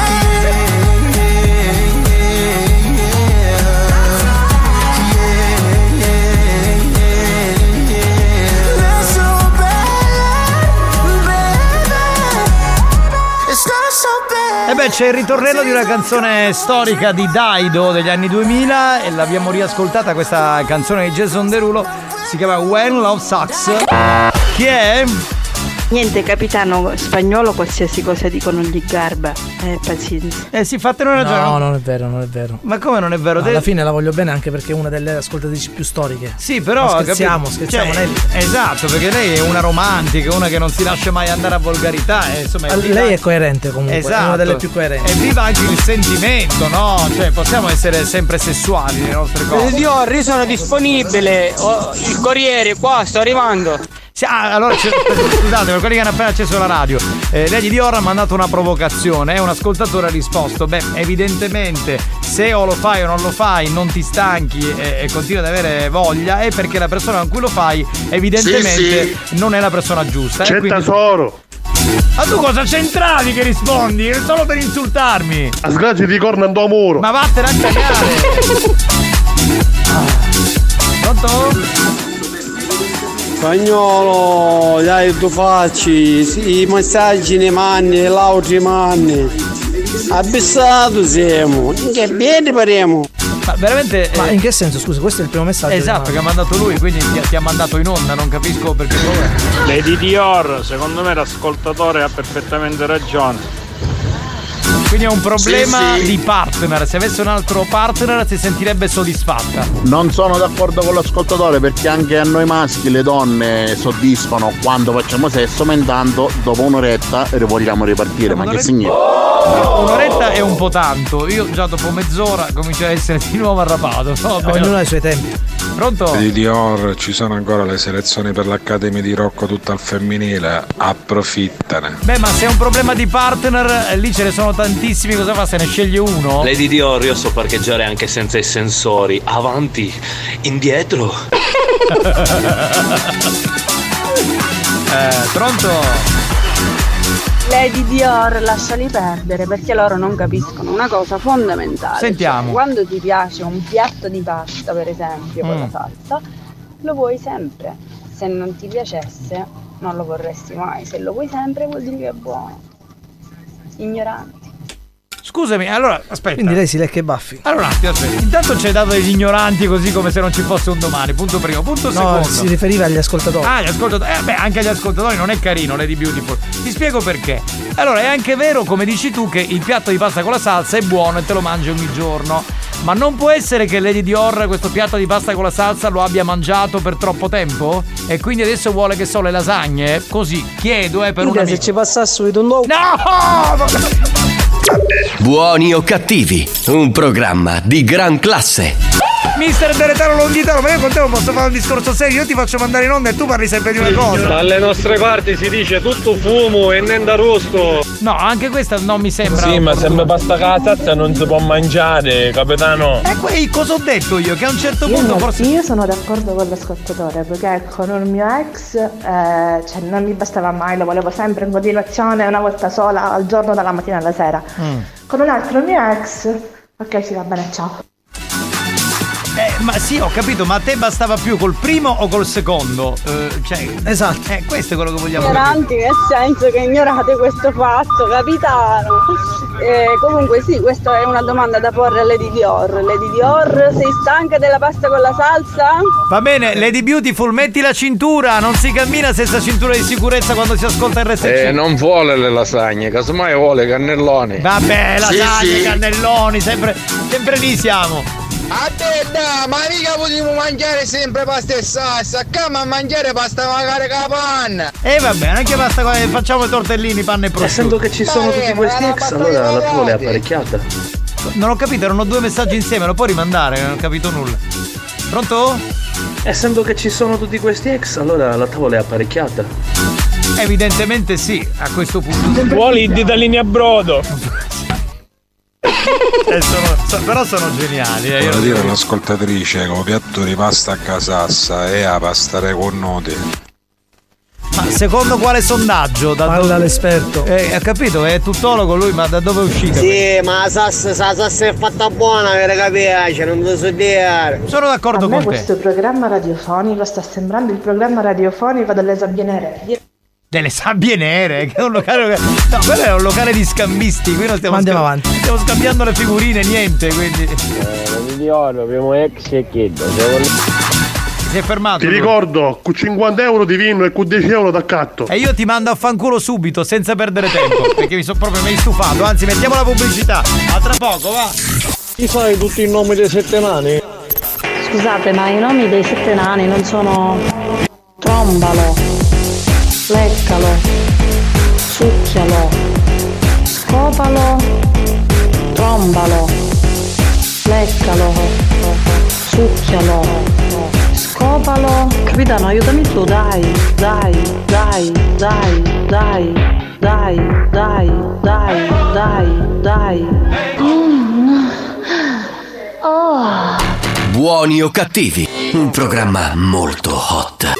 E beh, c'è il ritornello di una canzone storica di Dido degli anni 2000 e l'abbiamo riascoltata questa canzone di Jason Derulo, si chiama When Love Sucks. Chi è? Niente, capitano, spagnolo qualsiasi cosa dicono gli garba. Pazienza. Sì, fatene una ragione. No, non è vero, non è vero. Ma come non è vero? No, alla fine la voglio bene anche perché è una delle ascoltatrici più storiche. Sì, però scherziamo, cioè, lei. Esatto, perché lei è una romantica, una che non si lascia mai andare a volgarità. Insomma, lei è coerente comunque, esatto. È una delle più coerenti. E viva anche il sentimento, no? Cioè, possiamo essere sempre sessuali nelle nostre cose. Io sono disponibile. Il corriere qua, sto arrivando. Allora scusate, per quelli che hanno appena acceso la radio, Lady Dior ha mandato una provocazione, un ascoltatore ha risposto: beh, evidentemente se o lo fai o non lo fai, non ti stanchi e continui ad avere voglia, è perché la persona con cui lo fai evidentemente non è la persona giusta. C'è quindi... tesoro. Ma tu cosa c'entravi che rispondi? È solo per insultarmi. A sgrazia di corna in tuo muro. Ma vattene a cagare. Pronto? Spagnolo, dai tu facci, i massaggi nei manni, l'altri manni. Abbissato siamo, che bene faremo. Ma veramente. Ma in che senso? Scusa, questo è il primo messaggio. Esatto, che ha mandato lui, quindi ti ha mandato in onda, non capisco perché. Lady Dior, secondo me l'ascoltatore ha perfettamente ragione. Quindi è un problema di partner. Se avesse un altro partner si sentirebbe soddisfatta. Non sono d'accordo con l'ascoltatore perché anche a noi maschi le donne soddisfano quando facciamo sesso, ma intanto dopo un'oretta vogliamo ripartire. Ma che significa? Un'oretta è un po' tanto. Io già dopo mezz'ora comincio a essere di nuovo arrapato. Ognuno ha i suoi tempi. Pronto? Di Dior, ci sono ancora le selezioni per l'Academy di Rocco tutta al femminile, approfittane. Beh, ma se è un problema di partner, lì ce ne sono tantissimi, cosa fa? Se ne sceglie uno? Lady Dior, io so parcheggiare anche senza i sensori. Avanti, indietro. Pronto? Lady Dior, lasciali perdere perché loro non capiscono una cosa fondamentale. Sentiamo. Cioè, quando ti piace un piatto di pasta, per esempio, con la salsa, lo vuoi sempre. Se non ti piacesse, non lo vorresti mai. Se lo vuoi sempre, vuol dire che è buono. Ignoranti. Scusami, allora aspetta. Quindi lei si lecca i baffi. Allora un attimo, aspetta. Intanto ci hai dato degli ignoranti così come se non ci fosse un domani. Punto primo. Punto secondo. No, si riferiva agli ascoltatori. Ah, gli ascoltatori. Beh, anche agli ascoltatori non è carino Lady Beautiful. Ti spiego perché. Allora, è anche vero, come dici tu, che il piatto di pasta con la salsa è buono e te lo mangi ogni giorno. Ma non può essere che Lady Dior questo piatto di pasta con la salsa lo abbia mangiato per troppo tempo? E quindi adesso vuole che so le lasagne? Così, chiedo, per un amico. Se ci passasse subito un nuovo. No! Buoni o cattivi, un programma di gran classe. Mister Deletano Longhitano, ma io con te non posso fare un discorso serio, io ti faccio mandare in onda e tu parli sempre di una cosa. Dalle nostre parti si dice tutto fumo e niente arrosto. No, anche questa non mi sembra. Sì, ma sempre pasta con la salsa non si può mangiare, capitano. Cosa ho detto io? Che a un certo punto forse. Io sono d'accordo con l'ascoltatore perché con il mio ex cioè non mi bastava mai, lo volevo sempre in continuazione, una volta sola al giorno, dalla mattina alla sera. Con un altro mio ex, ok, sì, va bene, ciao. Ma sì, ho capito, ma a te bastava più col primo o col secondo? Esatto. Questo è quello che vogliamo Ignoranti, nel senso che ignorate questo fatto, capitano. Comunque sì, questa è una domanda da porre a Lady Dior. Lady Dior, sei stanca della pasta con la salsa? Va bene, Lady Beautiful, metti la cintura, non si cammina senza cintura di sicurezza quando si ascolta il RSC. Non vuole le lasagne, casomai vuole cannelloni. Vabbè, lasagne, cannelloni, sempre lì siamo. A te da, ma mica potremmo mangiare sempre pasta e salsa, ma mangiare pasta magari con la panna. Va bene, anche pasta facciamo i tortellini, panna e prosciutto. Essendo che ci sono tutti questi ex, allora la tua è apparecchiata. Non ho capito, erano due messaggi insieme, lo puoi rimandare, non ho capito nulla. Pronto? Essendo che ci sono tutti questi ex, allora la tavola è apparecchiata. Evidentemente sì, a questo punto. Vuoli di dalini a brodo. Però sono geniali. Voglio dire all'ascoltatrice che un piatto di pasta a casassa e a pasta con noti. Ma secondo quale sondaggio? Parla l'esperto. Ha capito, è tuttologo lui, ma da dove è uscito? Sì, ma la sassa è fatta buona, per capire, non lo so dire. Sono d'accordo con te. Questo programma radiofonico sta sembrando il programma radiofonico delle sabbie nere. Delle sabbie nere, che è un locale. No, quello è un locale di scambisti, qui non stiamo Andiamo avanti. Stiamo scambiando le figurine, niente, quindi. Milione, abbiamo ex e chiedo. Si è fermato. Ti ricordo, con 50 euro di vino e con 10 euro d'accatto. E io ti mando a fanculo subito, senza perdere tempo, perché mi sono proprio stufato. Anzi, mettiamo la pubblicità. A tra poco, va. Ti sai tutti i nomi dei 7 nani? Scusate, ma i nomi dei 7 nani non sono Trombalo, Leccalo, Succhialo, Scopalo, Trombalo, Leccalo, Succhialo, Scopalo. Capitano, aiutami tu, dai. Oh. Buoni o cattivi, un programma molto hot.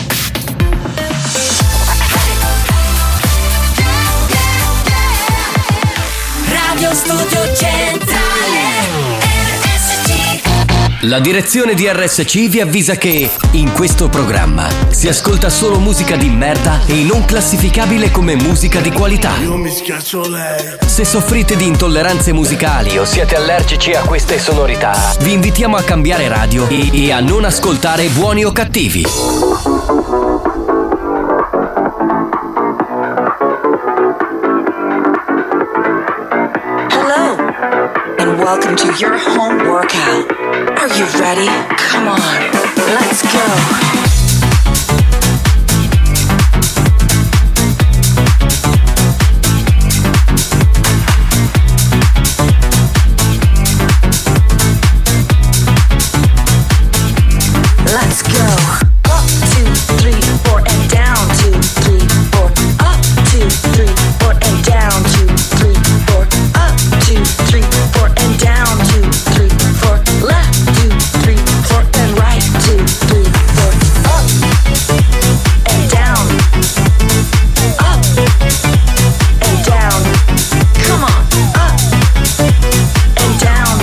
Radio Studio Centrale RSC. La direzione di RSC vi avvisa che in questo programma si ascolta solo musica di merda e non classificabile come musica di qualità. Io mi schiaccio lei. Se soffrite di intolleranze musicali o siete allergici a queste sonorità, vi invitiamo a cambiare radio e a non ascoltare Buoni o Cattivi. Hello, and welcome to your home workout. Are you ready? Come on, let's go. Let's go. Up, 2, 3, 4, and down. 2, 3, 4. Up, 2, 3, 4, and down. 2, 3, 4. Up, 2, 3, 4, and down. 2, 3, 4. Left, 2, 3, 4, and right. 2, 3, 4. Up and down. Up and down. Come on. Up and down.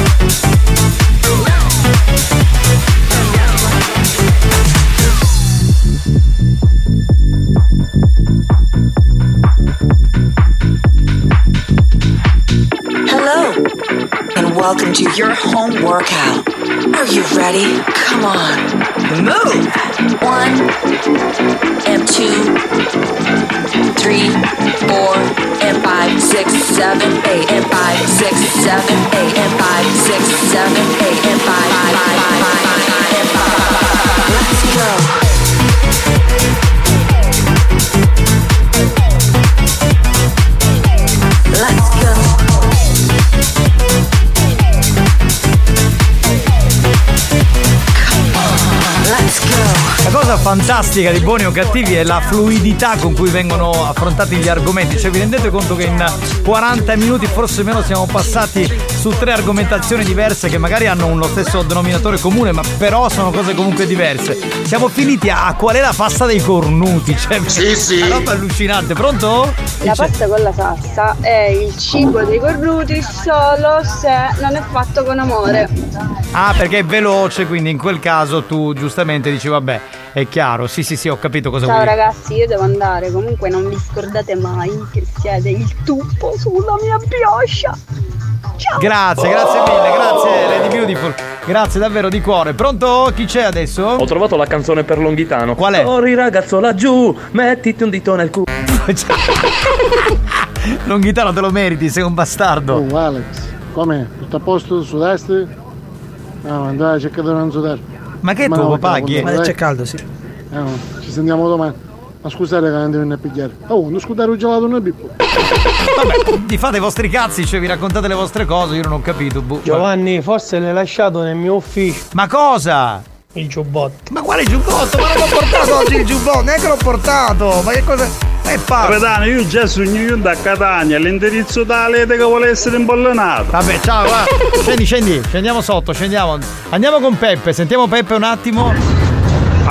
Hello, and welcome to your home workout. Are you ready? Come on, move. 1 and 2, 3, 4, and 5, 6, 7, 8, and 5, 6, 7, 8, and 5, 6, 7, 8, and 5, 5, and 5. Let's go. Let's go. Let's go. La cosa fantastica di Buoni o Cattivi è la fluidità con cui vengono affrontati gli argomenti. Cioè, vi rendete conto che in 40 minuti, forse meno, siamo passati su 3 argomentazioni diverse che magari hanno lo stesso denominatore comune, ma però sono cose comunque diverse. Siamo finiti a qual è la pasta dei cornuti. Cioè, sì. Una roba allucinante. Pronto? La pasta con la salsa è il cibo dei cornuti solo se non è fatto con amore. Ah, perché è veloce, quindi in quel caso tu giustamente dici vabbè, è chiaro. Sì, ho capito cosa Ciao vuoi dire. ragazzi, io devo andare. Comunque non vi scordate mai che siete il tuppo sulla mia brioche. Ciao. Grazie mille, grazie Lady Beautiful. Grazie davvero di cuore. Pronto? Chi c'è adesso? Ho trovato la canzone per Longhitano. Qual è? Corri ragazzo laggiù, mettiti un dito nel culo. Longhitano, te lo meriti, sei un bastardo. Oh Alex, com'è? Tutto a posto sud-est? No, andai a cercare di non sudare. Ma che tuo papà? Chi è? Ma c'è caldo, sì. No, ci sentiamo domani. Ma scusate che andiamo a pigliare. Oh, non scudare un gelato noi Pippo. Vabbè, vi fate i vostri cazzi, cioè vi raccontate le vostre cose, io non ho capito. Giovanni, forse l'hai lasciato nel mio ufficio. Ma cosa? Il giubbotto. Ma quale giubbotto? Ma non l'ho portato oggi il giubbotto, neanche l'ho portato. Ma che cosa? È pazzo. Capitano, io già sogno da Catania, l'indirizzo da Lete che vuole essere imbollonato. Vabbè, ciao, va. Scendiamo sotto, scendiamo. Andiamo con Peppe, sentiamo Peppe un attimo.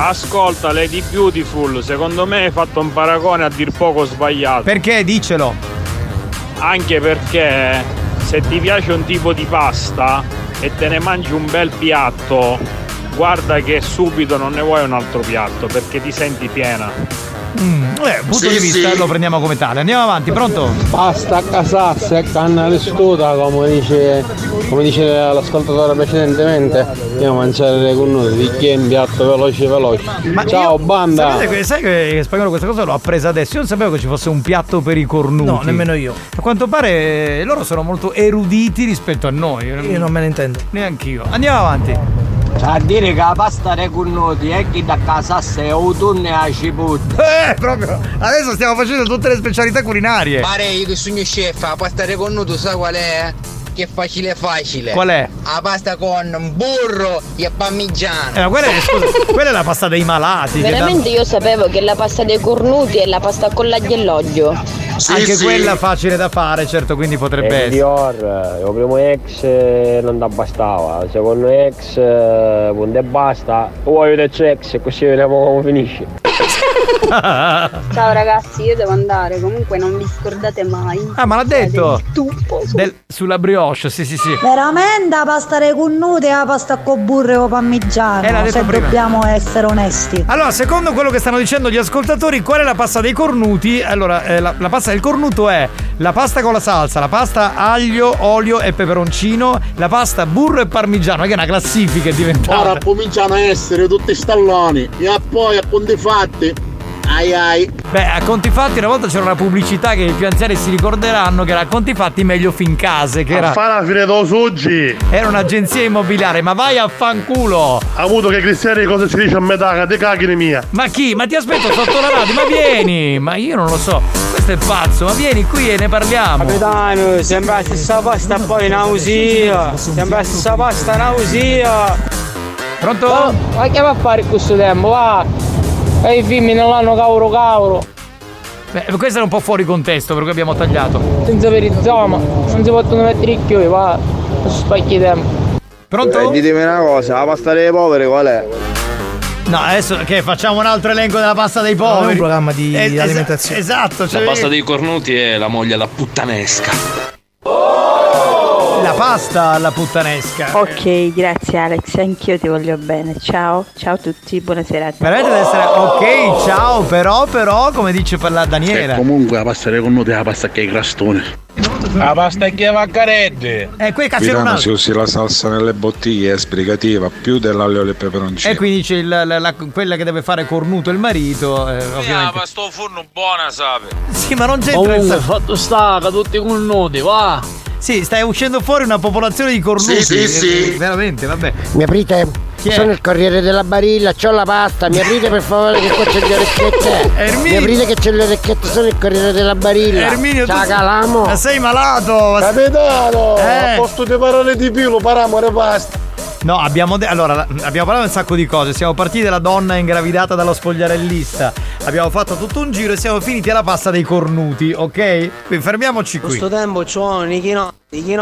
Ascolta, Lady Beautiful, secondo me hai fatto un paragone a dir poco sbagliato. Perché? Dicelo. Anche perché se ti piace un tipo di pasta e te ne mangi un bel piatto, guarda che subito non ne vuoi un altro piatto perché ti senti piena. Punto di vista lo prendiamo come tale. Andiamo avanti, pronto? Basta a casarsi e canna di scuda, come dice l'ascoltatore precedentemente. Io mangiare con noi di chi è in piatto veloce. Ma ciao banda. Sai che Spagnolo questa cosa l'ho appresa adesso. Io non sapevo che ci fosse un piatto per i cornuti. No, nemmeno io. A quanto pare loro sono molto eruditi rispetto a noi. Io non me ne intendo. Neanch'io. Andiamo avanti. A dire che la pasta dei cornuti è chi da casa se autunno e a cipolla. Proprio. Adesso stiamo facendo tutte le specialità culinarie. Pare io che sogno chef, la pasta dei cornuti sai qual è? Che facile. Qual è? La pasta con burro e parmigiano. Quella è la pasta dei malati. Veramente io sapevo che la pasta dei cornuti è la pasta con l'aglio e l'olio. Anche quella facile da fare, certo, quindi potrebbe essere. Dior, il primo ex non ti bastava, il secondo ex non te basta, vuoi il terzo ex e così vediamo come finisce. Ciao ragazzi, io devo andare, comunque non vi scordate mai. Ah, ma l'ha detto! Tuppo sulla brioche, sì. Veramente la pasta dei cornuti e la pasta con burro e parmigiano, se prima. dobbiamo essere onesti. Allora, secondo quello che stanno dicendo gli ascoltatori, qual è la pasta dei cornuti? Allora, la pasta del cornuto è la pasta con la salsa, la pasta aglio, olio e peperoncino, la pasta burro e parmigiano, che è una classifica è diventata. Ora cominciano a essere tutti stalloni e poi a conti fatti. Ai. Beh, a conti fatti una volta c'era una pubblicità che i più anziani si ricorderanno, che era a conti fatti meglio fin case, che era a fare la fine dello suggi. Era un'agenzia immobiliare, ma vai a fanculo. Ha avuto che Cristiani cosa ci dice a metà, che te caghi mia. Ma chi? Ma ti aspetto sotto la radio, ma vieni. Ma io non lo so, questo è pazzo, ma vieni qui e ne parliamo. Capitano, sembra la stessa pasta poi nausea. Sembra la stessa pasta nausea. Pronto? Ma che va a fare questo tempo, va? E i film non l'hanno cavolo. Beh, questo era un po' fuori contesto, per cui abbiamo tagliato. Senza perizoma, non si possono mettere i chiodi, va, spacchi tempo. Pronto? Ditemi una cosa, la pasta dei poveri qual è? No, adesso che facciamo un altro elenco della pasta dei poveri. No, è un programma di alimentazione. Esatto, La pasta dei cornuti è la moglie alla puttanesca. La pasta alla puttanesca. Ok, grazie Alex, anch'io ti voglio bene. Ciao a tutti, buona serata. Veramente deve essere ok, ciao, però, come dice per la Daniela. Comunque la pasta dei cornuti è la pasta che è crastone. La pasta che va a caredde. Qui cazzo un si usi la salsa nelle bottiglie, è sbrigativa, più dell'olio e il peperoncino. E quindi c'è quella che deve fare cornuto il marito, ovviamente. La pasta al forno buona, sape. Sì, ma non c'entra il fatto stacca, tutti cornuti, va. Sì, stai uscendo fuori una popolazione di cornuti. Sì. Veramente, vabbè. Mi aprite? Sono il corriere della Barilla, c'ho la pasta, mi aprite per favore che qua c'è le orecchiette. Mi aprite che c'è le orecchiette, sono il corriere della Barilla. Erminio, ciao calamo. Ma sei malato. Capitano, a posto di parole di più, paramo le pasta. No, abbiamo parlato di un sacco di cose. Siamo partiti dalla donna ingravidata dallo spogliarellista. Abbiamo fatto tutto un giro e siamo finiti alla pasta dei cornuti, ok? Quindi fermiamoci qui. Questo tempo c'ho Nichino.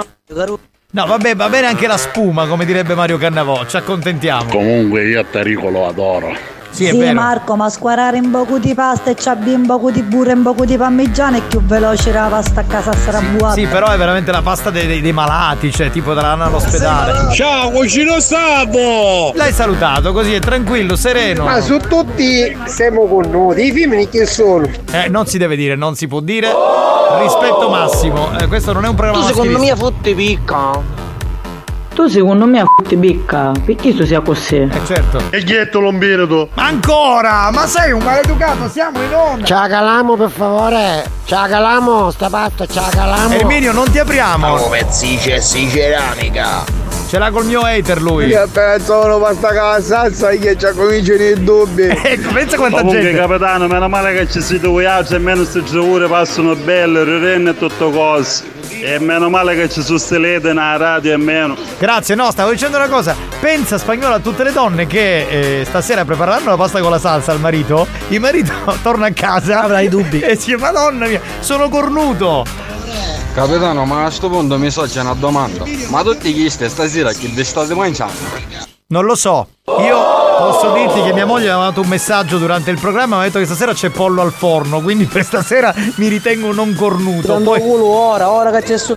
No, vabbè, va bene anche la spuma, come direbbe Mario Cannavò, ci accontentiamo. Comunque io a Tarico lo adoro. Sì, è vero. Marco, ma squarare un poco di pasta e c'abbi un poco di burro e un poco di parmigiano è più veloce la pasta a casa sarà buona. Sì, però è veramente la pasta dei malati, cioè tipo daranno all'ospedale. Ciao, cucino Savo! L'hai salutato, così è tranquillo, sereno. Ma su tutti siamo cornuti, i femmini che sono? Non si deve dire, non si può dire. Rispetto massimo, questo non è un programma. Tu secondo me fotti picca. Tu secondo me a fotti picca, perché tu sia così? Certo. E ghietto l'omberedo. Ma ancora? Ma sei un maleducato, siamo in onda. Ciao calamo per favore. Ciao calamo, sta pasta, ciao calamo. Erminio, non ti apriamo. Come si ceramica. Ce l'ha col mio hater lui. Io pensavo pasta con la salsa che già cominciano i dubbi. Pensa quanta comunque, gente. capitano, meno male che ci siete voi altri, almeno queste giovure passano belle, rirenne e tutto cose. E meno male che ci sono ste lede nella radio e meno. Grazie, no, stavo dicendo una cosa. Pensa, Spagnolo, a tutte le donne che stasera prepareranno la pasta con la salsa al marito. Il marito torna a casa, avrà i dubbi e dice: Madonna mia, sono cornuto. Capitano, ma a questo punto mi sorge una domanda. Ma tutti chi stasera che vi state mangiando? Non lo so. Io posso dirti che mia moglie mi ha mandato un messaggio durante il programma, mi ha detto che stasera c'è pollo al forno, quindi per stasera mi ritengo non cornuto. Poi ora che c'è su.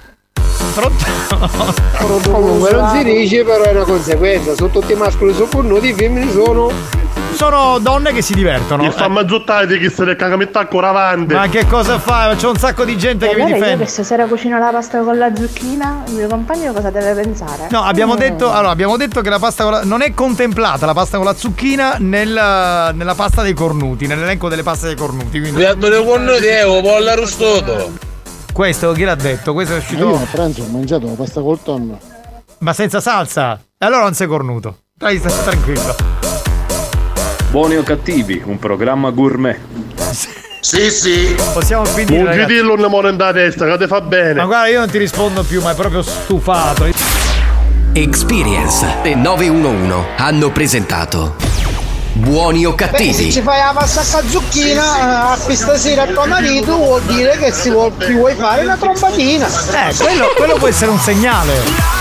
Comunque non si dice, però è una conseguenza. Sono tutti mascoli sono cornuti, i femmine sono donne che si divertono. Il famaggiuttare di chi se ne cagametta coravante. Ma che cosa fai? C'è un sacco di gente che mi Io difende. che stasera cucino la pasta con la zucchina, il mio compagno cosa deve pensare? No, abbiamo detto che la pasta con la, non è contemplata la pasta con la zucchina nella pasta dei cornuti, nell'elenco delle paste dei cornuti. Quindi... piatto dei cornuti è un pollo arrostoso. Questo chi l'ha detto? Questo è uscito. Io a pranzo ho mangiato la pasta col tonno. Ma senza salsa? E allora non sei cornuto. Stai tranquillo. Buoni o cattivi, un programma gourmet. Sì. Possiamo finire. Non ci dillo un limone da testa, che ti fa bene. Ma guarda, io non ti rispondo più, ma è proprio stufato. Experience e 911 hanno presentato Buoni o cattivi. Beh, se ci fai la pasta con la zucchina a questa sera a tuo marito vuol dire che ti vuoi fare una trombatina. Quello può essere un segnale.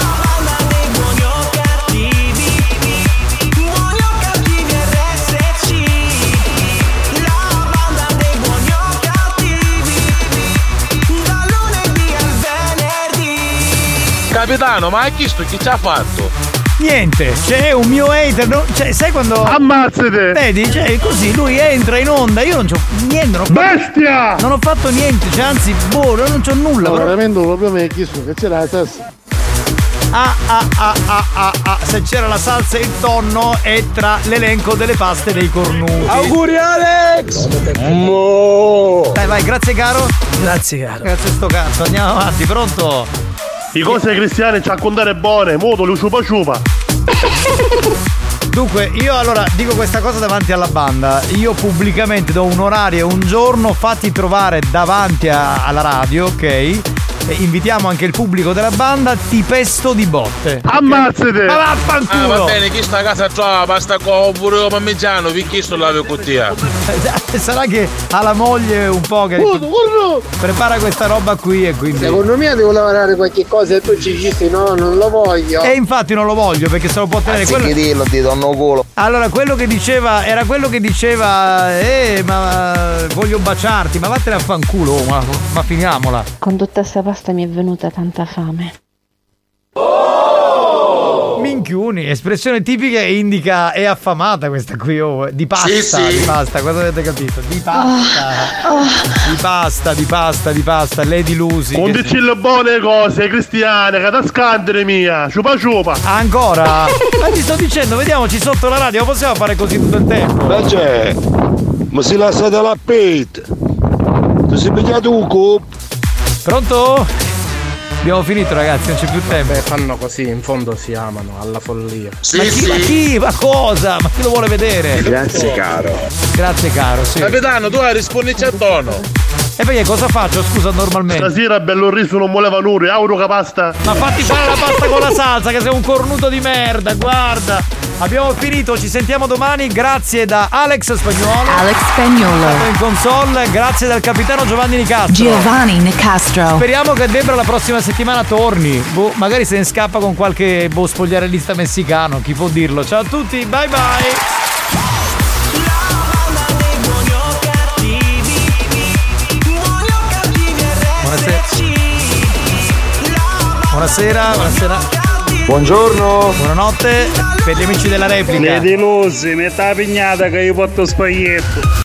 Capitano, ma hai chiesto chi ci ha fatto? Niente, c'è un mio hater, no? Cioè, sai quando. Ammazzate! Vedi, cioè, così lui entra in onda, io non c'ho niente, bestia! Non ho fatto niente, cioè, anzi, non c'ho nulla. No, però... veramente il problema è chiesto che c'era la salsa. Se c'era la salsa e il tonno è tra l'elenco delle paste dei cornuti. Auguri Alex! Dai, vai, grazie caro. Grazie sto cazzo, andiamo avanti, pronto? I cose cristiane ci raccontare buone, modo lu ciupa ciupa. Dunque, io allora dico questa cosa davanti alla banda. Io pubblicamente do un orario e un giorno, fatti trovare davanti alla radio, ok? E invitiamo anche il pubblico della banda, ti pesto di botte. Ammazzate! Ma vaffanculo! Va bene, chi sta a casa trova pasta con pure parmigiano, perché sto lave cottia? Sarà che ha la moglie un po' che prepara questa roba qui e quindi. Secondo me devo lavorare qualche cosa e tu ci dici no, non lo voglio. E infatti non lo voglio perché se lo può tenere quello. Che dirlo, ti donno culo. Allora, quello che diceva era quello che diceva ma voglio baciarti, ma vattene a fanculo, ma finiamola. Con tutta sta pasta mi è venuta tanta fame. Minchiuni, espressione tipica e indica è affamata questa qui, di pasta, sì. di pasta, cosa avete capito? Di pasta, Lady Lucy. Non dici le buone cose cristiane, che da scandere mia, ciupa ciupa. Ancora? Ma ti sto dicendo, vediamoci sotto la radio, possiamo fare così tutto il tempo? Ma c'è, ma si lascia dalla pet. Tu sei pigliato un cup. Pronto? Abbiamo finito ragazzi, non c'è più tempo. Fanno così, in fondo si amano, alla follia. Ma chi? Ma cosa? Ma chi lo vuole vedere? Grazie caro. Grazie caro, sì. Capitano, tu rispondi a tono. E perché cosa faccio, scusa, normalmente? Stasera bello riso non voleva nulla, euro che pasta. Ma fatti fare la pasta con la salsa, che sei un cornuto di merda, guarda. Abbiamo finito, ci sentiamo domani. Grazie da Alex Spagnuolo. Alex Spagnuolo. In console, grazie dal capitano Giovanni Nicastro. Giovanni Nicastro. Speriamo che Debra la prossima settimana torni. Magari se ne scappa con qualche spogliarellista messicano, chi può dirlo. Ciao a tutti, bye bye. Buonasera. Buongiorno. Buonanotte per gli amici della replica. Le delusi, metà pignata che io porto spaghetto.